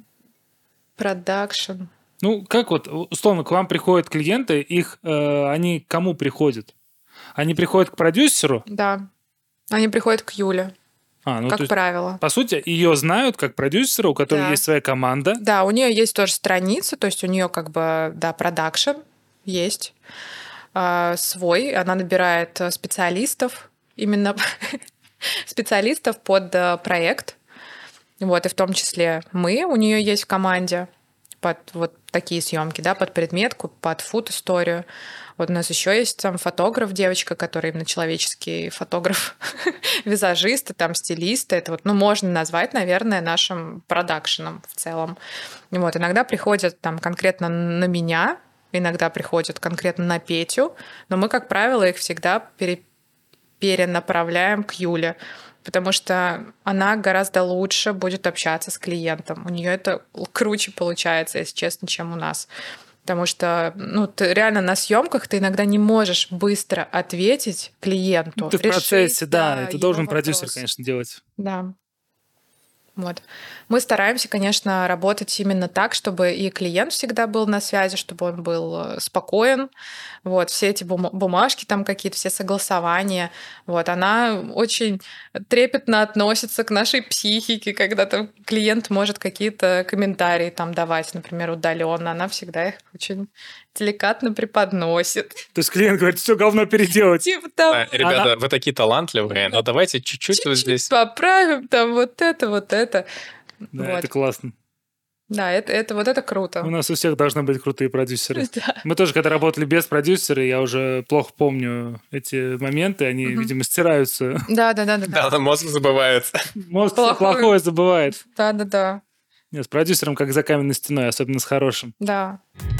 [SPEAKER 2] продакшн.
[SPEAKER 1] Ну, как вот, условно, к вам приходят клиенты, их, э, они к кому приходят? Они приходят к продюсеру?
[SPEAKER 2] Да. Они приходят к Юле,
[SPEAKER 1] А, ну,
[SPEAKER 2] как
[SPEAKER 1] то есть,
[SPEAKER 2] правило.
[SPEAKER 1] по сути, ее знают как продюсера, у которой
[SPEAKER 2] Да.
[SPEAKER 1] есть своя команда.
[SPEAKER 2] Да, у нее есть тоже страница, то есть у нее как бы, да, продакшн есть а, свой. Она набирает э, специалистов, именно специалистов под э, проект. Вот, и в том числе мы у нее есть в команде под вот такие съемки, да, под предметку, под фуд-историю. Вот у нас еще есть там фотограф, девочка, которая именно человеческий фотограф, визажисты, там стилисты. Это вот, ну, можно назвать, наверное, нашим продакшеном в целом. И вот иногда приходят там конкретно на меня, иногда приходят конкретно на Петю, но мы, как правило, их всегда пере- перенаправляем к Юле, потому что она гораздо лучше будет общаться с клиентом. У нее это круче получается, если честно, чем у нас. Потому что, ну, ты реально на съемках ты иногда не можешь быстро ответить клиенту.
[SPEAKER 1] Ну, ты в
[SPEAKER 2] решить,
[SPEAKER 1] процессе, да,
[SPEAKER 2] да,
[SPEAKER 1] это
[SPEAKER 2] его
[SPEAKER 1] должен
[SPEAKER 2] вопрос.
[SPEAKER 1] продюсер, конечно, делать.
[SPEAKER 2] Да. Вот. Мы стараемся, конечно, работать именно так, чтобы и клиент всегда был на связи, чтобы он был э, спокоен. Вот, все эти бум- бумажки там какие-то, все согласования. Вот, она очень трепетно относится к нашей психике, когда там клиент может какие-то комментарии там давать, например, удаленно. Она всегда их очень деликатно преподносит.
[SPEAKER 1] То есть клиент говорит, все говно переделать.
[SPEAKER 2] Типа там
[SPEAKER 3] Да, ребята,
[SPEAKER 1] Она-
[SPEAKER 3] вы такие талантливые, но давайте чуть-чуть вот
[SPEAKER 2] чуть-чуть
[SPEAKER 3] здесь.
[SPEAKER 2] поправим, там вот это, вот это.
[SPEAKER 1] Да,
[SPEAKER 2] Вот.
[SPEAKER 1] это классно.
[SPEAKER 2] Да, это, это вот это круто.
[SPEAKER 1] У нас у всех должны быть крутые продюсеры.
[SPEAKER 2] Да.
[SPEAKER 1] Мы тоже, когда работали без продюсера, я уже плохо помню эти моменты, они,
[SPEAKER 2] Мгм.
[SPEAKER 1] видимо, стираются.
[SPEAKER 2] Да, да, да, да, да.
[SPEAKER 3] Да, мозг забывается.
[SPEAKER 1] Мозг всё
[SPEAKER 2] Плохое.
[SPEAKER 1] плохое забывает.
[SPEAKER 2] Да, да, да.
[SPEAKER 1] Нет, с продюсером как за каменной стеной, особенно с хорошим.
[SPEAKER 2] Да.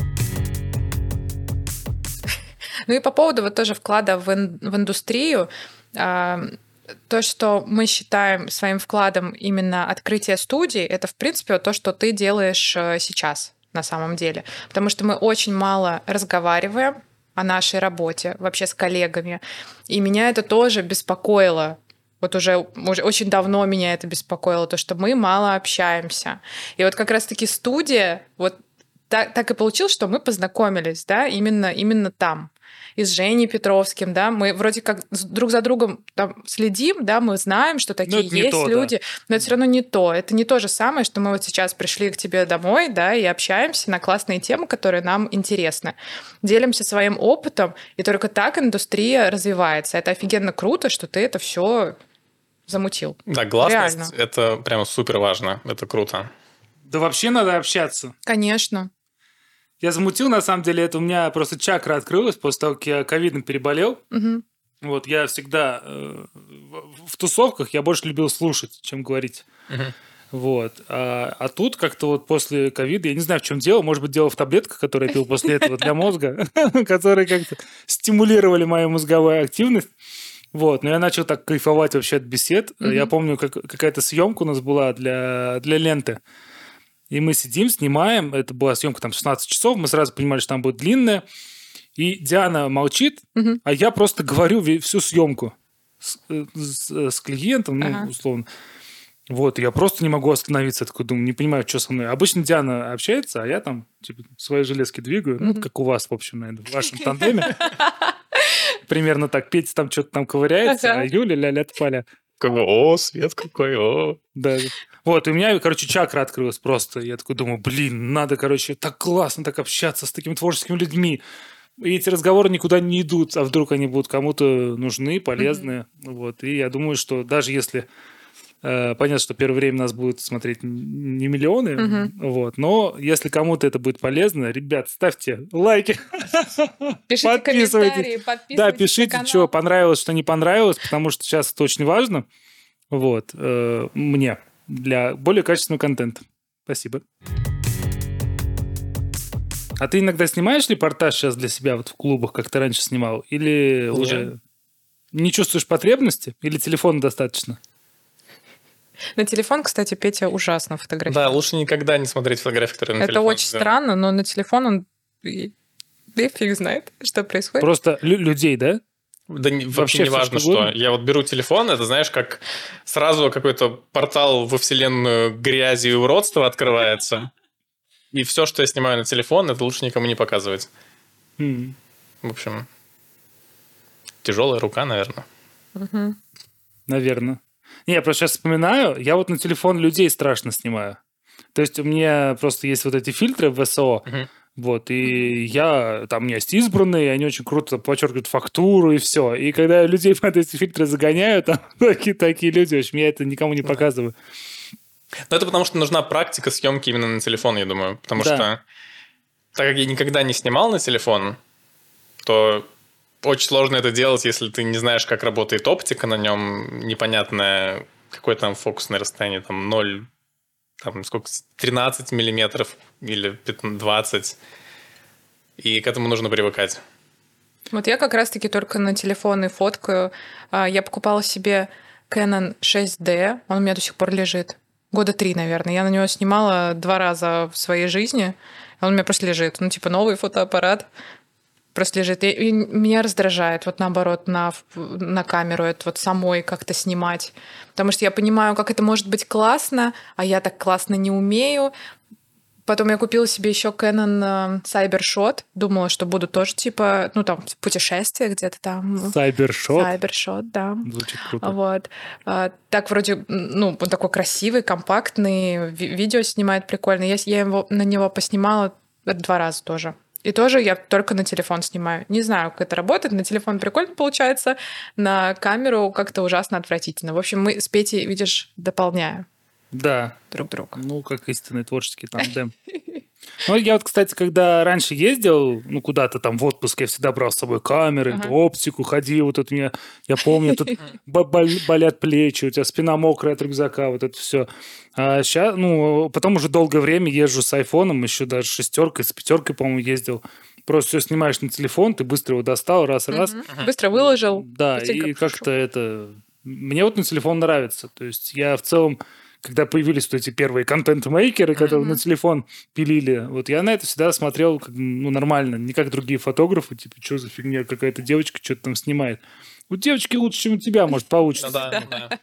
[SPEAKER 2] Ну и по поводу вот тоже вклада в, ин- в индустрию, а, то, что мы считаем своим вкладом именно открытие студии, это, в принципе, вот то, что ты делаешь э, сейчас на самом деле. Потому что мы очень мало разговариваем о нашей работе вообще с коллегами. И меня это тоже беспокоило. Вот уже, уже очень давно меня это беспокоило, то, что мы мало общаемся. И вот как раз-таки студия, вот так, так и получилось, что мы познакомились, да, именно, именно там. И с Женей Петровским, да, мы вроде как с- друг за другом там следим, да, мы знаем, что такие
[SPEAKER 1] это не
[SPEAKER 2] есть
[SPEAKER 1] то, да.
[SPEAKER 2] люди, но это все равно не то. Это не то же самое, что мы вот сейчас пришли к тебе домой, да, и общаемся на классные темы, которые нам интересны. Делимся своим опытом, и только так индустрия развивается. Это офигенно круто, что ты это все замутил.
[SPEAKER 3] Да, гласность
[SPEAKER 2] Реально.
[SPEAKER 3] — это прямо супер важно, это круто.
[SPEAKER 1] Да вообще надо общаться.
[SPEAKER 2] Конечно.
[SPEAKER 1] Я замутил, на самом деле, это у меня просто чакра открылась после того, как я ковидом переболел.
[SPEAKER 2] Мгм.
[SPEAKER 1] Вот я всегда э, в, в тусовках я больше любил слушать, чем говорить.
[SPEAKER 3] Мгм.
[SPEAKER 1] Вот. А, а тут как-то вот после ковида, я не знаю, в чем дело, может быть, дело в таблетках, которые я пил после этого для мозга, которые как-то стимулировали мою мозговую активность. Вот, но я начал так кайфовать вообще от бесед.
[SPEAKER 2] Мгм.
[SPEAKER 1] Я помню, как, какая-то съемка у нас была для, для ленты. И мы сидим, снимаем. Это была съемка там шестнадцать часов. Мы сразу понимали, что там будет длинная. И Диана молчит,
[SPEAKER 2] Мгм.
[SPEAKER 1] а я просто говорю ве- всю съемку с, э, с- с клиентом, ну,
[SPEAKER 2] Ага.
[SPEAKER 1] условно. Вот, и я просто не могу остановиться. Я такой думаю, не понимаю, что со мной. Обычно Диана общается, а я там типа, свои железки двигаю. Ну,
[SPEAKER 2] Мгм.
[SPEAKER 1] как у вас, в общем, наверное, в вашем тандеме. Примерно так. Петя там что-то там ковыряется,
[SPEAKER 2] Ага.
[SPEAKER 1] а Юля ля-ля-тополя.
[SPEAKER 3] Такой, о, свет какой, о.
[SPEAKER 1] Да. Вот, и у меня, короче, чакра открылась просто. Я такой думаю, блин, надо, короче, так классно так общаться с такими творческими людьми. И эти разговоры никуда не идут, а вдруг они будут кому-то нужны, полезны. Вот. И я думаю, что даже если... э, понятно, что первое время нас будут смотреть н- не миллионы,
[SPEAKER 2] Мгм.
[SPEAKER 1] вот, но если кому-то это будет полезно, ребят, ставьте лайки,
[SPEAKER 2] Пишите
[SPEAKER 1] подписывайтесь.
[SPEAKER 2] комментарии, подписывайтесь
[SPEAKER 1] Да,
[SPEAKER 2] на
[SPEAKER 1] пишите,
[SPEAKER 2] канал.
[SPEAKER 1] что понравилось, что не понравилось, потому что сейчас это очень важно. Вот. э, мне. Для более качественного контента. Спасибо. А ты иногда снимаешь репортаж сейчас для себя вот в клубах, как ты раньше снимал? Или
[SPEAKER 3] Нет.
[SPEAKER 1] уже не чувствуешь потребности? Или телефона достаточно?
[SPEAKER 2] На телефон, кстати, Петя ужасно фотографирует.
[SPEAKER 3] Да, лучше никогда не смотреть фотографии, которые на
[SPEAKER 2] Это
[SPEAKER 3] телефон.
[SPEAKER 2] очень странно, но на телефон он... Да фиг знает, что происходит.
[SPEAKER 1] Просто лю- людей, да?
[SPEAKER 3] Да не, вообще,
[SPEAKER 1] Вообще
[SPEAKER 3] не
[SPEAKER 1] всё,
[SPEAKER 3] важно,
[SPEAKER 1] что
[SPEAKER 3] что.
[SPEAKER 1] угодно.
[SPEAKER 3] Я вот беру телефон, это, знаешь, как сразу какой-то портал во вселенную грязи и уродства открывается. И все, что я снимаю на телефон, это лучше никому не показывать.
[SPEAKER 1] М.
[SPEAKER 3] В общем, тяжелая рука, наверное.
[SPEAKER 2] Угу.
[SPEAKER 1] Наверное. Не, я просто сейчас вспоминаю, я вот на телефон людей страшно снимаю. То есть у меня просто есть вот эти фильтры в эс о,
[SPEAKER 3] Мгм.
[SPEAKER 1] вот, и я, там есть избранные, они очень круто подчеркивают фактуру и все. И когда я людей под эти фильтры загоняю, там такие, такие люди, в общем, я это никому не показываю.
[SPEAKER 3] Но это потому, что нужна практика съемки именно на телефон, я думаю. Потому
[SPEAKER 1] Да.
[SPEAKER 3] что, так как я никогда не снимал на телефон, то очень сложно это делать, если ты не знаешь, как работает оптика на нем, непонятное, какое там фокусное расстояние, там ноль, там сколько, тринадцать миллиметров или пятнадцать, двадцать. И к этому нужно привыкать.
[SPEAKER 2] Вот я как раз-таки только на телефоны фоткаю. А, Я покупала себе Canon шесть ди, он у меня до сих пор лежит. Года три, наверное. Я на него снимала два раза в своей жизни. Он у меня просто лежит. Ну, типа новый фотоаппарат просто лежит. И, и меня раздражает, вот наоборот, на, на камеру это вот самой как-то снимать. Потому что я понимаю, как это может быть классно, а я так классно не умею. Потом я купила себе еще Canon э, Cybershot. Думала, что буду тоже типа, ну там, путешествия где-то там.
[SPEAKER 1] Сайбершот.
[SPEAKER 2] Cybershot, да.
[SPEAKER 1] Звучит круто.
[SPEAKER 2] Вот. А, Так вроде, ну, он такой красивый, компактный, ви- видео снимает прикольно. Я, с- я его, на него поснимала два раза тоже. И тоже я только на телефон снимаю. Не знаю, как это работает. На телефон прикольно получается, на камеру как-то ужасно отвратительно. В общем, мы с Петей, видишь, дополняем
[SPEAKER 1] Да.
[SPEAKER 2] друг друга.
[SPEAKER 1] Ну, как истинный творческий тандем. Ну, я вот, кстати, когда раньше ездил, ну, куда-то там в отпуск, я всегда брал с собой камеры,
[SPEAKER 2] Ага.
[SPEAKER 1] оптику, ходил, вот это у меня, я помню, тут бо- бол- болят плечи, у тебя спина мокрая от рюкзака, вот это все. А сейчас, ну, потом уже долгое время езжу с айфоном, еще даже шестеркой, с пятеркой, по-моему, ездил. Просто все снимаешь на телефон, ты быстро его достал, раз-раз.
[SPEAKER 2] Мгм. Быстро выложил.
[SPEAKER 1] Да,
[SPEAKER 2] быстренько
[SPEAKER 1] и
[SPEAKER 2] пошел.
[SPEAKER 1] как-то это... Мне вот на телефон нравится. То есть я в целом, когда появились вот эти первые контент-мейкеры, которые
[SPEAKER 2] Мгм.
[SPEAKER 1] на телефон пилили, вот я на это всегда смотрел как, ну, нормально, не как другие фотографы, типа, что за фигня, какая-то девочка что-то там снимает. У девочки лучше, чем у тебя, может,
[SPEAKER 3] Ну
[SPEAKER 1] получится.
[SPEAKER 3] да, да.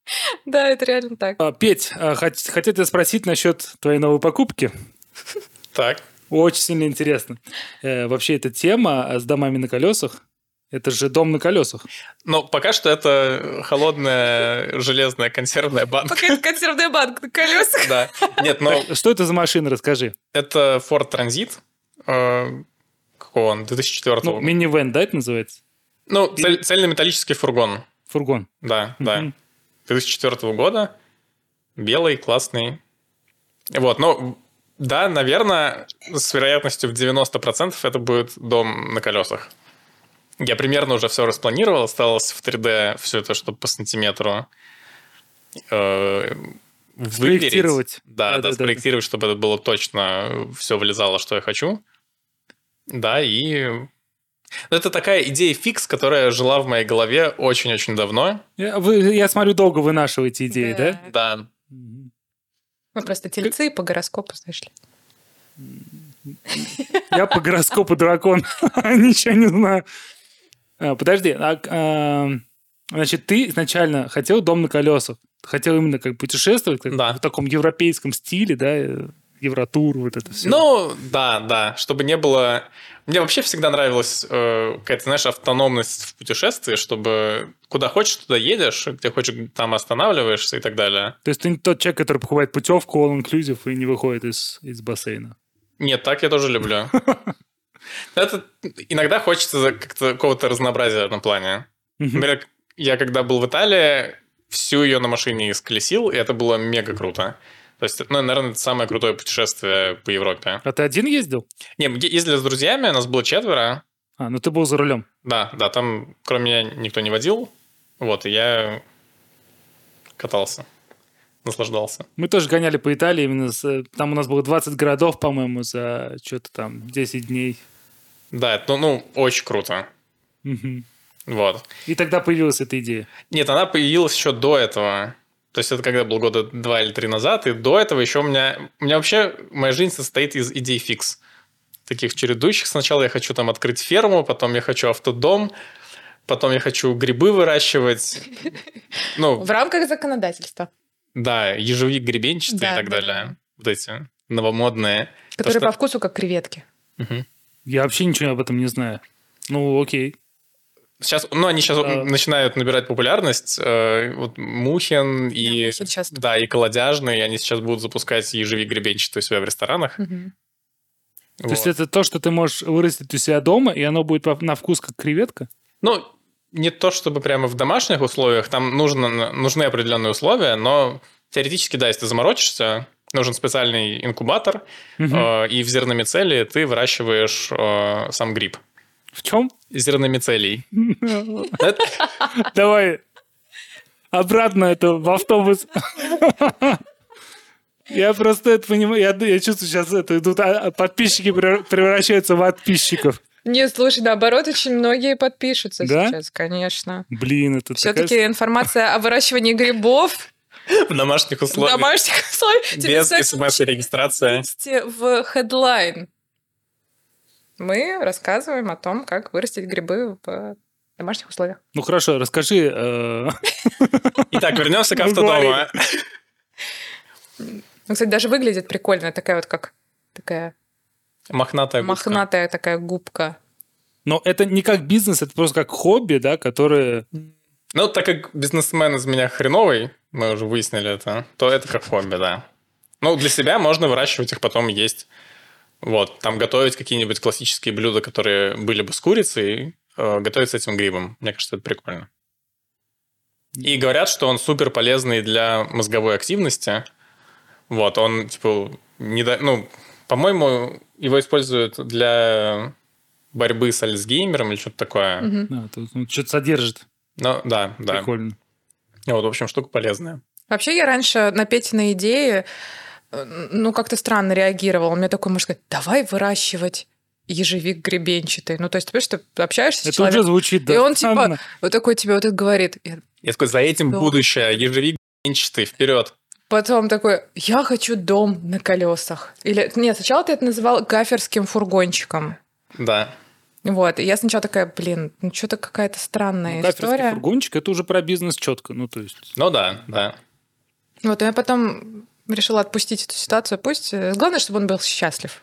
[SPEAKER 2] Да, это реально так.
[SPEAKER 1] А, Петь, а, хот- хотел тебя спросить насчет твоей новой покупки.
[SPEAKER 3] Так.
[SPEAKER 1] Очень сильно интересно. Э, вообще, эта тема а, с домами на колесах, это же дом на колесах.
[SPEAKER 3] Но пока что это холодная железная консервная банка.
[SPEAKER 2] Пока это консервная банка на колесах.
[SPEAKER 3] Да. Нет, но
[SPEAKER 1] Что это за машина, расскажи.
[SPEAKER 3] это Ford Transit. э, Какого он? две тысячи четвёртого.
[SPEAKER 1] Ну, минивэн, да, это называется?
[SPEAKER 3] Ну, цель- цельнометаллический фургон.
[SPEAKER 1] Фургон.
[SPEAKER 3] Да, да.
[SPEAKER 1] Мгм.
[SPEAKER 3] две тысячи четвёртого года. Белый, классный. Вот, ну, да, наверное, с вероятностью в девяносто процентов это будет дом на колесах. Я примерно уже все распланировал, осталось в три дэ все это, чтобы по сантиметру э, выверить.
[SPEAKER 1] Спроектировать.
[SPEAKER 3] Да, да,
[SPEAKER 1] Да-да-да.
[SPEAKER 3] спроектировать, чтобы это было точно, все влезало, что я хочу. Да, и... ну, это такая идея фикс, которая жила в моей голове очень-очень давно.
[SPEAKER 1] Я, вы, я смотрю, долго вынашиваете идеи, да?
[SPEAKER 2] Да.
[SPEAKER 3] Да.
[SPEAKER 1] Мгм.
[SPEAKER 2] Мы просто тельцы по гороскопу, знаешь ли.
[SPEAKER 1] Я по гороскопу дракон. Ничего не знаю. А, Подожди. а, а, Значит, ты изначально хотел дом на колесах. Хотел именно как путешествовать как
[SPEAKER 3] Да.
[SPEAKER 1] в таком европейском стиле, да? э, Евротур, вот это все.
[SPEAKER 3] Ну, да, да, чтобы не было... Мне вообще всегда нравилась э, какая-то, знаешь, автономность в путешествии, чтобы куда хочешь, туда едешь, где хочешь, там останавливаешься и так далее.
[SPEAKER 1] То есть ты не тот человек, который покупает путевку all-inclusive и не выходит из, из бассейна.
[SPEAKER 3] Нет, так я тоже люблю. Это иногда хочется за- как-то какого-то разнообразия в этом плане.
[SPEAKER 1] Мгм.
[SPEAKER 3] Например, я когда был в Италии, всю ее на машине исколесил, и это было мега круто. То есть, ну, наверное, это самое крутое путешествие по Европе.
[SPEAKER 1] А ты один ездил?
[SPEAKER 3] Не, мы ездили с друзьями, нас было четверо.
[SPEAKER 1] А, ну ты был за рулем.
[SPEAKER 3] Да, да, там кроме меня никто не водил. Вот, и я катался, наслаждался.
[SPEAKER 1] Мы тоже гоняли по Италии. Именно с- там у нас было двадцать городов, по-моему, за что-то там десять дней.
[SPEAKER 3] Да, это, ну, ну, очень круто.
[SPEAKER 1] Мгм.
[SPEAKER 3] Вот.
[SPEAKER 1] И тогда появилась эта идея.
[SPEAKER 3] Нет, она появилась еще до этого. То есть это когда было года два или три назад, и до этого еще у меня... У меня вообще... Моя жизнь состоит из идей фикс. Таких чередующих. Сначала я хочу там открыть ферму, потом я хочу автодом, потом я хочу грибы выращивать. Ну,
[SPEAKER 2] в рамках законодательства.
[SPEAKER 3] Да, ежевик, гребенчатый
[SPEAKER 2] Да,
[SPEAKER 3] и так
[SPEAKER 2] да,
[SPEAKER 3] далее.
[SPEAKER 2] да.
[SPEAKER 3] Вот эти новомодные.
[SPEAKER 2] Которые
[SPEAKER 3] То,
[SPEAKER 2] по
[SPEAKER 3] что...
[SPEAKER 2] вкусу как креветки.
[SPEAKER 3] Угу.
[SPEAKER 1] Я вообще ничего об этом не знаю. Ну, окей.
[SPEAKER 3] Сейчас, ну, они сейчас
[SPEAKER 1] А.
[SPEAKER 3] начинают набирать популярность. Э, вот Мухин и,
[SPEAKER 2] Да, сейчас...
[SPEAKER 3] да, и Колодяжный, они сейчас будут запускать ежевик гребенчатый у себя в ресторанах.
[SPEAKER 2] Угу.
[SPEAKER 1] Вот. То есть это то, что ты можешь вырастить у себя дома, и оно будет на вкус как креветка?
[SPEAKER 3] Ну, не то чтобы прямо в домашних условиях, там нужно, нужны определенные условия, но теоретически, да, если ты заморочишься, нужен специальный инкубатор,
[SPEAKER 1] угу.
[SPEAKER 3] э, и в зерномицелии ты выращиваешь э, сам гриб.
[SPEAKER 1] В чем?
[SPEAKER 3] Зерномицелий.
[SPEAKER 1] Давай обратно это в автобус. Я просто это понимаю. Я, я чувствую, сейчас это идут подписчики превращаются в подписчиков.
[SPEAKER 2] Нет, слушай, наоборот, очень многие подпишутся
[SPEAKER 1] да?
[SPEAKER 2] сейчас, конечно.
[SPEAKER 1] Блин, это
[SPEAKER 2] все-таки
[SPEAKER 1] такая...
[SPEAKER 2] информация о выращивании грибов
[SPEAKER 3] в домашних условиях.
[SPEAKER 2] В домашних условиях.
[SPEAKER 3] Без смс и регистрации.
[SPEAKER 2] В headline мы рассказываем о том, как вырастить грибы в домашних условиях.
[SPEAKER 1] Ну хорошо, расскажи.
[SPEAKER 3] Итак, вернемся к автодому.
[SPEAKER 2] Ну, кстати, даже выглядит прикольно, такая вот как такая
[SPEAKER 3] мохнатая губка.
[SPEAKER 2] Мохнатая такая губка.
[SPEAKER 1] Но это не как бизнес, это просто как хобби, да, которое...
[SPEAKER 3] Ну, так как бизнесмен из меня хреновый, мы уже выяснили это, то это как хобби, да. Ну, для себя можно выращивать их, потом есть. Вот, там готовить какие-нибудь классические блюда, которые были бы с курицей, э, готовить с этим грибом. Мне кажется, это прикольно. И говорят, что он супер полезный для мозговой активности. Вот, он, типа, не до... ну, по-моему, его используют для борьбы с Альцгеймером или что-то такое.
[SPEAKER 2] Угу.
[SPEAKER 1] Да, тут ну, что-то содержит.
[SPEAKER 3] Ну, да, да.
[SPEAKER 1] Прикольно.
[SPEAKER 3] Вот, в общем, штука полезная.
[SPEAKER 2] Вообще, я раньше на Петины идеи, ну, как-то странно реагировала. Мне такой, можно сказать, давай выращивать ежевик гребенчатый. Ну, то есть, ты понимаешь, ты общаешься
[SPEAKER 1] это
[SPEAKER 2] с человеком,
[SPEAKER 1] уже звучит, да.
[SPEAKER 2] И он, типа, вот такой тебе вот это говорит.
[SPEAKER 3] Я такой, за этим
[SPEAKER 2] Что?
[SPEAKER 3] будущее. Ежевик гребенчатый, вперед.
[SPEAKER 2] Потом такой, я хочу дом на колесах. Или нет, сначала ты это называл гаферским фургончиком.
[SPEAKER 3] Да.
[SPEAKER 2] Вот, и я сначала такая, блин, ну что-то какая-то странная
[SPEAKER 1] ну,
[SPEAKER 2] история.
[SPEAKER 1] фургончик, это уже про бизнес четко, ну то есть.
[SPEAKER 3] Ну да, да.
[SPEAKER 2] Вот, и я потом решила отпустить эту ситуацию. Пусть, главное, чтобы он был счастлив.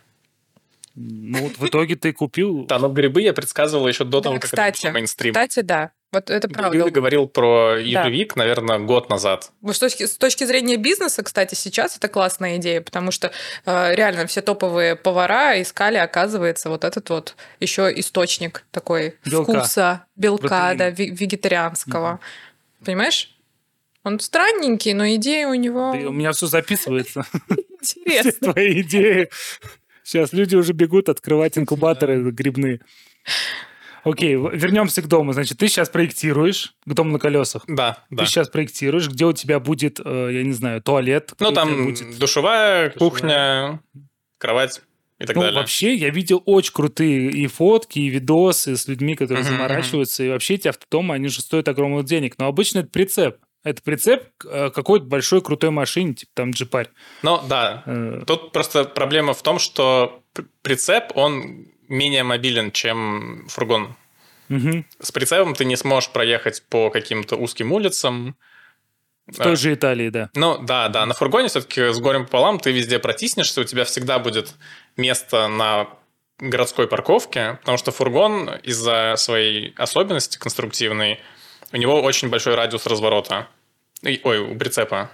[SPEAKER 1] Ну вот в итоге ты купил.
[SPEAKER 3] Да, но грибы я предсказывал еще до того,
[SPEAKER 2] Да,
[SPEAKER 3] как
[SPEAKER 2] кстати,
[SPEAKER 3] это был мейнстрим.
[SPEAKER 2] Кстати, да. Вот это правда.
[SPEAKER 3] Ты говорил про ежевик, да. наверное, год назад.
[SPEAKER 2] С точки, с точки зрения бизнеса, кстати, сейчас это классная идея, потому что э, реально все топовые повара искали, оказывается, вот этот вот еще источник такой
[SPEAKER 1] белка.
[SPEAKER 2] вкуса, белка,
[SPEAKER 1] Протеин.
[SPEAKER 2] да, вегетарианского. Mm-hmm. Понимаешь? Он странненький, но идея у него...
[SPEAKER 1] Да, у меня все записывается.
[SPEAKER 2] Интересно.
[SPEAKER 1] Все твои идеи. Сейчас люди уже бегут открывать инкубаторы грибные. Окей, вернемся к дому. Значит, ты сейчас проектируешь к дому на колесах.
[SPEAKER 3] Да, да.
[SPEAKER 1] Ты сейчас проектируешь, где у тебя будет, я не знаю, туалет.
[SPEAKER 3] Ну, там будет... душевая, душевая, кухня, кровать и так
[SPEAKER 1] ну,
[SPEAKER 3] далее.
[SPEAKER 1] Вообще, я видел очень крутые и фотки, и видосы с людьми, которые uh-huh, заморачиваются. Uh-huh. И вообще эти автодомы, они же стоят огромных денег. Но обычно это прицеп. Это прицеп какой-то большой крутой машине, типа там джипарь.
[SPEAKER 3] Ну, да. Uh-huh. Тут просто проблема в том, что прицеп, он... менее мобилен, чем фургон.
[SPEAKER 1] Угу.
[SPEAKER 3] С прицепом ты не сможешь проехать по каким-то узким улицам.
[SPEAKER 1] В той же Италии, да.
[SPEAKER 3] Ну, да, да. На фургоне все-таки с горем пополам ты везде протиснешься, у тебя всегда будет место на городской парковке, потому что фургон из-за своей особенности конструктивной, у него очень большой радиус разворота. Ой, у прицепа.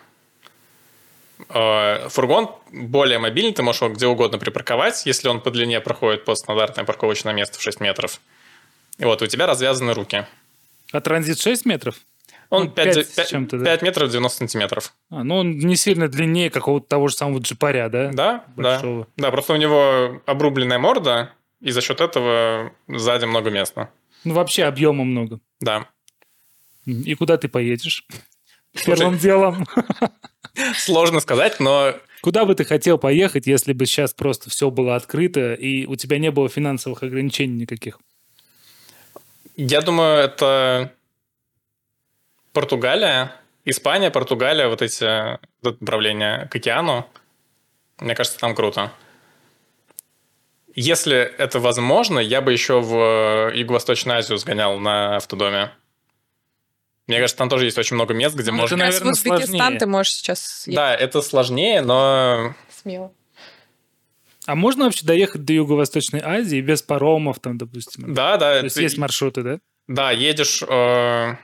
[SPEAKER 3] Фургон более мобильный, ты можешь его где угодно припарковать, если он по длине проходит по стандартное парковочное место в шесть метров. И вот у тебя развязаны руки.
[SPEAKER 1] А транзит шесть метров?
[SPEAKER 3] Он
[SPEAKER 1] ну,
[SPEAKER 3] пять,
[SPEAKER 1] пять,
[SPEAKER 3] пять,
[SPEAKER 1] чем-то,
[SPEAKER 3] пять
[SPEAKER 1] да?
[SPEAKER 3] метров девяносто сантиметров.
[SPEAKER 1] А, ну он не сильно длиннее какого-то того же самого джипаря, да?
[SPEAKER 3] Да, Большого. да. Да, просто у него обрубленная морда, и за счет этого сзади много места.
[SPEAKER 1] Ну вообще объема много.
[SPEAKER 3] Да.
[SPEAKER 1] И куда ты поедешь? Первым делом.
[SPEAKER 3] Сложно сказать, но...
[SPEAKER 1] Куда бы ты хотел поехать, если бы сейчас просто все было открыто, и у тебя не было финансовых ограничений никаких?
[SPEAKER 3] Я думаю, это Португалия Испания, Португалия, вот эти вот направления к океану, мне кажется, там круто. Если это возможно, я бы еще в Юго-Восточную Азию сгонял на автодоме. Мне кажется, там тоже есть очень много мест, где
[SPEAKER 2] Ну,
[SPEAKER 3] можно...
[SPEAKER 2] как раз
[SPEAKER 1] наверное,
[SPEAKER 2] в Узбекистан
[SPEAKER 1] сложнее.
[SPEAKER 2] ты можешь сейчас съездить
[SPEAKER 3] Да, это сложнее, но...
[SPEAKER 2] смело.
[SPEAKER 1] А можно вообще доехать до Юго-Восточной Азии без паромов, там, допустим?
[SPEAKER 3] Да, да.
[SPEAKER 1] То есть
[SPEAKER 3] ты-
[SPEAKER 1] есть маршруты, да?
[SPEAKER 3] Да, едешь... э,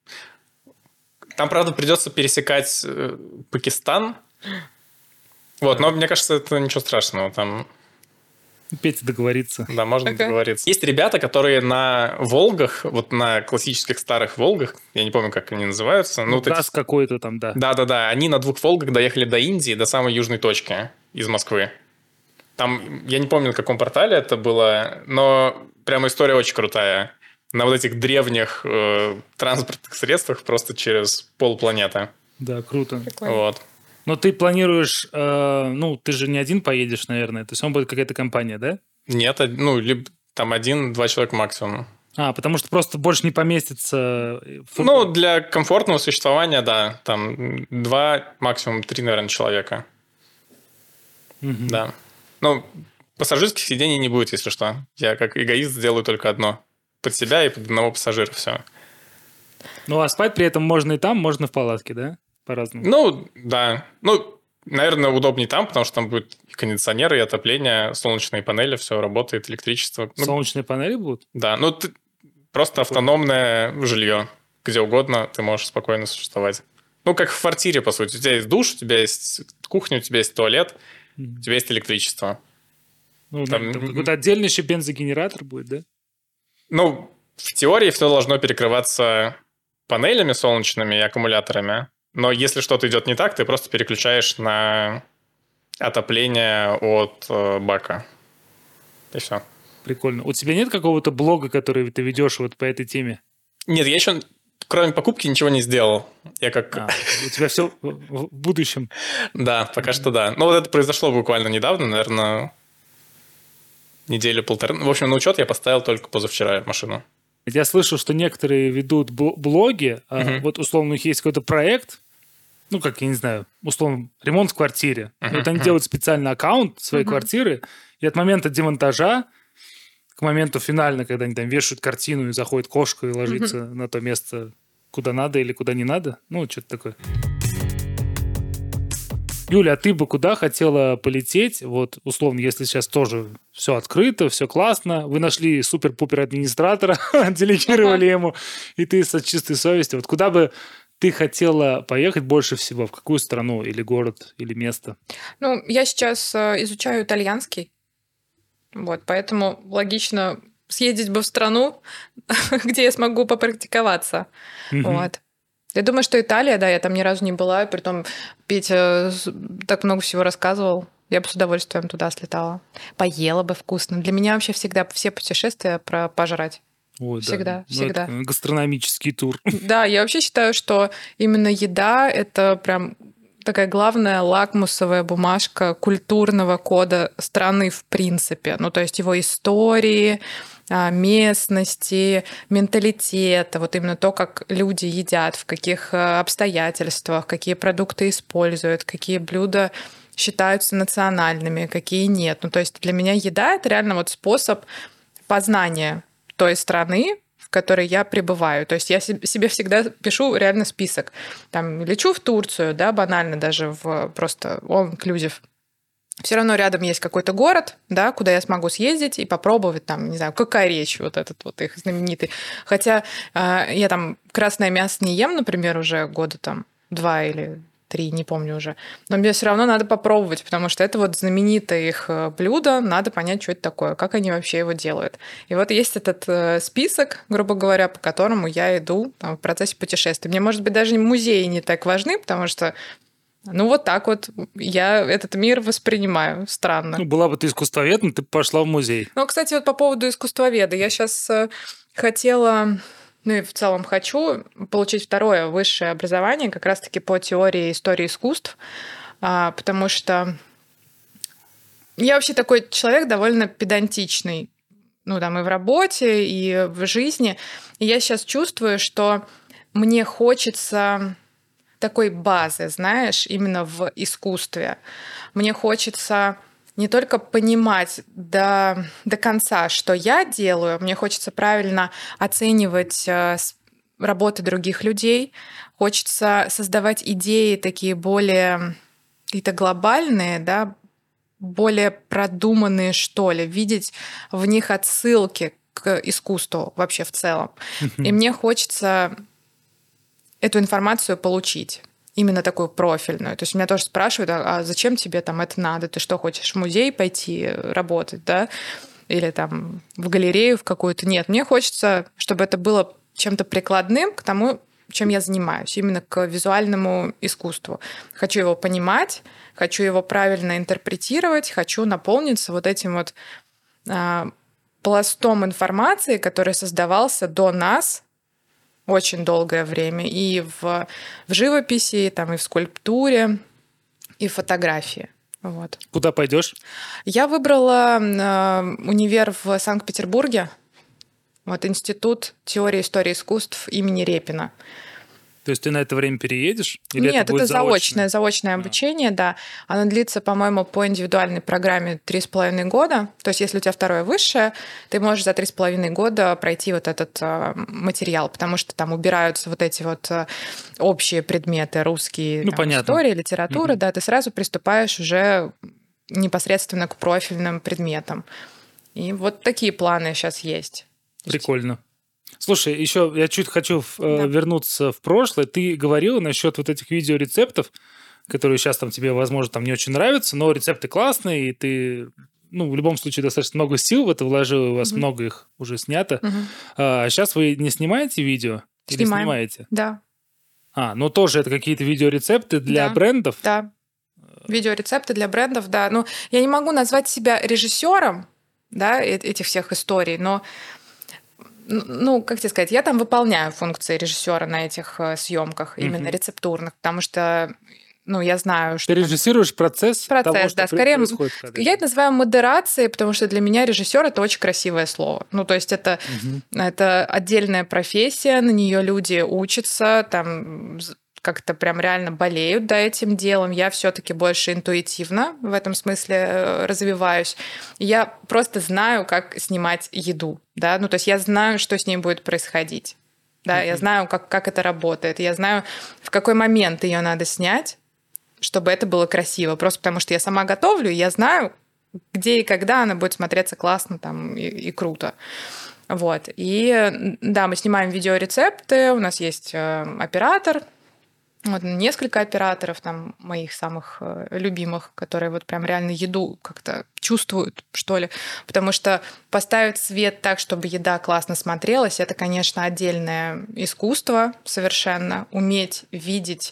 [SPEAKER 3] Там, правда, придется пересекать э, Пакистан. Вот, но мне кажется, это ничего страшного. Там,
[SPEAKER 1] Петя договорится.
[SPEAKER 3] да, можно
[SPEAKER 2] Ага.
[SPEAKER 3] договориться. Есть ребята, которые на Волгах, вот на классических старых Волгах, я не помню, как они называются. Ну,
[SPEAKER 1] Ну,
[SPEAKER 3] вот эти-
[SPEAKER 1] газ какой-то там, да.
[SPEAKER 3] Да-да-да, они на двух Волгах доехали до Индии, до самой южной точки из Москвы. Там, я не помню, на каком портале это было, но прямо история очень крутая. На вот этих древних э, транспортных средствах просто через полпланеты.
[SPEAKER 1] Да, круто.
[SPEAKER 2] Прикольно.
[SPEAKER 3] Вот.
[SPEAKER 1] Но ты планируешь, э, ну, ты же не один поедешь, наверное. То есть он будет какая-то компания, да?
[SPEAKER 3] Нет, од- ну, либо там один-два человека максимум.
[SPEAKER 1] А, потому что просто больше не поместится... в-
[SPEAKER 3] Ну, для комфортного существования, да. Там два, максимум три, наверное, человека.
[SPEAKER 1] Мгм.
[SPEAKER 3] Да. Ну, пассажирских сидений не будет, если что. Я как эгоист сделаю только одно. Под себя и под одного пассажира, все.
[SPEAKER 1] Ну, а спать при этом можно и там, можно в палатке, да? По-разному.
[SPEAKER 3] Ну, да. Ну, наверное, удобнее там, потому что там будет и кондиционер, и отопление, солнечные панели, все работает, электричество. Ну,
[SPEAKER 1] Солнечные панели будут?
[SPEAKER 3] да, ну, ты- просто автономное жилье. Где угодно ты можешь спокойно существовать. Ну, как в квартире, по сути. У тебя есть душ, у тебя есть кухня, у тебя есть туалет,
[SPEAKER 1] Мгм.
[SPEAKER 3] у тебя есть электричество.
[SPEAKER 1] Ну,
[SPEAKER 3] Там-
[SPEAKER 1] там какой-то отдельный еще бензогенератор будет, да?
[SPEAKER 3] Ну, в теории все должно перекрываться панелями солнечными и аккумуляторами. Но если что-то идет не так, ты просто переключаешь на отопление от э, бака. И все.
[SPEAKER 1] Прикольно. У тебя нет какого-то блога, который ты ведешь вот по этой теме?
[SPEAKER 3] Нет, я еще, кроме покупки, ничего не сделал. Я как...
[SPEAKER 1] А, у тебя все в в будущем.
[SPEAKER 3] Да, пока что да. Но вот это произошло буквально недавно, наверное, неделю-полторы. В общем, на учет я поставил только позавчера машину.
[SPEAKER 1] Я слышал, что некоторые ведут бл- блоги, а,
[SPEAKER 3] Мгм.
[SPEAKER 1] вот условно у них есть какой-то проект, ну, как, я не знаю, условно, ремонт в квартире. И
[SPEAKER 3] Мгм,
[SPEAKER 1] вот они
[SPEAKER 3] мгм.
[SPEAKER 1] делают специальный аккаунт своей
[SPEAKER 2] Мгм.
[SPEAKER 1] квартиры, и от момента демонтажа к моменту финально, когда они там вешают картину и заходит кошка и ложится на то место, куда надо или куда не надо, ну, что-то такое. Юля, а ты бы куда хотела полететь? Вот, условно, если сейчас тоже все открыто, все классно, вы нашли супер-пупер администратора, делегировали ему, и ты с чистой совестью. Вот куда бы ты хотела поехать больше всего? В какую страну или город, или место?
[SPEAKER 2] Ну, я сейчас э, изучаю итальянский, вот, поэтому логично съездить бы в страну, где я смогу попрактиковаться.
[SPEAKER 1] Мгм.
[SPEAKER 2] Вот. Я думаю, что Италия, да, я там ни разу не была, и притом Петя с- так много всего рассказывал. Я бы с удовольствием туда слетала. Поела бы вкусно. Для меня вообще всегда все путешествия про пожрать.
[SPEAKER 1] Ой, да.
[SPEAKER 2] Всегда,
[SPEAKER 1] Ну,
[SPEAKER 2] всегда.
[SPEAKER 1] это гастрономический тур.
[SPEAKER 2] Да, я вообще считаю, что именно еда — это прям такая главная лакмусовая бумажка культурного кода страны в принципе. Ну, то есть его истории, а, местности, менталитета, вот именно то, как люди едят, в каких а, обстоятельствах, какие продукты используют, какие блюда считаются национальными, какие нет. Ну, то есть для меня еда — это реально вот способ познания той страны, в которой я пребываю. То есть я се- себе всегда пишу реально список. Там лечу в Турцию, да, банально даже в просто all-inclusive. Все равно рядом есть какой-то город, да, куда я смогу съездить и попробовать там, не знаю, кокоречь, вот этот вот их знаменитый. Хотя э, я там красное мясо не ем, например, уже года там два или три, не помню уже. Но мне все равно надо попробовать, потому что это вот знаменитое их э, блюдо, надо понять, что это такое, как они вообще его делают. И вот есть этот э, список, грубо говоря, по которому я иду там, в процессе путешествия. Мне, может быть, даже музеи не так важны, потому что ну, вот так вот я этот мир воспринимаю. Странно.
[SPEAKER 1] Ну, была бы ты искусствоведом, ты бы пошла в музей.
[SPEAKER 2] Ну, кстати, вот по поводу искусствоведа. Я сейчас хотела, ну и в целом хочу получить второе высшее образование как раз-таки по теории истории искусств, а, потому что я вообще такой человек довольно педантичный. Ну, там и в работе, и в жизни. И я сейчас чувствую, что мне хочется такой базы, знаешь, именно в искусстве. Мне хочется не только понимать до, до конца, что я делаю, мне хочется правильно оценивать работы других людей, хочется создавать идеи такие более какие-то глобальные, да, более продуманные, что ли, видеть в них отсылки к искусству вообще в целом. И мне хочется эту информацию получить, именно такую профильную. То есть меня тоже спрашивают, а зачем тебе там это надо? Ты что, хочешь в музей пойти работать, да? Или там в галерею в какую-то? Нет, мне хочется, чтобы это было чем-то прикладным к тому, чем я занимаюсь, именно к визуальному искусству. Хочу его понимать, хочу его правильно интерпретировать, хочу наполниться вот этим вот а, пластом информации, который создавался до нас очень долгое время и в, в живописи, и, там, и в скульптуре, и в фотографии. Вот.
[SPEAKER 1] Куда пойдешь?
[SPEAKER 2] Я выбрала э, универ в Санкт-Петербурге. Вот, Институт теории и истории искусств имени Репина.
[SPEAKER 1] То есть ты на это время переедешь? Или
[SPEAKER 2] Нет,
[SPEAKER 1] это, будет
[SPEAKER 2] это заочное,
[SPEAKER 1] заочное,
[SPEAKER 2] заочное
[SPEAKER 1] а.
[SPEAKER 2] обучение, да. Оно длится, по-моему, по индивидуальной программе три с половиной года. То есть если у тебя второе высшее, ты можешь за три с половиной года пройти вот этот э, материал, потому что там убираются вот эти вот э, общие предметы, русские,
[SPEAKER 1] ну,
[SPEAKER 2] там, история, литература, угу. да, ты сразу приступаешь уже непосредственно к профильным предметам. И вот такие планы сейчас есть.
[SPEAKER 1] Прикольно. Слушай, еще я чуть хочу э, да. вернуться в прошлое. Ты говорила насчет вот этих видеорецептов, которые сейчас там тебе, возможно, там не очень нравятся, но рецепты классные, и ты, ну, в любом случае достаточно много сил в это вложил, у вас mm-hmm. много их уже снято. Mm-hmm. А сейчас вы не снимаете видео?
[SPEAKER 2] Снимаем.
[SPEAKER 1] Или снимаете?
[SPEAKER 2] Да.
[SPEAKER 1] А, ну тоже это какие-то видеорецепты для
[SPEAKER 2] да.
[SPEAKER 1] брендов?
[SPEAKER 2] Да, видеорецепты для брендов, да. Ну, я не могу назвать себя режиссером, да, этих всех историй, но ну, как тебе сказать, я там выполняю функции режиссера на этих съемках, именно mm-hmm. рецептурных, потому что, ну, я знаю, что...
[SPEAKER 1] Ты режиссируешь процесс,
[SPEAKER 2] процесс
[SPEAKER 1] того,
[SPEAKER 2] да,
[SPEAKER 1] что
[SPEAKER 2] скорее,
[SPEAKER 1] происходит в кадре.
[SPEAKER 2] Я это называю модерацией, потому что для меня режиссер это очень красивое слово. Ну, то есть это, mm-hmm. это отдельная профессия, на нее люди учатся, там как-то прям реально болеют, да, этим делом. Я все-таки больше интуитивно в этом смысле развиваюсь. Я просто знаю, как снимать еду, да, ну, то есть я знаю, что с ней будет происходить, да, mm-hmm. я знаю, как, как это работает, я знаю, в какой момент ее надо снять, чтобы это было красиво, просто потому что я сама готовлю, и я знаю, где и когда она будет смотреться классно там и, и круто. Вот, и да, мы снимаем видеорецепты, у нас есть оператор, вот, несколько операторов, там, моих самых любимых, которые вот прям реально еду как-то чувствуют, что ли. Потому что поставить свет так, чтобы еда классно смотрелась, это, конечно, отдельное искусство совершенно. Уметь видеть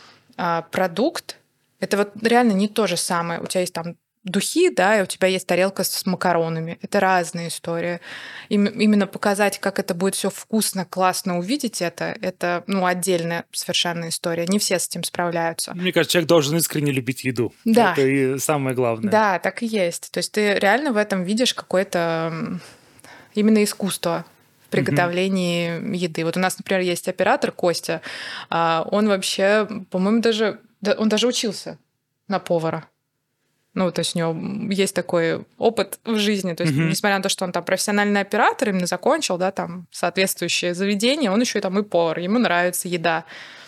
[SPEAKER 2] а, продукт, это вот реально не то же самое. У тебя есть там духи, да, и у тебя есть тарелка с макаронами. Это разные истории. И именно показать, как это будет все вкусно, классно увидеть это, это, ну, отдельная совершенно история. Не все с этим справляются.
[SPEAKER 1] Мне кажется, человек должен искренне любить еду.
[SPEAKER 2] Да.
[SPEAKER 1] Это и самое главное.
[SPEAKER 2] Да, так и есть. То есть ты реально в этом видишь какое-то именно искусство в приготовлении mm-hmm. еды. Вот у нас, например, есть оператор Костя. Он вообще, по-моему, даже... Он даже учился на повара. Ну, то есть у него есть такой опыт в жизни. То есть, mm-hmm. несмотря на то, что он там профессиональный оператор, именно закончил, да, там соответствующее заведение, он еще и там и повар, ему нравится еда.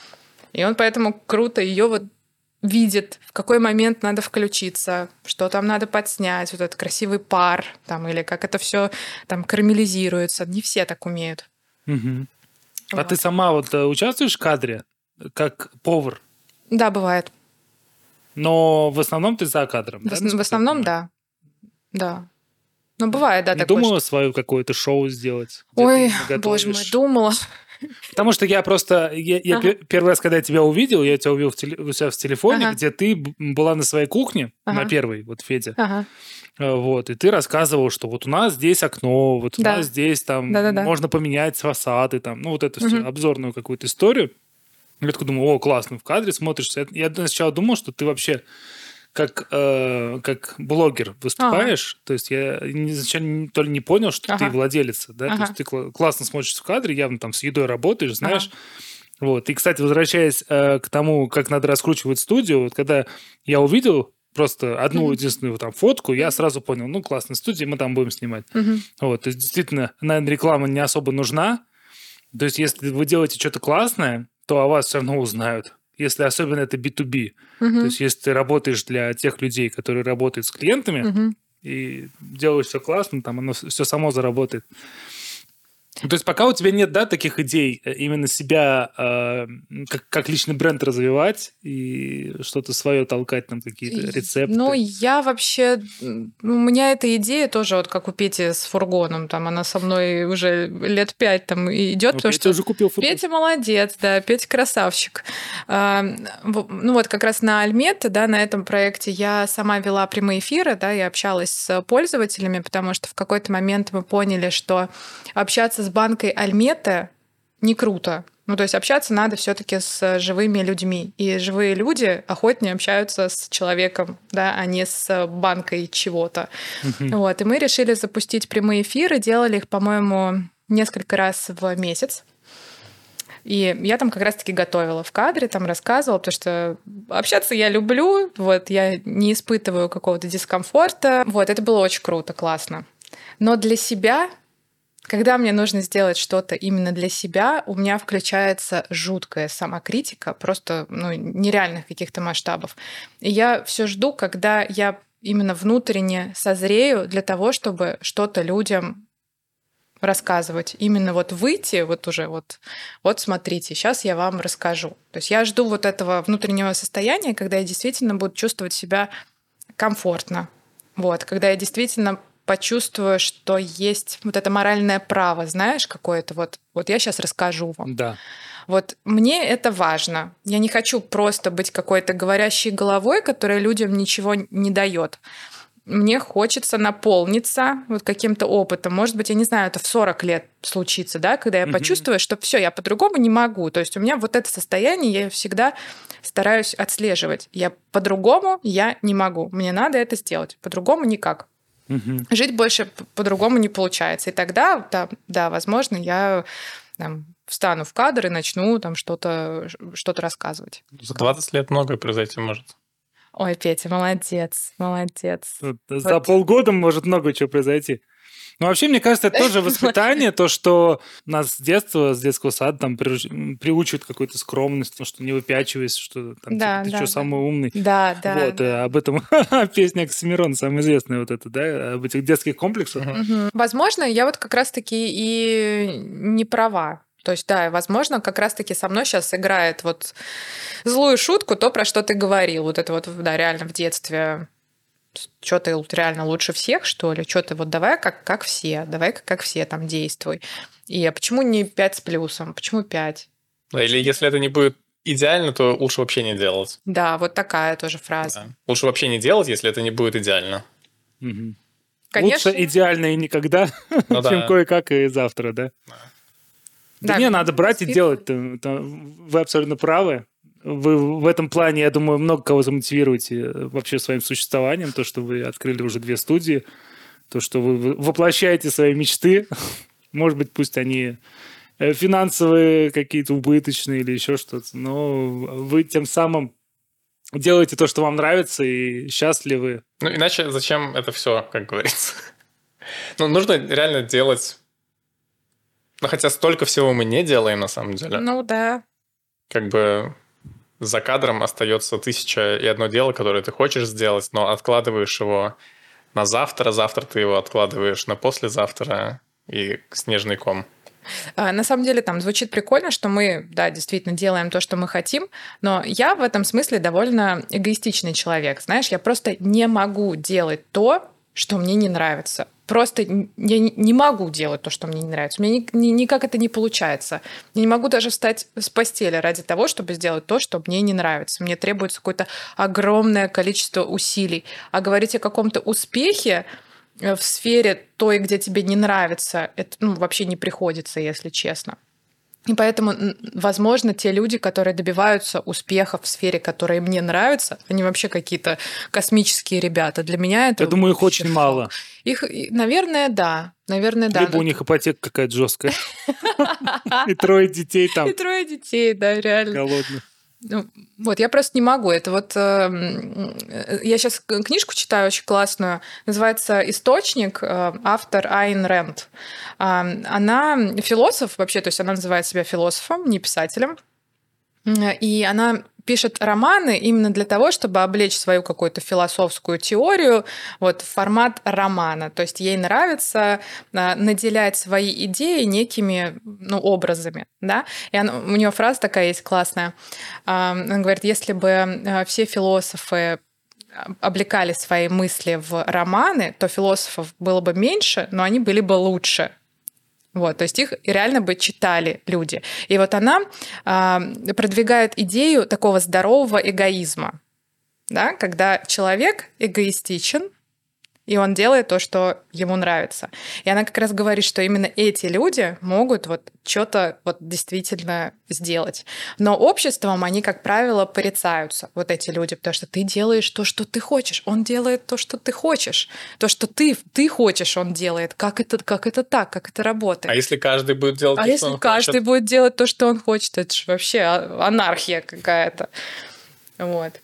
[SPEAKER 2] И он поэтому круто ее вот видит, в какой момент надо включиться, что там надо подснять, вот этот красивый пар, там, или как это все там карамелизируется. Не все так умеют.
[SPEAKER 1] Mm-hmm.
[SPEAKER 2] Вот.
[SPEAKER 1] А ты сама вот участвуешь в кадре как повар?
[SPEAKER 2] Да, бывает.
[SPEAKER 1] Но в основном ты за кадром,
[SPEAKER 2] в,
[SPEAKER 1] да?
[SPEAKER 2] В основном, да. Да. Ну, бывает, да,
[SPEAKER 1] не
[SPEAKER 2] такое.
[SPEAKER 1] Не думала что... свое какое-то шоу сделать?
[SPEAKER 2] Ой, боже мой, думала.
[SPEAKER 1] Потому что я просто... Я, я ага. Первый раз, когда я тебя увидел, я тебя увидел в теле, у себя в телефоне, ага. где ты была на своей кухне, ага. на первой, вот Федя.
[SPEAKER 2] Ага.
[SPEAKER 1] Вот, и ты рассказывал, что вот у нас здесь окно, вот у да. нас здесь там
[SPEAKER 2] Да-да-да.
[SPEAKER 1] можно поменять фасады, там, ну, вот эту
[SPEAKER 2] угу.
[SPEAKER 1] всю обзорную какую-то историю. Я такой думаю, о, классно, в кадре смотришься. Я сначала думал, что ты вообще как, э, как блогер выступаешь. Ага. То есть я изначально то ли не понял, что ага. ты владелица, да, ага. то есть ты классно смотришься в кадре, явно там с едой работаешь, знаешь, Вот. И, кстати, возвращаясь э, к тому, как надо раскручивать студию, вот когда я увидел просто одну единственную там фотку, я сразу понял, ну, классная студия, мы там будем снимать.
[SPEAKER 2] Мгм.
[SPEAKER 1] Вот. То есть, действительно, наверное, реклама не особо нужна. То есть, если вы делаете что-то классное, то о вас все равно узнают. Если особенно это би ту би.
[SPEAKER 2] Мгм.
[SPEAKER 1] То есть, если ты работаешь для тех людей, которые работают с клиентами,
[SPEAKER 2] Мгм.
[SPEAKER 1] и делаешь все классно, там оно все само заработает. То есть пока у тебя нет, да, таких идей э, именно себя э, как, как личный бренд развивать и что-то свое толкать, там какие-то
[SPEAKER 2] И-
[SPEAKER 1] рецепты.
[SPEAKER 2] Ну, я вообще... м, У меня эта идея тоже, вот как у Пети с фургоном, там она со мной уже лет пять там идет,
[SPEAKER 1] Ну,
[SPEAKER 2] потому
[SPEAKER 1] Петя
[SPEAKER 2] что...
[SPEAKER 1] уже купил фургон.
[SPEAKER 2] Петя молодец, да, Петя красавчик. А, в- Ну вот как раз на Альмете, да, на этом проекте я сама вела прямые эфиры, да, я общалась с пользователями, потому что в какой-то момент мы поняли, что общаться с банкой Альмета не круто. Ну, то есть общаться надо все-таки с живыми людьми. И живые люди охотнее общаются с человеком, да, а не с банкой чего-то.
[SPEAKER 1] Мгм.
[SPEAKER 2] Вот. И мы решили запустить прямые эфиры, делали их, по-моему, несколько раз в месяц. И я там как раз-таки готовила в кадре, там рассказывала, потому что общаться я люблю, вот, я не испытываю какого-то дискомфорта. Вот, это было очень круто, классно. Но для себя, когда мне нужно сделать что-то именно для себя, у меня включается жуткая самокритика, просто ну, нереальных каких-то масштабов. И я все жду, когда я именно внутренне созрею для того, чтобы что-то людям рассказывать. Именно вот выйти, вот уже вот, вот смотрите, сейчас я вам расскажу. То есть я жду вот этого внутреннего состояния, когда я действительно буду чувствовать себя комфортно. Вот, когда я действительно почувствую, что есть вот это моральное право, знаешь, какое-то вот, вот я сейчас расскажу вам.
[SPEAKER 1] Да.
[SPEAKER 2] Вот мне это важно. Я не хочу просто быть какой-то говорящей головой, которая людям ничего не дает. Мне хочется наполниться вот каким-то опытом. Может быть, я не знаю, это в сорок лет случится, да, когда я
[SPEAKER 1] Мгм.
[SPEAKER 2] почувствую, что все, я по-другому не могу. То есть у меня вот это состояние, я всегда стараюсь отслеживать. Я по-другому я не могу. Мне надо это сделать. По-другому никак.
[SPEAKER 1] Мгм.
[SPEAKER 2] Жить больше п- по-другому не получается. И тогда, да, да, возможно, я там, встану в кадр и начну там что-то что-то рассказывать.
[SPEAKER 3] За двадцать лет многое произойти может.
[SPEAKER 2] Ой, Петя, молодец, молодец.
[SPEAKER 1] Вот За
[SPEAKER 2] Вот.
[SPEAKER 1] полгода может много чего произойти. Ну, вообще, мне кажется, это тоже воспитание, то, что нас с детства, с детского сада там приуч- м, приучают к какой-то скромности, что не выпячивайся, что там,
[SPEAKER 2] Да,
[SPEAKER 1] типа, ты
[SPEAKER 2] да,
[SPEAKER 1] что,
[SPEAKER 2] да.
[SPEAKER 1] самый умный.
[SPEAKER 2] Да, да.
[SPEAKER 1] Вот, э, об этом песня Оксимирона, самая известная вот эта, да, об этих детских комплексах.
[SPEAKER 3] Мгм.
[SPEAKER 2] Мгм. Возможно, я вот как раз-таки и не права. То есть, да, возможно, как раз-таки со мной сейчас играет вот злую шутку то, про что ты говорил. Вот это вот, да, реально в детстве. Что ты вот реально лучше всех, что ли? Что ты вот давай как, как все, давай как, как все там действуй. И а почему не пять с плюсом? Почему пять?
[SPEAKER 3] Да, или если это не будет идеально, то лучше вообще не делать.
[SPEAKER 2] Да, вот такая тоже фраза.
[SPEAKER 3] Да. Лучше вообще не делать, если это не будет идеально.
[SPEAKER 1] Мгм.
[SPEAKER 2] Конечно.
[SPEAKER 1] Лучше идеально и никогда,
[SPEAKER 3] Ну
[SPEAKER 1] чем
[SPEAKER 3] да.
[SPEAKER 1] кое-как и завтра, да? Да,
[SPEAKER 2] Да,
[SPEAKER 1] не, надо брать и
[SPEAKER 2] воспитывать.
[SPEAKER 1] делать. Там- там Вы абсолютно правы. Вы в этом плане, я думаю, много кого замотивируете вообще своим существованием, то, что вы открыли уже две студии, то, что вы воплощаете свои мечты. Может быть, пусть они э, финансовые, какие-то убыточные или еще что-то, но вы тем самым делаете то, что вам нравится, и счастливы.
[SPEAKER 3] Ну, иначе зачем это все, как говорится? Ну, нужно реально делать... Ну, хотя столько всего мы не делаем, на самом деле.
[SPEAKER 2] Ну да.
[SPEAKER 3] Как бы за кадром остается тысяча и одно дело, которое ты хочешь сделать, но откладываешь его на завтра, завтра ты его откладываешь на послезавтра, и снежный ком.
[SPEAKER 2] А, На самом деле там звучит прикольно, что мы, да, действительно делаем то, что мы хотим, но я в этом смысле довольно эгоистичный человек. Знаешь, я просто не могу делать то, что мне не нравится. Просто н- я не- не могу делать то, что мне не нравится. У меня ни- ни- никак это не получается. Я не могу даже встать с постели ради того, чтобы сделать то, что мне не нравится. Мне требуется какое-то огромное количество усилий. А говорить о каком-то успехе э, в сфере той, где тебе не нравится, это ну, вообще не приходится, если честно. И поэтому, возможно, те люди, которые добиваются успеха в сфере, которая мне нравится, они вообще какие-то космические ребята. Для меня это...
[SPEAKER 1] Я думаю, их очень мало.
[SPEAKER 2] Их, наверное, да. Наверное, да.
[SPEAKER 1] Либо у них ипотека какая-то жесткая. И трое детей там.
[SPEAKER 2] И трое детей, да, реально.
[SPEAKER 1] Голодных.
[SPEAKER 2] Ну, вот, я просто не могу. Это вот... Э, я сейчас книжку читаю очень классную. Называется «Источник», э, автор Айн Рэнд. Э, она философ вообще, то есть она называет себя философом, не писателем. И она пишет романы именно для того, чтобы облечь свою какую-то философскую теорию вот, в формат романа. То есть ей нравится наделять свои идеи некими ну, образами. Да? И она, у нее фраза такая есть классная. Она говорит, если бы все философы облекали свои мысли в романы, то философов было бы меньше, но они были бы лучше. Вот, то есть их реально бы читали люди. И вот она э, продвигает идею такого здорового эгоизма, да, когда человек эгоистичен, и он делает то, что ему нравится. И она как раз говорит, что именно эти люди могут вот что-то вот действительно сделать. Но обществом они, как правило, порицаются, вот эти люди, потому что ты делаешь то, что ты хочешь, он делает то, что ты хочешь. То, что ты, ты хочешь, он делает. Как это, как это так, как это работает?
[SPEAKER 3] А если каждый будет делать
[SPEAKER 2] а
[SPEAKER 3] то,
[SPEAKER 2] если
[SPEAKER 3] что он
[SPEAKER 2] каждый
[SPEAKER 3] хочет?
[SPEAKER 2] будет делать то, что он хочет, это же вообще анархия какая-то. Вот.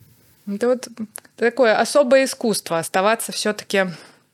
[SPEAKER 2] Это вот такое особое искусство оставаться все-таки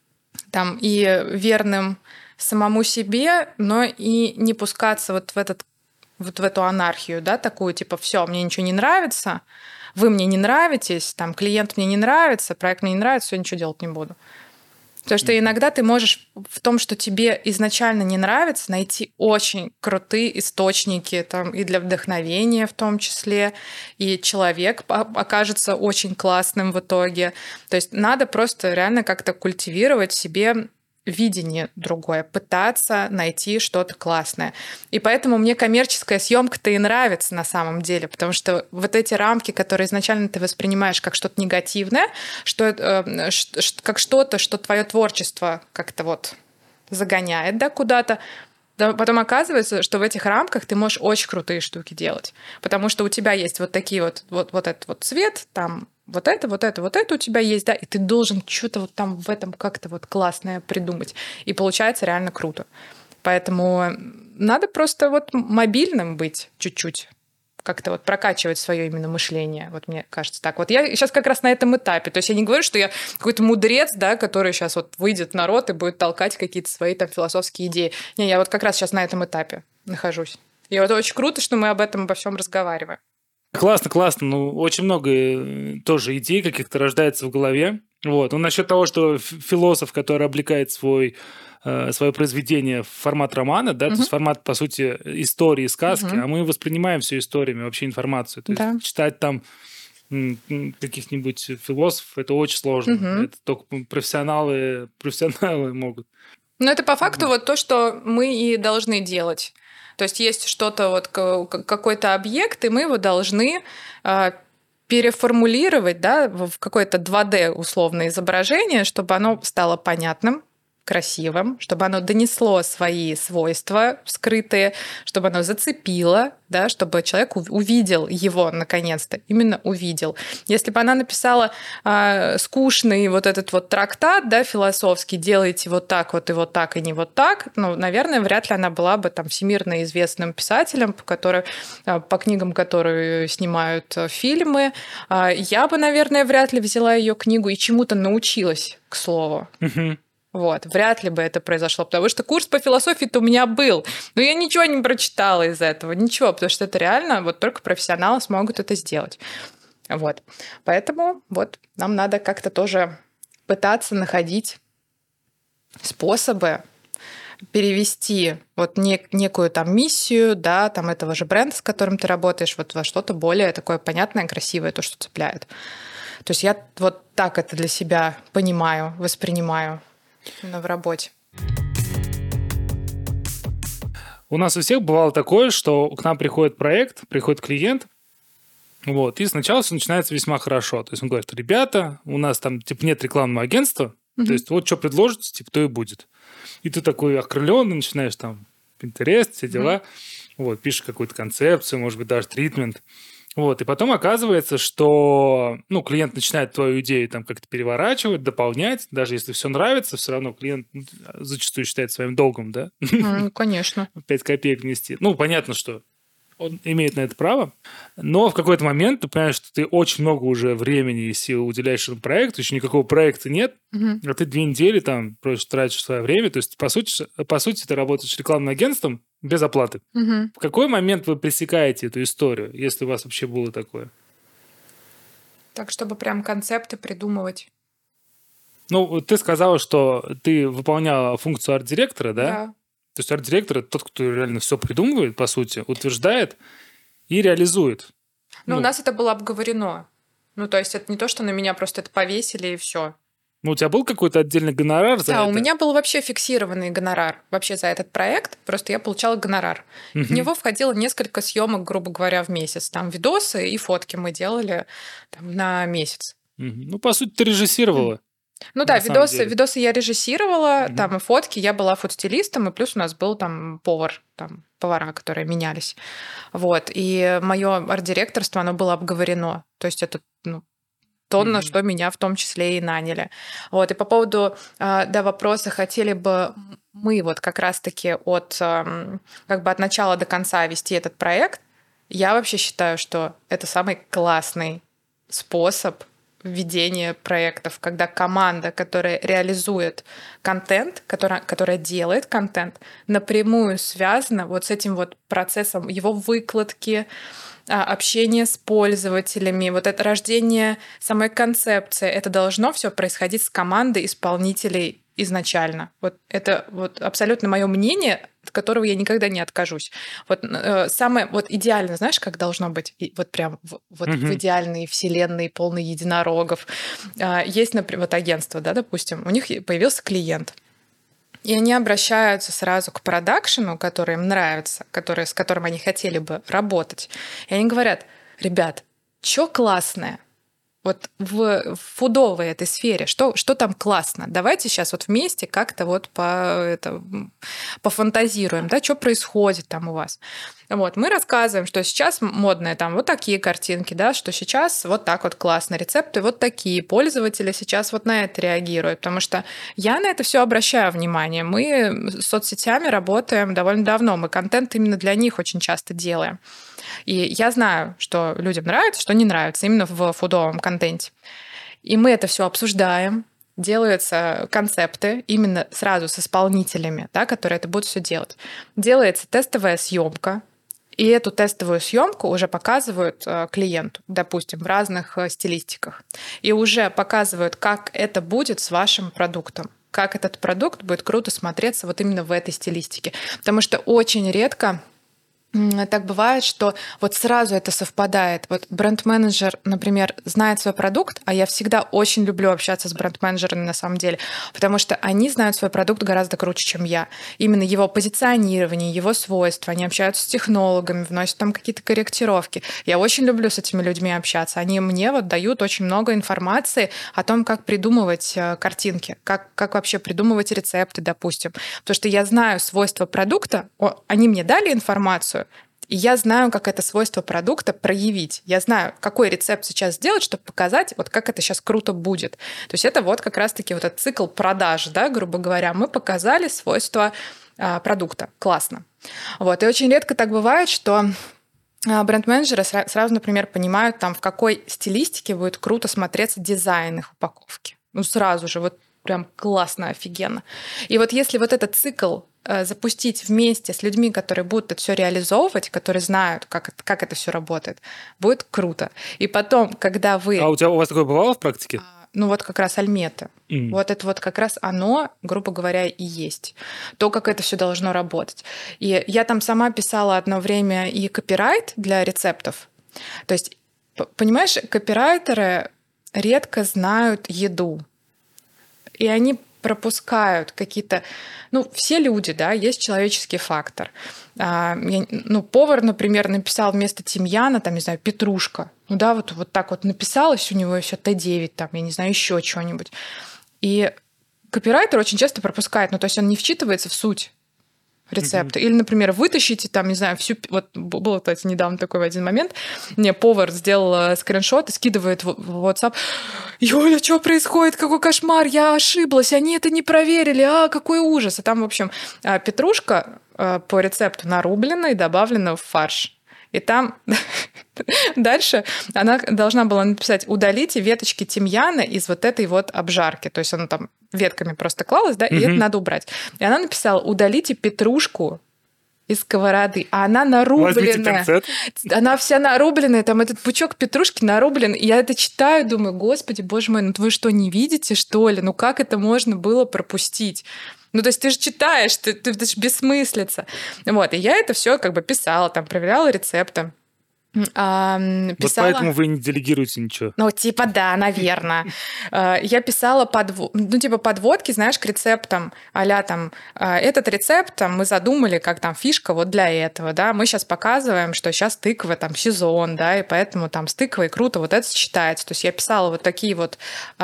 [SPEAKER 2] там и верным самому себе, но и не пускаться вот в этот вот в эту анархию, да, такую типа все, мне ничего не нравится, вы мне не нравитесь, там клиент мне не нравится, проект мне не нравится, все, ничего делать не буду. Потому что иногда ты можешь в том, что тебе изначально не нравится, найти очень крутые источники там, и для вдохновения в том числе, и человек окажется очень классным в итоге. То есть надо просто реально как-то культивировать в себе видение другое, пытаться найти что-то классное. И поэтому мне коммерческая съемка-то и нравится на самом деле, потому что вот эти рамки, которые изначально ты воспринимаешь как что-то негативное, что, э, как что-то, что твое творчество как-то вот загоняет, да, куда-то, да, потом оказывается, что в этих рамках ты можешь очень крутые штуки делать, потому что у тебя есть вот такие вот, вот, вот этот вот цвет, там вот это, вот это, вот это у тебя есть, да, и ты должен что-то вот там в этом как-то вот классное придумать. И получается реально круто. Поэтому надо просто вот мобильным быть чуть-чуть, как-то вот прокачивать свое именно мышление. Вот мне кажется так. Вот я сейчас как раз на этом этапе. То есть я не говорю, что я какой-то мудрец, да, который сейчас вот выйдет в народ и будет толкать какие-то свои там философские идеи. Не, я вот как раз сейчас на этом этапе нахожусь. И вот очень круто, что мы об этом обо всем разговариваем.
[SPEAKER 1] Классно, классно. Ну, очень много тоже идей каких-то рождается в голове. Вот. Ну, насчет того, что философ, который облекает свой, э, свое произведение в формат романа, да, uh-huh. то есть формат, по сути, истории, сказки, uh-huh. а мы воспринимаем все историями, вообще информацию. То
[SPEAKER 2] да.
[SPEAKER 1] есть читать там каких-нибудь философов, это очень сложно. Uh-huh. Это только профессионалы, профессионалы могут.
[SPEAKER 2] Но это по факту uh-huh. вот то, что мы и должны делать. То есть есть что-то, вот какой-то объект, и мы его должны э, переформулировать, да, в какое-то два дэ условное изображение, чтобы оно стало понятным, красивым, чтобы оно донесло свои свойства скрытые, чтобы оно зацепило, да, чтобы человек увидел его наконец-то, именно увидел. Если бы она написала э, скучный вот этот вот трактат, да, философский, делайте вот так вот и вот так и не вот так, ну, наверное, вряд ли она была бы там всемирно известным писателем, по, который, э, по книгам, которые снимают э, фильмы. Э, я бы, наверное, вряд ли взяла ее книгу и чему-то научилась, к слову.
[SPEAKER 1] Uh-huh.
[SPEAKER 2] Вот, вряд ли бы это произошло, потому что курс по философии-то у меня был, но я ничего не прочитала из этого, ничего, потому что это реально вот только профессионалы смогут это сделать. Вот, поэтому вот нам надо как-то тоже пытаться находить способы перевести вот нек- некую там миссию, да, там этого же бренда, с которым ты работаешь, вот во что-то более такое понятное, красивое, то, что цепляет. То есть я вот так это для себя понимаю, воспринимаю. Но в работе.
[SPEAKER 1] У нас у всех бывало такое, что к нам приходит проект, приходит клиент, вот, и сначала все начинается весьма хорошо. То есть он говорит, ребята, у нас там типа нет рекламного агентства, mm-hmm. то есть вот что предложите, типа то и будет. И ты такой окрыленный, начинаешь там Pinterest, все дела. Mm-hmm. вот, пишешь какую-то концепцию, может быть, даже тритмент. Вот, и потом оказывается, что, ну, клиент начинает твою идею там как-то переворачивать, дополнять, даже если все нравится, все равно клиент зачастую считает своим долгом, да?
[SPEAKER 2] Ну, конечно.
[SPEAKER 1] пять копеек внести. Ну, понятно, что он имеет на это право, но в какой-то момент ты понимаешь, что ты очень много уже времени и сил уделяешь этому проекту, еще никакого проекта нет,
[SPEAKER 2] Мгм.
[SPEAKER 1] а ты две недели там просто тратишь свое время, то есть, по сути, по сути, ты работаешь рекламным агентством без оплаты.
[SPEAKER 2] Мгм.
[SPEAKER 1] В какой момент вы пресекаете эту историю, если у вас вообще было такое?
[SPEAKER 2] Так, чтобы прям концепты придумывать.
[SPEAKER 1] Ну, вот ты сказала, что ты выполняла функцию арт-директора, да?
[SPEAKER 2] Да.
[SPEAKER 1] То есть арт-директор – это тот, кто реально все придумывает, по сути, утверждает и реализует.
[SPEAKER 2] Но
[SPEAKER 1] Ну,
[SPEAKER 2] у нас это было обговорено. Ну, то есть это не то, что на меня просто это повесили и все.
[SPEAKER 1] ну, у тебя был какой-то отдельный гонорар за
[SPEAKER 2] Да,
[SPEAKER 1] это?
[SPEAKER 2] у меня был вообще фиксированный гонорар вообще за этот проект. Просто я получала гонорар. В
[SPEAKER 1] Мгм.
[SPEAKER 2] него входило несколько съемок, грубо говоря, в месяц. Там видосы и фотки мы делали там, на месяц.
[SPEAKER 1] Мгм. Ну, по сути, ты режиссировала.
[SPEAKER 2] Ну да,
[SPEAKER 1] На самом
[SPEAKER 2] видосы,
[SPEAKER 1] деле.
[SPEAKER 2] видосы я режиссировала,
[SPEAKER 1] Мгм.
[SPEAKER 2] там и фотки, я была фотостилистом, и плюс у нас был там повар, там повара, которые менялись. Вот. И мое арт-директорство, оно было обговорено. То есть это, ну, то, на
[SPEAKER 1] Мгм.
[SPEAKER 2] что меня в том числе и наняли. Вот. И по поводу, а, да, вопроса, хотели бы мы вот как раз-таки от, ам, как бы от начала до конца вести этот проект, я вообще считаю, что это самый классный способ ведения проектов, когда команда, которая реализует контент, которая, которая делает контент, напрямую связана вот с этим вот процессом его выкладки, а, общения с пользователями, вот это рождение самой концепции, это должно все происходить с командой исполнителей изначально. Вот это вот абсолютно мое мнение, от которого я никогда не откажусь. Вот э, самое вот идеально, знаешь, как должно быть, И вот прям в, вот в
[SPEAKER 1] Мгм.
[SPEAKER 2] идеальной вселенной полной единорогов. А, есть, например, вот агентство, да, допустим, у них появился клиент. И они обращаются сразу к продакшену, который им нравится, который, с которым они хотели бы работать. И они говорят: ребят, что классное? Вот в в фудовой этой сфере, что, что там классно? Давайте сейчас вот вместе как-то вот по, это, м, пофантазируем, да, что происходит там у вас. Вот, мы рассказываем, что сейчас модные там вот такие картинки, да, что сейчас вот так вот классно, рецепты вот такие, пользователи сейчас вот на это реагируют, потому что я на это все обращаю внимание. Мы с соцсетями работаем довольно давно, мы контент именно для них очень часто делаем. И я знаю, что людям нравится, что не нравится именно в фудовом контенте. И мы это все обсуждаем, делаются концепты именно сразу с исполнителями, да, которые это будут все делать. Делается тестовая съемка, и эту тестовую съемку уже показывают э, клиенту, допустим, в разных э, стилистиках. И уже показывают, как это будет с вашим продуктом, как этот продукт будет круто смотреться вот именно в этой стилистике. Потому что очень редко м, так бывает, что вот сразу это совпадает. Вот бренд-менеджер, например, знает свой продукт, а я всегда очень люблю общаться с бренд-менеджерами на самом деле, потому что они знают свой продукт гораздо круче, чем я. Именно его позиционирование, его свойства. Они общаются с технологами, вносят там какие-то корректировки. Я очень люблю с этими людьми общаться. Они мне вот дают очень много информации о том, как придумывать э, картинки, как, как вообще придумывать рецепты, допустим. Потому что я знаю свойства продукта, о, они мне дали информацию, и я знаю, как это свойство продукта проявить. Я знаю, какой рецепт сейчас сделать, чтобы показать, вот как это сейчас круто будет. То есть это вот как раз-таки вот этот цикл продаж, да, грубо говоря. Мы показали свойства а, продукта. Классно. Вот. И очень редко так бывает, что а, бренд-менеджеры сра- сразу, например, понимают, там, в какой стилистике будет круто смотреться дизайн их упаковки. Ну, сразу же, вот прям классно, офигенно. И вот если вот этот цикл э, запустить вместе с людьми, которые будут это все реализовывать, которые знают, как, это- как это все работает, будет круто. И потом, когда вы...
[SPEAKER 1] А у тебя у вас такое бывало в практике?
[SPEAKER 2] а, Ну вот как раз Альметы.
[SPEAKER 1] М.
[SPEAKER 2] Вот это вот как раз оно, грубо говоря, и есть. То, как это все должно работать. И я там сама писала одно время и копирайт для рецептов. То есть, п- понимаешь, копирайтеры редко знают еду. И они пропускают какие-то... Ну, все люди, да, есть человеческий фактор. А, я- ну, повар, например, написал вместо тимьяна, там, не знаю, петрушка. Ну да, вот, вот так вот написалось у него еще Т девять, там, я не знаю, еще что-нибудь. И копирайтер очень часто пропускает, ну, то есть он не вчитывается в суть. рецепты. Mm-hmm. Или, например, вытащите там, не знаю, всю... Вот было, кстати, недавно такой в один момент. Мне повар сделал скриншот и скидывает в WhatsApp. Юля, что происходит? Какой кошмар! Я ошиблась! Они это не проверили! А, какой ужас! И там, в общем, петрушка по рецепту нарублена и добавлена в фарш. И там дальше она должна была написать: удалите веточки тимьяна из вот этой вот обжарки. То есть она там ветками просто клалась, да, и mm-hmm. это надо убрать. И она написала: удалите петрушку из сковороды. А она нарубленная. Она вся нарубленная. Там этот пучок петрушки нарублен. И я это читаю, думаю, господи, боже мой, ну вы что, не видите, что ли? Ну как это можно было пропустить? Ну, то есть ты же читаешь, ты, ты, это же бессмыслица. Вот, и я это все как бы писала, там, проверяла рецепты. А, писала...
[SPEAKER 1] Вот поэтому вы не делегируете ничего.
[SPEAKER 2] Ну, типа, да, наверное. Я писала подв... ну, типа подводки, знаешь, к рецептам. А-ля там, этот рецепт там, мы задумали как там фишка вот для этого, да. Мы сейчас показываем, что сейчас тыква, там, сезон, да, и поэтому там с тыквой круто вот это сочетается. То есть я писала вот такие вот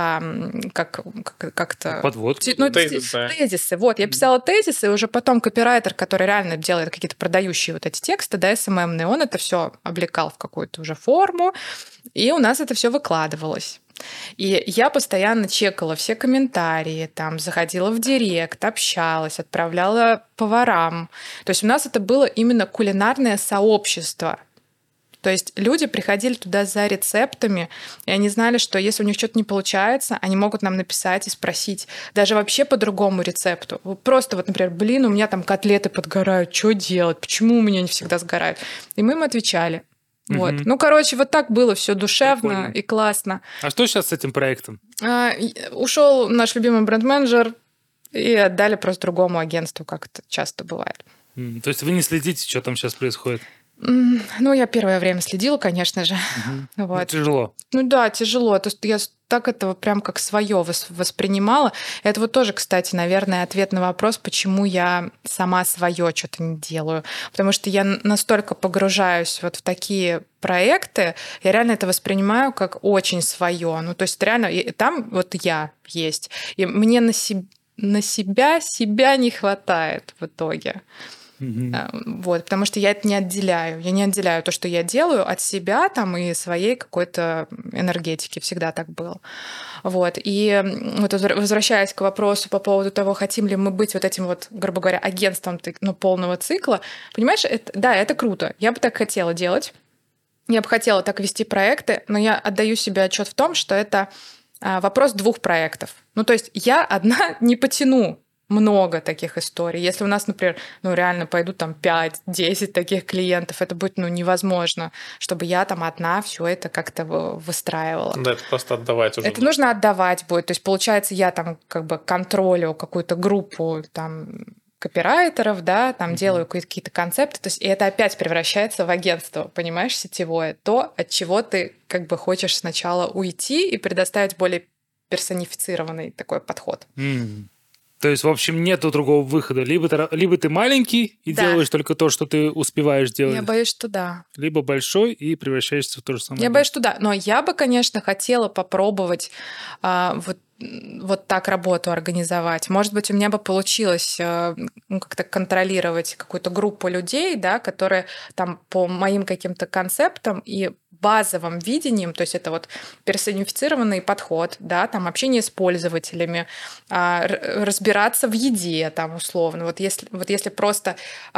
[SPEAKER 2] как, как, как-то...
[SPEAKER 1] Подводки.
[SPEAKER 2] Ну,
[SPEAKER 3] тезисы.
[SPEAKER 2] Тезисы. Вот, я писала тезисы, и уже потом копирайтер, который реально делает какие-то продающие вот эти тексты, да, эс эм эм-ные, он это все облекал в какую-то уже форму, и у нас это все выкладывалось. И я постоянно чекала все комментарии, там, заходила в директ, общалась, отправляла поварам. То есть у нас это было именно кулинарное сообщество. То есть люди приходили туда за рецептами, и они знали, что если у них что-то не получается, они могут нам написать и спросить. Даже вообще по другому рецепту. Просто вот, например, блин, у меня там котлеты подгорают, что делать? Почему у меня не всегда сгорают? И мы им отвечали. Вот. Mm-hmm. Ну, короче, вот так было все душевно Прикольно. И классно.
[SPEAKER 1] А что сейчас с этим проектом?
[SPEAKER 2] А, ушел наш любимый бренд-менеджер и отдали просто другому агентству, как это часто бывает.
[SPEAKER 1] Mm, то есть вы не следите, что там сейчас происходит?
[SPEAKER 2] Mm, ну, я первое время следила, конечно же.
[SPEAKER 1] Mm-hmm.
[SPEAKER 2] Вот.
[SPEAKER 1] Ну, тяжело.
[SPEAKER 2] Ну да, тяжело. То есть я так этого прям как свое воспринимала. Это вот тоже, кстати, наверное, ответ на вопрос, почему я сама свое что-то не делаю. Потому что я настолько погружаюсь вот в такие проекты, я реально это воспринимаю как очень свое. Ну, то есть реально там вот я есть. И мне на, себе, на себя себя не хватает в итоге. Mm-hmm. Вот, потому что я это не отделяю. Я не отделяю то, что я делаю, от себя там, и своей какой-то энергетики. Всегда так было. Вот. И вот возвращаясь к вопросу по поводу того, хотим ли мы быть вот этим вот, грубо говоря, агентством, ну, полного цикла, понимаешь, это, да, это круто. Я бы так хотела делать. Я бы хотела так вести проекты, но я отдаю себе отчет в том, что это вопрос двух проектов. Ну, то есть я одна не потяну много таких историй. Если у нас, например, ну реально пойдут там пять-десять таких клиентов, это будет ну невозможно, чтобы я там одна все это как-то выстраивала.
[SPEAKER 3] Да, это просто отдавать уже.
[SPEAKER 2] Это нужно отдавать будет. То есть, получается, я там как бы контролю какую-то группу там копирайтеров, да, там mm-hmm. делаю какие-то концепты, то есть и это опять превращается в агентство, понимаешь, сетевое, то, от чего ты как бы хочешь сначала уйти и предоставить более персонифицированный такой подход.
[SPEAKER 1] Mm. То есть, в общем, нету другого выхода. Либо ты, либо ты маленький и да. делаешь только то, что ты успеваешь делать.
[SPEAKER 2] Я боюсь, что да.
[SPEAKER 1] Либо большой и превращаешься в то же самое.
[SPEAKER 2] Я боюсь, что да. Но я бы, конечно, хотела попробовать а, вот, вот так работу организовать. Может быть, у меня бы получилось а, ну, как-то контролировать какую-то группу людей, да, которые там по моим каким-то концептам и базовым видением, то есть это вот персонифицированный подход, да, там общение с пользователями, разбираться в еде, там условно. Вот если, вот если просто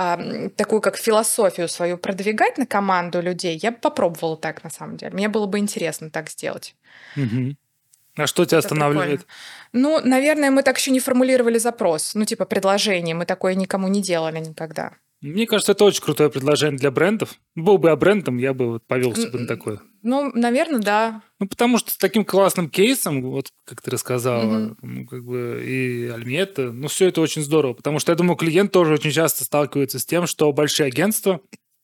[SPEAKER 2] такую как философию свою продвигать на команду людей, я бы попробовала так на самом деле. Мне было бы интересно так сделать.
[SPEAKER 1] Угу. А что тебя это останавливает?
[SPEAKER 2] Прикольно. Ну, наверное, мы так еще не формулировали запрос. Ну, типа предложение. Мы такое никому не делали никогда.
[SPEAKER 1] Мне кажется, это очень крутое предложение для брендов. Был бы я брендом, я бы вот повелся бы на такое.
[SPEAKER 2] Ну, наверное, да.
[SPEAKER 1] Ну, потому что с таким классным кейсом, вот как ты рассказала,
[SPEAKER 2] mm-hmm.
[SPEAKER 1] ну, как бы и Альмета, ну, все это очень здорово. Потому что, я думаю, клиент тоже очень часто сталкивается с тем, что большие агентства,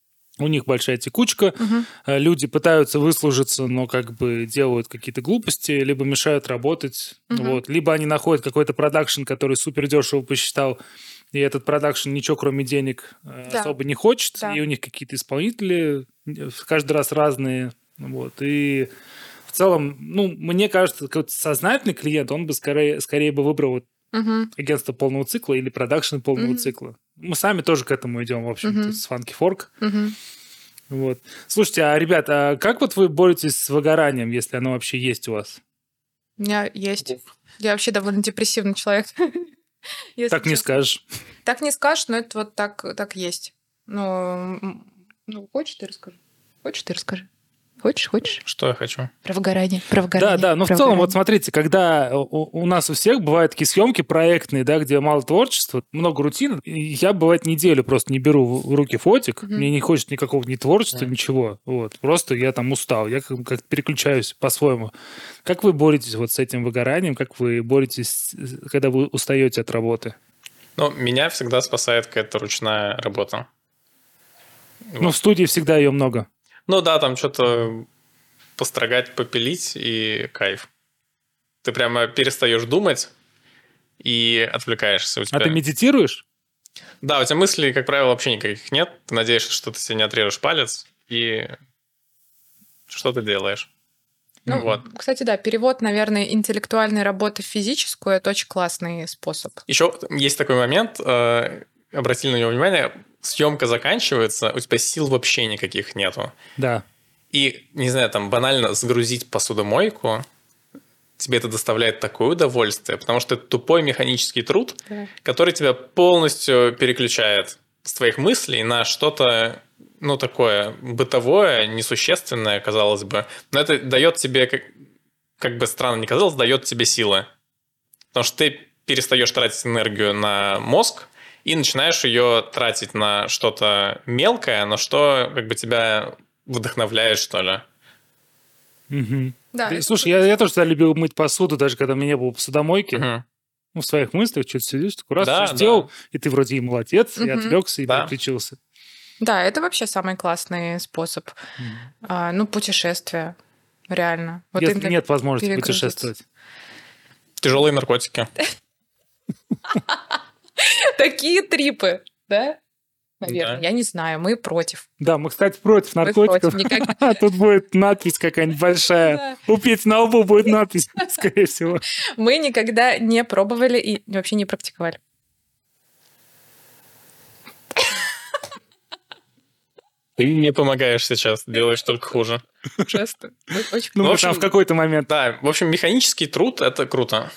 [SPEAKER 1] у них большая текучка,
[SPEAKER 2] uh-huh.
[SPEAKER 1] люди пытаются выслужиться, но как бы делают какие-то глупости, либо мешают работать, uh-huh. вот, либо они находят какой-то продакшн, который супер дешево посчитал, и этот продакшн ничего, кроме денег, да. особо не хочет,
[SPEAKER 2] да.
[SPEAKER 1] и у них какие-то исполнители каждый раз разные, вот, и в целом, ну, мне кажется, сознательный клиент, он бы скорее, скорее бы выбрал вот
[SPEAKER 2] Мгм.
[SPEAKER 1] агентство полного цикла или продакшн полного
[SPEAKER 2] Мгм.
[SPEAKER 1] цикла. Мы сами тоже к этому идем, в общем-то,
[SPEAKER 2] Мгм.
[SPEAKER 1] с Funky Fork.
[SPEAKER 2] Мгм.
[SPEAKER 1] Вот. Слушайте, а, ребят, а как вот вы боретесь с выгоранием, если оно вообще есть у вас?
[SPEAKER 2] У меня есть. Я вообще довольно депрессивный человек. если
[SPEAKER 1] Так не
[SPEAKER 2] честно.
[SPEAKER 1] скажешь.
[SPEAKER 2] Так не скажешь, но это вот так, так есть. Ну, м, ну, хочешь, ты расскажи. Хочешь, ты расскажи. Хочешь, хочешь?
[SPEAKER 3] Что я хочу?
[SPEAKER 2] Про выгорание. Про
[SPEAKER 1] Да,
[SPEAKER 2] выгорание.
[SPEAKER 1] да, но в
[SPEAKER 2] про
[SPEAKER 1] целом, вот
[SPEAKER 2] выгорание.
[SPEAKER 1] смотрите, когда у, у нас у всех бывают такие съемки проектные, да, где мало творчества, много рутины, и я, бывает, неделю просто не беру в в руки фотик,
[SPEAKER 2] Мгм.
[SPEAKER 1] мне не хочется никакого ни творчества,
[SPEAKER 3] Мгм.
[SPEAKER 1] ничего, вот, просто я там устал, я как, как переключаюсь по-своему. Как вы боретесь вот с этим выгоранием, как вы боретесь, с- когда вы устаете от работы?
[SPEAKER 3] Ну, меня всегда спасает какая-то ручная работа.
[SPEAKER 1] Ну, в студии всегда ее много.
[SPEAKER 3] Ну да, там что-то построгать, попилить и кайф. Ты прямо перестаешь думать и отвлекаешься. У
[SPEAKER 1] А ты
[SPEAKER 3] тебя...
[SPEAKER 1] медитируешь?
[SPEAKER 3] Да, у тебя мыслей, как правило, вообще никаких нет. Ты надеешься, что ты себе не отрежешь палец, и что ты делаешь.
[SPEAKER 2] Ну,
[SPEAKER 3] Вот.
[SPEAKER 2] кстати, да, перевод, наверное, интеллектуальной работы в физическую – это очень классный способ.
[SPEAKER 3] Еще есть такой момент, э, обратили на него внимание, съемка заканчивается, у тебя сил вообще никаких нету.
[SPEAKER 1] Да.
[SPEAKER 3] И, не знаю, там банально сгрузить посудомойку, тебе это доставляет такое удовольствие, потому что это тупой механический труд,
[SPEAKER 2] Да.
[SPEAKER 3] который тебя полностью переключает с твоих мыслей на что-то, ну, такое бытовое, несущественное, казалось бы. Но это дает тебе, как, как бы странно ни казалось, дает тебе силы. Потому что ты перестаешь тратить энергию на мозг и начинаешь ее тратить на что-то мелкое, но что как бы тебя вдохновляет, что ли.
[SPEAKER 1] Мгм.
[SPEAKER 2] Да,
[SPEAKER 1] Да,
[SPEAKER 2] это
[SPEAKER 1] слушай, я, я тоже всегда любил мыть посуду, даже когда у меня не было посудомойки.
[SPEAKER 3] Мгм.
[SPEAKER 1] Ну, в своих мыслях что-то сидишь, такой раз
[SPEAKER 3] Да,
[SPEAKER 1] всё
[SPEAKER 3] да.
[SPEAKER 1] сделал, и ты вроде и молодец, и
[SPEAKER 2] Мгм.
[SPEAKER 1] отвлекся, и
[SPEAKER 3] Да.
[SPEAKER 1] переключился.
[SPEAKER 2] Да, это вообще самый классный способ.
[SPEAKER 1] Мгм.
[SPEAKER 2] А, ну, путешествия. Реально. Вот
[SPEAKER 1] Если
[SPEAKER 2] именно
[SPEAKER 1] нет возможности
[SPEAKER 2] перегрузиться.
[SPEAKER 1] путешествовать.
[SPEAKER 3] Тяжелые наркотики.
[SPEAKER 2] Такие трипы, да? Наверное,
[SPEAKER 3] Да.
[SPEAKER 2] я не знаю, мы против.
[SPEAKER 1] Да, мы, кстати, против
[SPEAKER 2] Мы
[SPEAKER 1] наркотиков.
[SPEAKER 2] против, никак-
[SPEAKER 1] А тут будет надпись какая-нибудь большая.
[SPEAKER 2] Да.
[SPEAKER 1] У Пети на лбу будет надпись, скорее всего.
[SPEAKER 2] Мы никогда не пробовали и вообще не практиковали.
[SPEAKER 3] Ты не помогаешь сейчас, делаешь только хуже.
[SPEAKER 2] Ужасно. Очень
[SPEAKER 1] Ну,
[SPEAKER 3] В
[SPEAKER 1] мы
[SPEAKER 3] общем,
[SPEAKER 1] там в какой-то момент.
[SPEAKER 3] Да, в общем, механический труд – это круто.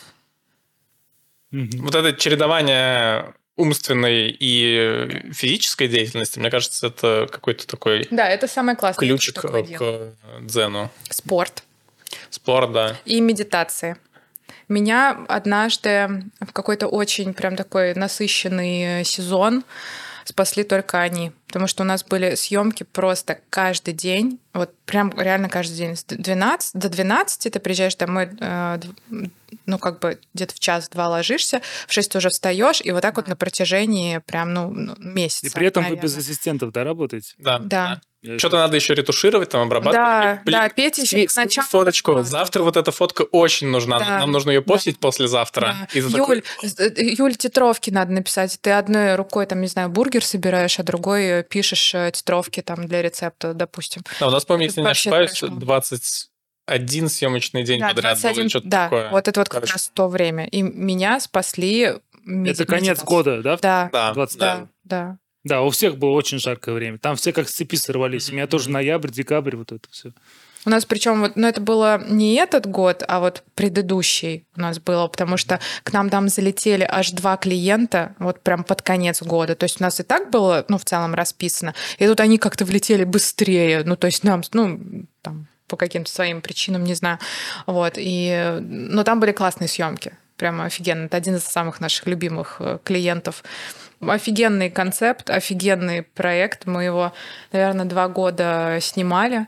[SPEAKER 1] Мгм.
[SPEAKER 3] Вот это чередование умственной и физической деятельности, мне кажется, это какой-то такой
[SPEAKER 2] Да, это самое классное.
[SPEAKER 3] ключик
[SPEAKER 2] что такое дело.
[SPEAKER 3] к дзену.
[SPEAKER 2] Спорт
[SPEAKER 3] Спорт, да.
[SPEAKER 2] и медитация. Меня однажды в какой-то очень прям такой насыщенный сезон спасли только они. Потому что у нас были съемки просто каждый день. Вот прям реально каждый день. С двенадцати до двенадцати ты приезжаешь домой, э, д- ну, как бы где-то в час-два ложишься, в шесть уже встаешь, и вот так вот на протяжении прям, ну, ну, месяца.
[SPEAKER 1] И при этом вы
[SPEAKER 2] наверное.
[SPEAKER 1] без ассистентов, да, работаете?
[SPEAKER 3] Да.
[SPEAKER 2] Да.
[SPEAKER 1] Я
[SPEAKER 3] Что-то надо еще ретушировать, там обрабатывать.
[SPEAKER 2] Да,
[SPEAKER 3] Блин,
[SPEAKER 2] да, Петя еще
[SPEAKER 3] сними-
[SPEAKER 2] поначалу-
[SPEAKER 3] сними фоточку. Завтра вот эта фотка очень нужна.
[SPEAKER 2] Да.
[SPEAKER 3] Нам нужно ее
[SPEAKER 2] Да.
[SPEAKER 3] постить послезавтра.
[SPEAKER 2] Да.
[SPEAKER 3] И ты
[SPEAKER 2] Юль,
[SPEAKER 3] такой,
[SPEAKER 2] с- э, Юль, титровки надо написать. Ты одной рукой, там, не знаю, бургер собираешь, а другой э, пишешь э, титровки там для рецепта, допустим.
[SPEAKER 3] Да, у нас, помню,
[SPEAKER 2] Это
[SPEAKER 3] если не
[SPEAKER 2] вообще
[SPEAKER 3] ошибаюсь,
[SPEAKER 2] трэш.
[SPEAKER 3] двадцать один съемочный день
[SPEAKER 2] Да,
[SPEAKER 3] подряд
[SPEAKER 2] двадцать один,
[SPEAKER 3] был. Что-то
[SPEAKER 2] да,
[SPEAKER 3] такое.
[SPEAKER 2] вот это вот как
[SPEAKER 3] Короче,
[SPEAKER 2] раз то время. И меня спасли меди-
[SPEAKER 1] Это конец
[SPEAKER 2] медитации.
[SPEAKER 1] года, да?
[SPEAKER 2] Да,
[SPEAKER 3] Да,
[SPEAKER 1] двадцать
[SPEAKER 2] да,
[SPEAKER 3] да.
[SPEAKER 2] да.
[SPEAKER 1] Да, у всех было очень жаркое время. Там все как с цепи сорвались. У меня тоже ноябрь, декабрь, вот это все.
[SPEAKER 2] У нас причем вот, ну это было не этот год, а вот предыдущий у нас было, потому что к нам там залетели аж два клиента, вот прям под конец года. То есть у нас и так было, ну в целом расписано, и тут они как-то влетели быстрее, ну то есть нам, ну там по каким-то своим причинам, не знаю, вот. И, но там были классные съемки, прямо офигенно. Это один из самых наших любимых э, клиентов. Офигенный концепт, офигенный проект. Мы его, наверное, два года снимали.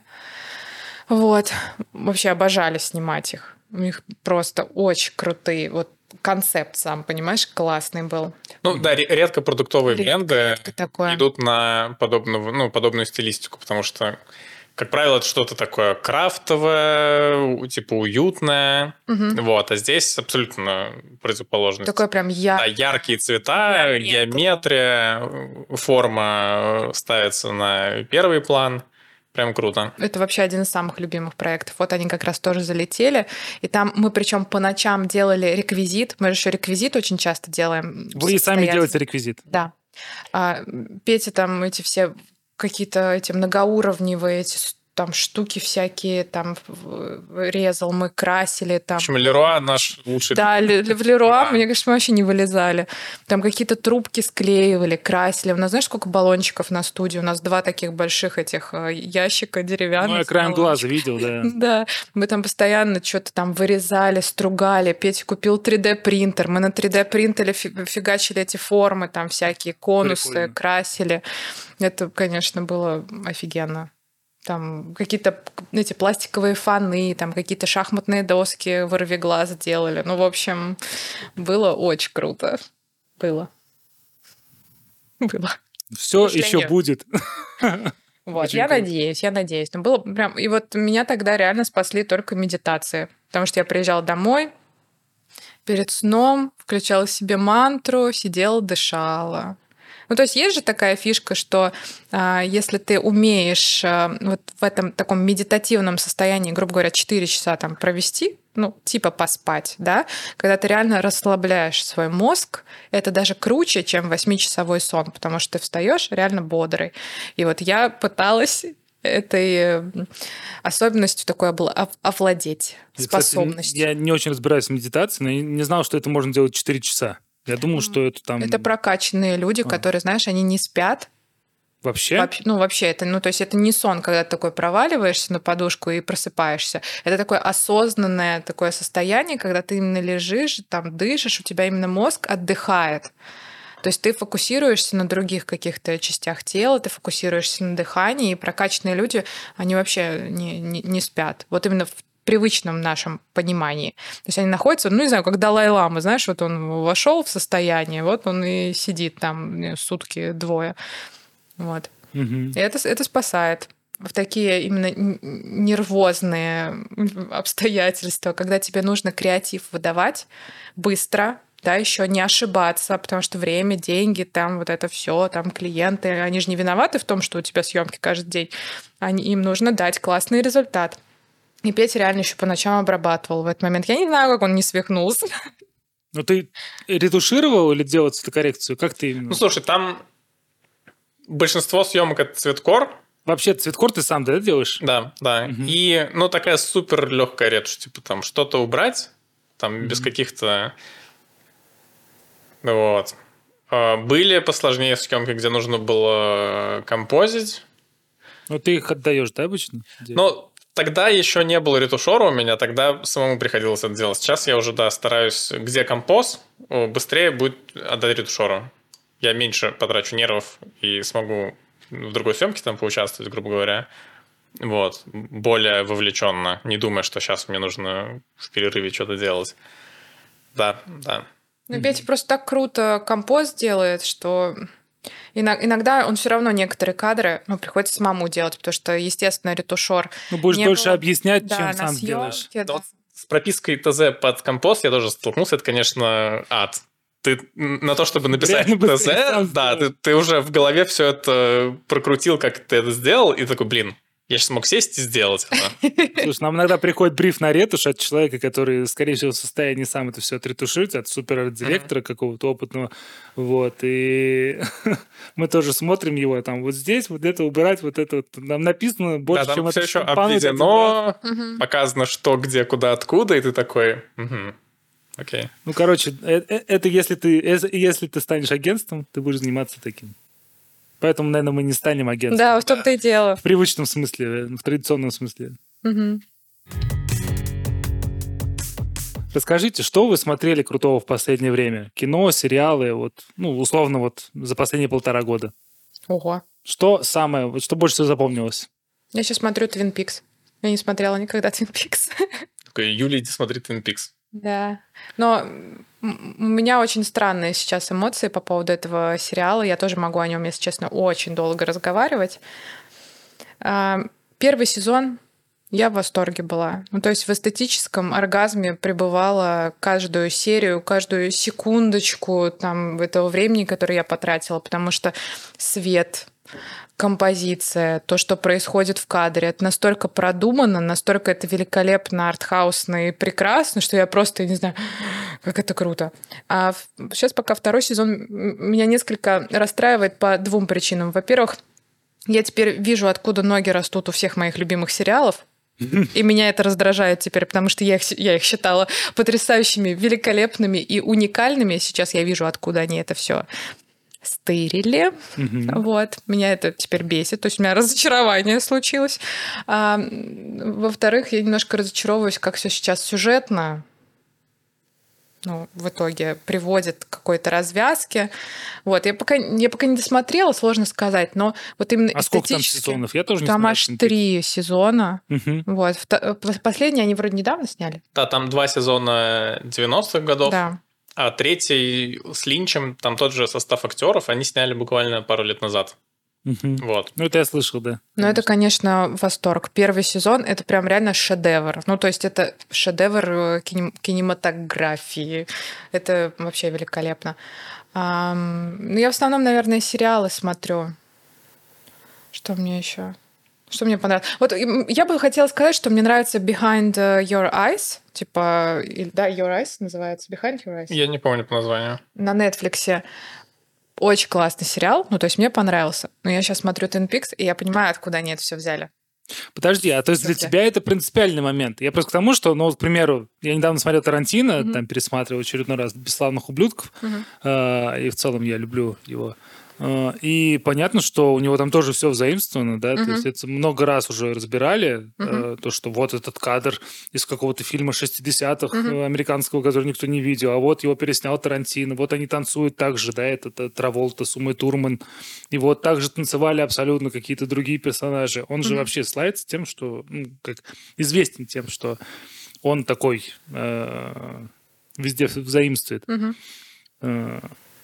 [SPEAKER 2] Вот. Вообще обожали снимать их. У них просто очень крутые. Вот концепт сам, понимаешь, классный был.
[SPEAKER 3] Ну да, ре- редко продуктовые
[SPEAKER 2] Редко,
[SPEAKER 3] бренды
[SPEAKER 2] редко такое.
[SPEAKER 3] идут на подобную, ну, подобную стилистику, потому что, как правило, это что-то такое крафтовое, у- типа уютное.
[SPEAKER 2] Мгм.
[SPEAKER 3] Вот, а здесь абсолютно противоположность.
[SPEAKER 2] Такой прям я.
[SPEAKER 3] Да, яркие цвета,
[SPEAKER 2] Да, нет.
[SPEAKER 3] геометрия, форма ставится на первый план. Прям круто.
[SPEAKER 2] Это вообще один из самых любимых проектов. Вот они как раз тоже залетели. И там мы причем по ночам делали реквизит. Мы же еще реквизит очень часто делаем.
[SPEAKER 1] Вы и сами делаете реквизит?
[SPEAKER 2] Да. А, Петя там эти все какие-то эти многоуровневые эти там штуки всякие там резал, мы красили там.
[SPEAKER 3] В общем, Леруа наш лучший.
[SPEAKER 2] Да, в Леруа, мне кажется, мы вообще не вылезали. Там какие-то трубки склеивали, красили. У нас, знаешь, сколько баллончиков на студии? У нас два таких больших этих ящика деревянных.
[SPEAKER 1] Ну, я краем глаза видел, да.
[SPEAKER 2] Да, мы там постоянно что-то там вырезали, стругали. Петя купил три дэ принтер. Мы на три дэ принтере фигачили эти формы, там всякие конусы,
[SPEAKER 1] Прикольно.
[SPEAKER 2] Красили. Это, конечно, было офигенно. Там какие-то эти пластиковые фоны, там какие-то шахматные доски вырви глаз делали. Ну, в общем, было очень круто. Было. Было.
[SPEAKER 1] Все еще будет.
[SPEAKER 2] Вот,
[SPEAKER 1] Очень
[SPEAKER 2] я
[SPEAKER 1] круто.
[SPEAKER 2] надеюсь, я надеюсь. Но было прям... И вот меня тогда реально спасли только медитации. Потому что я приезжала домой, перед сном включала себе мантру, сидела, дышала. Ну, то есть есть же такая фишка, что а, если ты умеешь а, вот в этом таком медитативном состоянии, грубо говоря, четыре часа там провести, ну, типа поспать, да, когда ты реально расслабляешь свой мозг, это даже круче, чем восьмичасовой сон, потому что ты встаешь реально бодрый. И вот я пыталась этой особенностью такое было ов- овладеть,
[SPEAKER 1] Я, кстати,
[SPEAKER 2] способностью.
[SPEAKER 1] я не очень разбираюсь в медитации, но я не знал, что это можно делать четыре часа. Я думал, что это там...
[SPEAKER 2] Это прокачанные люди,
[SPEAKER 1] А.
[SPEAKER 2] которые, знаешь, они не спят.
[SPEAKER 1] Вообще?
[SPEAKER 2] Вообще, ну, вообще, это, ну, то есть это не сон, когда ты такой проваливаешься на подушку и просыпаешься. Это такое осознанное такое состояние, когда ты именно лежишь, там дышишь, у тебя именно мозг отдыхает. То есть ты фокусируешься на других каких-то частях тела, ты фокусируешься на дыхании, и прокачанные люди, они вообще не, не, не спят. Вот именно в привычном нашем понимании. То есть они находятся, ну, не знаю, как Далай-лама, знаешь, вот он вошел в состояние, вот он и сидит там сутки, двое. Вот.
[SPEAKER 1] Мгм.
[SPEAKER 2] И это, это спасает в такие именно н- нервозные обстоятельства, когда тебе нужно креатив выдавать быстро, да, еще не ошибаться, потому что время, деньги, там вот это все, там клиенты, они же не виноваты в том, что у тебя съемки каждый день. Они, им нужно дать классный результат. И Петя реально еще по ночам обрабатывал в этот момент. Я не знаю, как он не свихнулся.
[SPEAKER 1] Ну, ты ретушировал или делал цветокоррекцию? Как ты именно?
[SPEAKER 3] Ну, слушай, там большинство съемок это цветкор.
[SPEAKER 1] Вообще, цветкор ты сам, да, делаешь?
[SPEAKER 3] Да, да.
[SPEAKER 1] Мгм.
[SPEAKER 3] И, ну, такая супер легкая ретушь, типа там что-то убрать, там без
[SPEAKER 1] Мгм.
[SPEAKER 3] каких-то... Вот. А, Были посложнее съемки, где нужно было композить.
[SPEAKER 1] Ну, ты их отдаешь, да, обычно? Где?
[SPEAKER 3] Но тогда еще не было ретушера у меня, тогда самому приходилось это делать. Сейчас я уже, да, стараюсь, где композ, о, быстрее будет отдать ретушеру. Я меньше потрачу нервов и смогу в другой съемке там поучаствовать, грубо говоря. Вот. Более вовлеченно, не думая, что сейчас мне нужно в перерыве что-то делать. Да, да.
[SPEAKER 2] Ну, Петя просто так круто композ делает, что ино- иногда он все равно некоторые кадры ну, приходится самому делать, потому что, естественно, ретушер
[SPEAKER 1] Ну, будешь
[SPEAKER 2] не
[SPEAKER 1] дольше
[SPEAKER 2] было-
[SPEAKER 1] объяснять,
[SPEAKER 2] да,
[SPEAKER 1] чем
[SPEAKER 2] на
[SPEAKER 1] сам делаешь.
[SPEAKER 2] съемке, да.
[SPEAKER 3] Вот с пропиской ТЗ под композ я тоже столкнулся. Это, конечно, ад. Ты на то, чтобы написать
[SPEAKER 1] Реально
[SPEAKER 3] ТЗ,
[SPEAKER 1] быстрее сам
[SPEAKER 3] да, ты,
[SPEAKER 1] сделал.
[SPEAKER 3] ты уже в голове все это прокрутил, как ты это сделал, и такой, блин, я сейчас мог сесть и сделать это.
[SPEAKER 1] Слушай, нам иногда приходит бриф на ретушь от человека, который, скорее всего, в состоянии сам это все отретушить, от супер-директора какого-то опытного. Вот. И мы тоже смотрим его, там, вот здесь, вот это убирать, вот это вот. Нам написано больше,
[SPEAKER 3] Да,
[SPEAKER 1] чем
[SPEAKER 3] там все
[SPEAKER 1] это
[SPEAKER 3] еще
[SPEAKER 1] штампануть один раз.
[SPEAKER 3] обведено,
[SPEAKER 2] Мгм.
[SPEAKER 3] показано, что, где, куда, откуда, и ты такой, «Мгм, окей.
[SPEAKER 1] Ну, короче, э- э- это если ты, э- если ты станешь агентством, ты будешь заниматься таким. Поэтому, наверное, мы не станем агентством.
[SPEAKER 2] Да, в том-то и дело.
[SPEAKER 1] В привычном смысле, э, в традиционном смысле.
[SPEAKER 2] Мгм.
[SPEAKER 1] Расскажите, что вы смотрели крутого в последнее время? Кино, сериалы, вот, ну, условно, вот за последние полтора года.
[SPEAKER 2] Ого.
[SPEAKER 1] Что самое, вот что больше всего запомнилось?
[SPEAKER 2] Я сейчас смотрю Twin Peaks. Я не смотрела никогда Twin Peaks.
[SPEAKER 3] Такой, Юля, иди смотри Twin Peaks.
[SPEAKER 2] Да. Но м- у меня очень странные сейчас эмоции по поводу этого сериала. Я тоже могу о нем, если честно, очень долго разговаривать. А, Первый сезон я в восторге была. Ну, то есть в эстетическом оргазме пребывала каждую серию, каждую секундочку там, этого времени, которое я потратила, потому что свет, композиция, то, что происходит в кадре, это настолько продумано, настолько это великолепно, артхаусно и прекрасно, что я просто, не знаю, как это круто. А сейчас пока второй сезон меня несколько расстраивает по двум причинам. Во-первых, я теперь вижу, откуда ноги растут у всех моих любимых сериалов, и меня это раздражает теперь, потому что я их, я их считала потрясающими, великолепными и уникальными. Сейчас я вижу, откуда они это все стырили. Mm-hmm. Вот. Меня это теперь бесит. То есть у меня разочарование случилось. А, во-вторых, я немножко разочаровываюсь, как все сейчас сюжетно, ну, в итоге приводит к какой-то развязке. Вот. Я пока, я пока не досмотрела, сложно сказать, но вот именно
[SPEAKER 1] а сколько там сезонов? Я тоже не
[SPEAKER 2] там
[SPEAKER 1] знаю.
[SPEAKER 2] Там аж три сезона.
[SPEAKER 1] Угу.
[SPEAKER 2] Вот. Последние они вроде недавно сняли.
[SPEAKER 3] Да, там два сезона девяностых годов.
[SPEAKER 2] Да.
[SPEAKER 3] А третий с Линчем, там тот же состав актеров, они сняли буквально пару лет назад.
[SPEAKER 1] Угу.
[SPEAKER 3] Вот.
[SPEAKER 1] Ну, это я слышал, да.
[SPEAKER 2] Ну, это, конечно, восторг. Первый сезон — это прям реально шедевр. Ну, то есть это шедевр кинем- кинематографии. Это вообще великолепно. А, ну, я в основном, наверное, сериалы смотрю. Что мне еще? Что мне понравилось? Вот я бы хотела сказать, что мне нравится Behind Your Eyes. Типа, да, Your Eyes называется. Behind Your Eyes.
[SPEAKER 3] Я не помню по названию.
[SPEAKER 2] На Netflix. Очень классный сериал. Ну, то есть мне понравился. Но я сейчас смотрю Twin Peaks, и я понимаю, откуда они это все взяли.
[SPEAKER 1] Подожди, а то есть для тебя это принципиальный момент? Я просто к тому, что, ну, к примеру, я недавно смотрел Тарантино, mm-hmm. там пересматривал очередной раз «Бесславных ублюдков», mm-hmm. э, и в целом я люблю его. И понятно, что у него там тоже все взаимствовано, да, uh-huh. то есть это много раз уже разбирали, uh-huh. то, что вот этот кадр из какого-то фильма шестидесятых uh-huh. американского, который никто не видел, а вот его переснял Тарантино, вот они танцуют так же, да, это, это Траволта с Умой Турман, и вот так же танцевали абсолютно какие-то другие персонажи. Он uh-huh. же вообще славится тем, что, ну, как известен тем, что он такой э, везде взаимствует. Uh-huh. Э,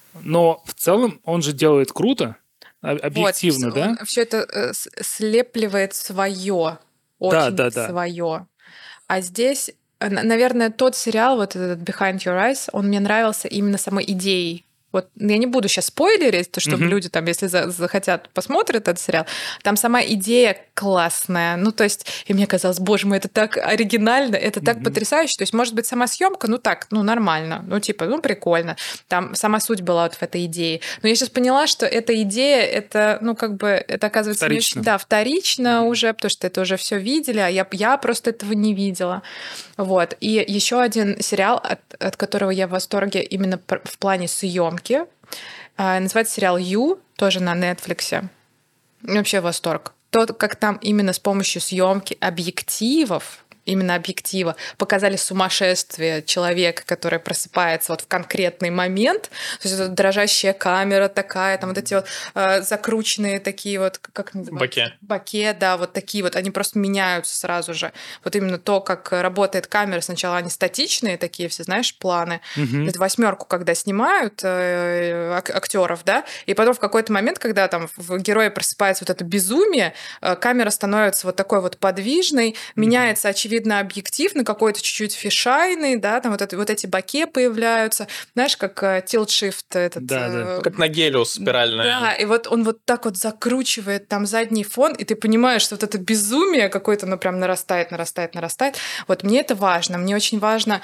[SPEAKER 1] Но в целом он же делает круто, объективно,
[SPEAKER 2] вот,
[SPEAKER 1] да?
[SPEAKER 2] Он все это слепливает свое, очень
[SPEAKER 1] да, да, да.
[SPEAKER 2] свое. А здесь, наверное, тот сериал, вот этот Behind Your Eyes, он мне нравился именно самой идеей. Вот я не буду сейчас спойлерить, то, чтобы mm-hmm. люди там, если за- захотят, посмотрят этот сериал. Там сама идея классная. Ну, то есть, и мне казалось, боже мой, это так оригинально, это так mm-hmm. потрясающе. То есть, может быть, сама съемка, ну так, ну нормально, ну типа, ну прикольно. Там сама суть была вот в этой идее. Но я сейчас поняла, что эта идея, это, ну как бы, это оказывается
[SPEAKER 1] вторично.
[SPEAKER 2] Не очень, да, вторично mm-hmm. уже, потому что это уже все видели, а я, я просто этого не видела. Вот. И еще один сериал, от, от которого я в восторге именно в плане съемки. Называется сериал «You», тоже на Netflix. Вообще восторг. То, как там именно с помощью съемки объективов, именно объектива, показали сумасшествие человека, который просыпается вот в конкретный момент. То есть это дрожащая камера такая, там вот эти вот э, закрученные такие вот... Как
[SPEAKER 3] Боке.
[SPEAKER 2] Боке, да, вот такие вот. Они просто меняются сразу же. Вот именно то, как работает камера. Сначала они статичные такие все, знаешь, планы.
[SPEAKER 1] Угу.
[SPEAKER 2] Это восьмерку, когда снимают э, актеров, да, и потом в какой-то момент, когда там в герое просыпается вот это безумие, э, камера становится вот такой вот подвижной, угу. меняется, очевидно, видно объектив на какой-то чуть-чуть фишайный, да, там вот, это, вот эти боке появляются, знаешь, как tilt-shift этот...
[SPEAKER 1] Да, да.
[SPEAKER 2] Э,
[SPEAKER 3] как на Гелиус спиральная.
[SPEAKER 2] Да, и вот он вот так вот закручивает там задний фон, и ты понимаешь, что вот это безумие какое-то, ну, прям нарастает, нарастает, нарастает. Вот мне это важно. Мне очень важно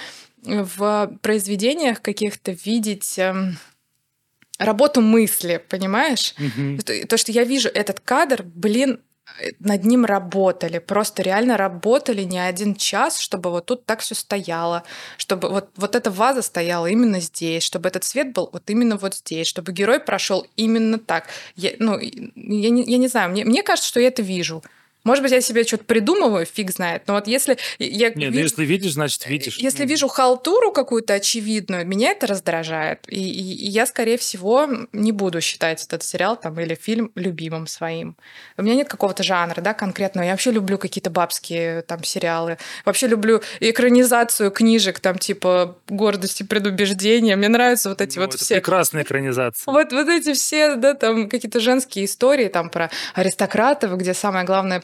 [SPEAKER 2] в произведениях каких-то видеть... Эм, работу мысли, понимаешь? Mm-hmm. То, что я вижу этот кадр, блин, над ним работали, просто реально работали не один час, чтобы вот тут так все стояло, чтобы вот, вот эта ваза стояла именно здесь, чтобы этот свет был вот именно вот здесь, чтобы герой прошел именно так. Я, ну, я, не, я не знаю, мне, мне кажется, что я это вижу. Может быть, я себе что-то придумываю, фиг знает. Но вот если я
[SPEAKER 1] Нет, вижу, если видишь, значит видишь.
[SPEAKER 2] Если вижу халтуру какую-то очевидную, меня это раздражает. И, и, и я, скорее всего, не буду считать этот сериал там, или фильм любимым своим. У меня нет какого-то жанра, да, конкретного. Я вообще люблю какие-то бабские там сериалы. Вообще люблю экранизацию книжек, там, типа «Гордость и предубеждение». Мне нравятся вот эти
[SPEAKER 1] ну,
[SPEAKER 2] вот
[SPEAKER 1] это
[SPEAKER 2] все...
[SPEAKER 1] прекрасная экранизация.
[SPEAKER 2] Вот, вот эти все, да, там, какие-то женские истории там про аристократов, где самое главное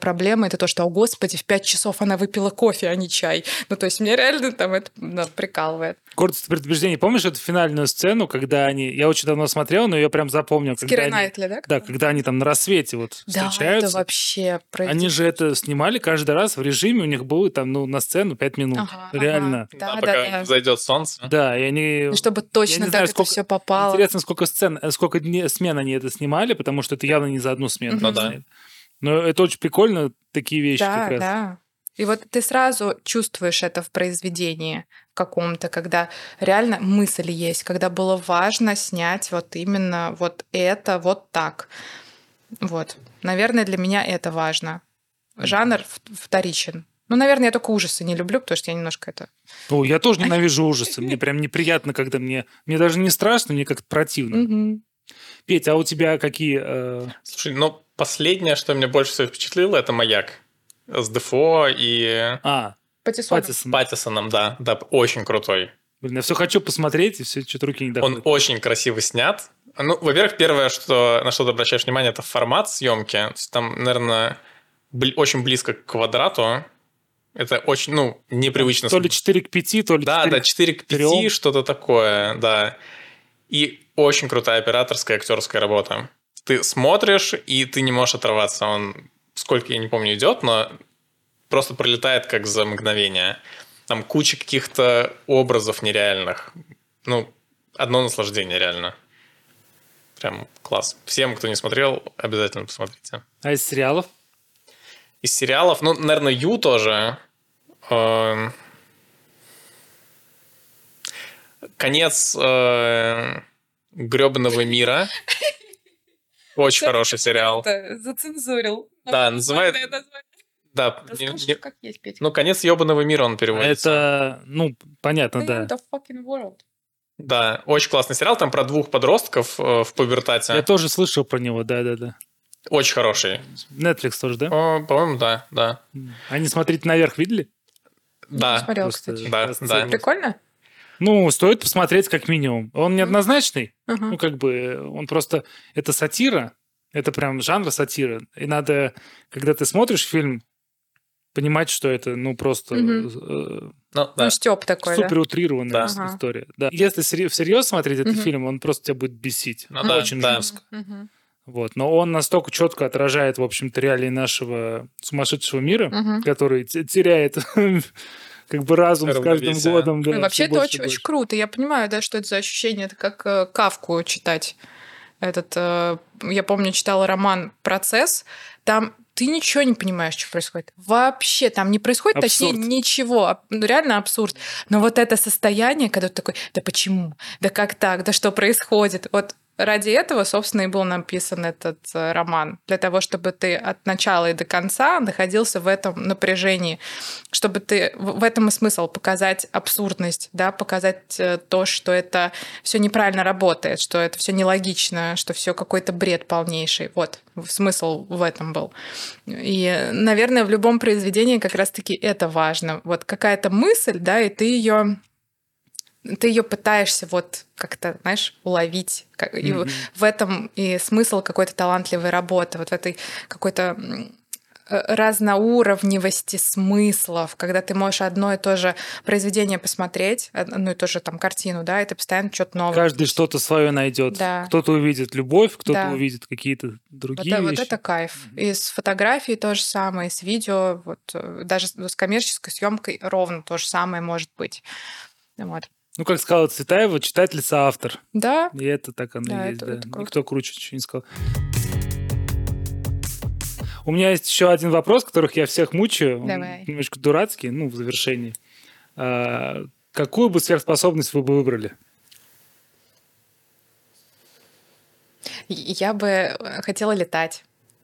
[SPEAKER 2] проблема, это то, что, о господи, в пять часов она выпила кофе, а не чай. Ну, то есть, меня реально там это да, прикалывает.
[SPEAKER 1] Гордость и предубеждение. Помнишь эту финальную сцену, когда они... Я очень давно смотрел, но я прям запомнил.
[SPEAKER 2] С Кирой Найтли, да?
[SPEAKER 1] Да, когда они там на рассвете вот
[SPEAKER 2] Да,
[SPEAKER 1] встречаются.
[SPEAKER 2] это вообще...
[SPEAKER 1] Они же это снимали каждый раз в режиме, у них было там, ну, на сцену пять минут.
[SPEAKER 2] Ага,
[SPEAKER 1] Реально.
[SPEAKER 2] ага. Да,
[SPEAKER 3] Да,
[SPEAKER 2] да,
[SPEAKER 3] пока
[SPEAKER 2] да.
[SPEAKER 3] зайдет солнце.
[SPEAKER 1] Да, и они...
[SPEAKER 2] Ну, чтобы
[SPEAKER 1] Я
[SPEAKER 2] точно
[SPEAKER 1] не
[SPEAKER 2] так
[SPEAKER 1] знаю,
[SPEAKER 2] это
[SPEAKER 1] сколько-
[SPEAKER 2] все попало.
[SPEAKER 1] Интересно, сколько сцен, э, сколько дней, смен они это снимали, потому что это явно не за одну смену.
[SPEAKER 2] Ну
[SPEAKER 3] да.
[SPEAKER 1] сняли. Но это очень прикольно, такие вещи
[SPEAKER 2] Да,
[SPEAKER 1] как раз.
[SPEAKER 2] да. И вот ты сразу чувствуешь это в произведении каком-то, когда реально мысль есть, когда было важно снять вот именно вот это вот так. Вот. Наверное, для меня это важно. Жанр в- вторичен. Ну, наверное, я только ужасы не люблю, потому что я немножко это...
[SPEAKER 1] О, я тоже ненавижу ужасы. Мне прям неприятно, когда мне... Мне даже не страшно, мне как-то противно.
[SPEAKER 2] Мгм.
[SPEAKER 1] Петь, а у тебя какие... э,
[SPEAKER 3] Слушай, ну, последнее, что меня больше всего впечатлило, это «Маяк» с Дефо и
[SPEAKER 1] А,
[SPEAKER 2] Паттисоном.
[SPEAKER 1] Паттисон.
[SPEAKER 3] Паттисоном, да. Да, очень крутой.
[SPEAKER 1] Блин, я все хочу посмотреть, и все что-то руки не
[SPEAKER 3] Он
[SPEAKER 1] доходят.
[SPEAKER 3] очень красиво снят. Ну, во-первых, первое, что, на что ты обращаешь внимание, это формат съемки. То есть там, наверное, бли- очень близко к квадрату. Это очень, ну, непривычно.
[SPEAKER 1] То ли четыре к пяти, то ли
[SPEAKER 3] Да,
[SPEAKER 1] четыре
[SPEAKER 3] да, четыре к пяти,
[SPEAKER 1] трём.
[SPEAKER 3] что-то такое, да. И очень крутая операторская актерская работа. Ты смотришь, и ты не можешь оторваться. Он, сколько, я не помню, идет, но просто пролетает как за мгновение. Там куча каких-то образов нереальных. Ну, одно наслаждение, реально. Прям класс. Всем, кто не смотрел, обязательно посмотрите.
[SPEAKER 1] А из сериалов?
[SPEAKER 3] Из сериалов, ну, наверное, Ю тоже. Эм, Конец э, гребаного мира. Очень хороший сериал.
[SPEAKER 2] Это зацензурил.
[SPEAKER 3] Да, называет-
[SPEAKER 2] Нормальное название.
[SPEAKER 3] Да,
[SPEAKER 2] Да
[SPEAKER 3] не-
[SPEAKER 2] скажи,
[SPEAKER 3] не-
[SPEAKER 2] как есть, Петя.
[SPEAKER 3] ну, конец ебаного мира он переводится.
[SPEAKER 1] Это, ну, понятно,
[SPEAKER 2] The
[SPEAKER 1] да.
[SPEAKER 2] end of fucking world.
[SPEAKER 3] Да, очень классный сериал. Там про двух подростков э, в пубертате.
[SPEAKER 1] Я тоже слышал про него, да-да-да.
[SPEAKER 3] Очень хороший.
[SPEAKER 1] Netflix тоже, да?
[SPEAKER 3] О, по-моему, да, да.
[SPEAKER 1] Они «Смотрите наверх» видели?
[SPEAKER 3] Да,
[SPEAKER 2] Не смотрела,
[SPEAKER 1] Просто
[SPEAKER 2] кстати.
[SPEAKER 3] Да,
[SPEAKER 1] просто
[SPEAKER 3] да.
[SPEAKER 1] целый-
[SPEAKER 2] Прикольно?
[SPEAKER 1] Ну, стоит посмотреть как минимум. Он неоднозначный,
[SPEAKER 2] Ага.
[SPEAKER 1] ну, как бы, он просто... Это сатира, это прям жанр сатира. И надо, когда ты смотришь фильм, понимать, что это, ну, просто
[SPEAKER 2] Мгм.
[SPEAKER 1] э,
[SPEAKER 3] Ну, да.
[SPEAKER 2] Ну, Степ такой, да?
[SPEAKER 1] супер утрированная
[SPEAKER 3] Да.
[SPEAKER 1] ис-
[SPEAKER 2] Ага.
[SPEAKER 1] история. Да. Если сери- всерьез смотреть этот
[SPEAKER 2] Мгм.
[SPEAKER 1] фильм, он просто тебя будет бесить.
[SPEAKER 3] Ну
[SPEAKER 1] Ну,
[SPEAKER 3] да,
[SPEAKER 1] очень
[SPEAKER 3] да.
[SPEAKER 1] жестко.
[SPEAKER 2] Мгм.
[SPEAKER 1] Вот. Но он настолько четко отражает, в общем-то, реалии нашего сумасшедшего мира,
[SPEAKER 2] Мгм.
[SPEAKER 1] который те- теряет как бы разум с каждым
[SPEAKER 3] Равновесие.
[SPEAKER 1] годом. да,
[SPEAKER 2] Ну, вообще,
[SPEAKER 1] всё
[SPEAKER 2] это
[SPEAKER 1] больше
[SPEAKER 2] очень,
[SPEAKER 1] и
[SPEAKER 2] очень
[SPEAKER 1] больше.
[SPEAKER 2] круто. Я понимаю, да, что это за ощущение. Это как э, Кафку читать. Этот, э, я помню, читала роман «Процесс». Там ты ничего не понимаешь, что происходит. Вообще там не происходит, точнее,
[SPEAKER 1] Абсурд.
[SPEAKER 2] ничего. Аб- ну, реально абсурд. Но вот это состояние, когда ты такой, да почему? Да как так? Да что происходит? Вот ради этого, собственно, и был написан этот э, роман. Для того, чтобы ты от начала и до конца находился в этом напряжении. Чтобы ты... В в этом и смысл показать абсурдность, да, показать э, то, что это все неправильно работает, что это все нелогично, что все какой-то бред полнейший. Вот смысл в этом был. И, наверное, в любом произведении как раз-таки это важно. Вот какая-то мысль, да, и ты ее ты ее пытаешься вот как-то, знаешь, уловить. Как- И
[SPEAKER 1] Мгм.
[SPEAKER 2] в этом и смысл какой-то талантливой работы, вот в этой какой-то м, э, разноуровневости смыслов, когда ты можешь одно и то же произведение посмотреть, одну и ту же там картину, да, и ты постоянно что-то новое.
[SPEAKER 1] Каждый что-то свое найдет.
[SPEAKER 2] Да.
[SPEAKER 1] Кто-то увидит любовь, кто-то
[SPEAKER 2] Да.
[SPEAKER 1] увидит какие-то
[SPEAKER 2] Вот,
[SPEAKER 1] другие
[SPEAKER 2] э- вот
[SPEAKER 1] вещи.
[SPEAKER 2] это кайф. И с фотографией то же самое, и с видео, вот э, даже с с коммерческой съемкой ровно то же самое может быть. Вот.
[SPEAKER 1] Ну, как сказала Цветаева, читатель соавтор.
[SPEAKER 2] Да,
[SPEAKER 1] И это так оно
[SPEAKER 2] Да,
[SPEAKER 1] и есть,
[SPEAKER 2] это-
[SPEAKER 1] да.
[SPEAKER 2] это круто.
[SPEAKER 1] Никто круче ничего не сказал. У меня есть еще один вопрос, которых я всех мучаю. Он
[SPEAKER 2] Давай.
[SPEAKER 1] немножко дурацкий, ну, в завершении. А, какую бы сверхспособность вы бы выбрали?
[SPEAKER 2] И- я бы э, хотела летать.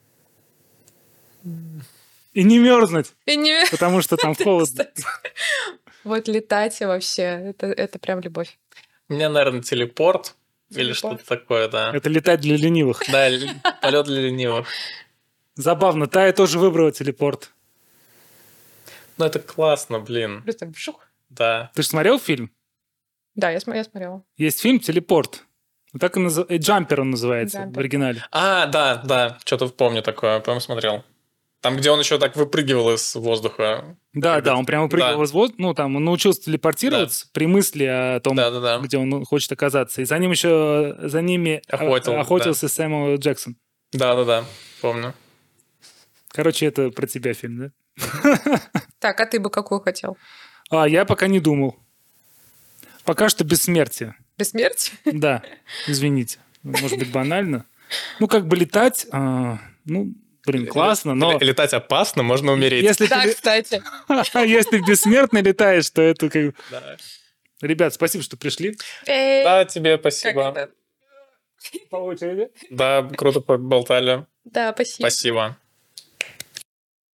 [SPEAKER 1] И не мерзнуть,
[SPEAKER 2] И не...
[SPEAKER 1] потому что там холодно.
[SPEAKER 2] Кстати. Вот летать вообще, это, это прям любовь.
[SPEAKER 3] У меня, наверное, телепорт, или
[SPEAKER 2] Телепорт.
[SPEAKER 3] что-то такое, да.
[SPEAKER 1] Это летать для ленивых.
[SPEAKER 3] Да, л- полет для ленивых.
[SPEAKER 1] Забавно, Тая тоже выбрала телепорт.
[SPEAKER 3] Ну, это классно, блин.
[SPEAKER 2] Просто вжух.
[SPEAKER 3] Да.
[SPEAKER 1] Ты же смотрел фильм?
[SPEAKER 2] Да, я, см- я смотрела.
[SPEAKER 1] Есть фильм «Телепорт». Вот так и называется. «Джампер» он называется
[SPEAKER 2] «Джампер».
[SPEAKER 1] в оригинале.
[SPEAKER 3] А, да, да, что-то помню такое, по-моему, смотрел. Там, где он еще так выпрыгивал из воздуха.
[SPEAKER 1] Да, да, он прямо выпрыгивал
[SPEAKER 3] Да.
[SPEAKER 1] из воздуха. Ну, там, он научился телепортироваться при мысли о том,
[SPEAKER 3] Да, да, да.
[SPEAKER 1] где он хочет оказаться. И за ним еще, за ними о-
[SPEAKER 3] Охотил,
[SPEAKER 1] охотился Сэмюэл Джексон.
[SPEAKER 3] Да, да, да, помню.
[SPEAKER 1] Короче, это про тебя фильм, да?
[SPEAKER 2] Так, а ты бы какую хотел?
[SPEAKER 1] А, я пока не думал. Пока что бессмертие.
[SPEAKER 2] Бессмертие?
[SPEAKER 1] Да, извините. Может быть, банально. Ну, как бы летать, а, ну, блин, классно, но...
[SPEAKER 3] Летать опасно, можно умереть.
[SPEAKER 1] Если
[SPEAKER 2] Да,
[SPEAKER 1] ты,
[SPEAKER 2] кстати.
[SPEAKER 1] если бессмертно летаешь, то это как...
[SPEAKER 3] Да.
[SPEAKER 1] Ребят, спасибо, что пришли.
[SPEAKER 2] Эй,
[SPEAKER 3] Да, тебе
[SPEAKER 2] как
[SPEAKER 3] спасибо.
[SPEAKER 2] это?
[SPEAKER 1] По очереди.
[SPEAKER 3] Да, круто поболтали.
[SPEAKER 2] Да, спасибо.
[SPEAKER 3] Спасибо.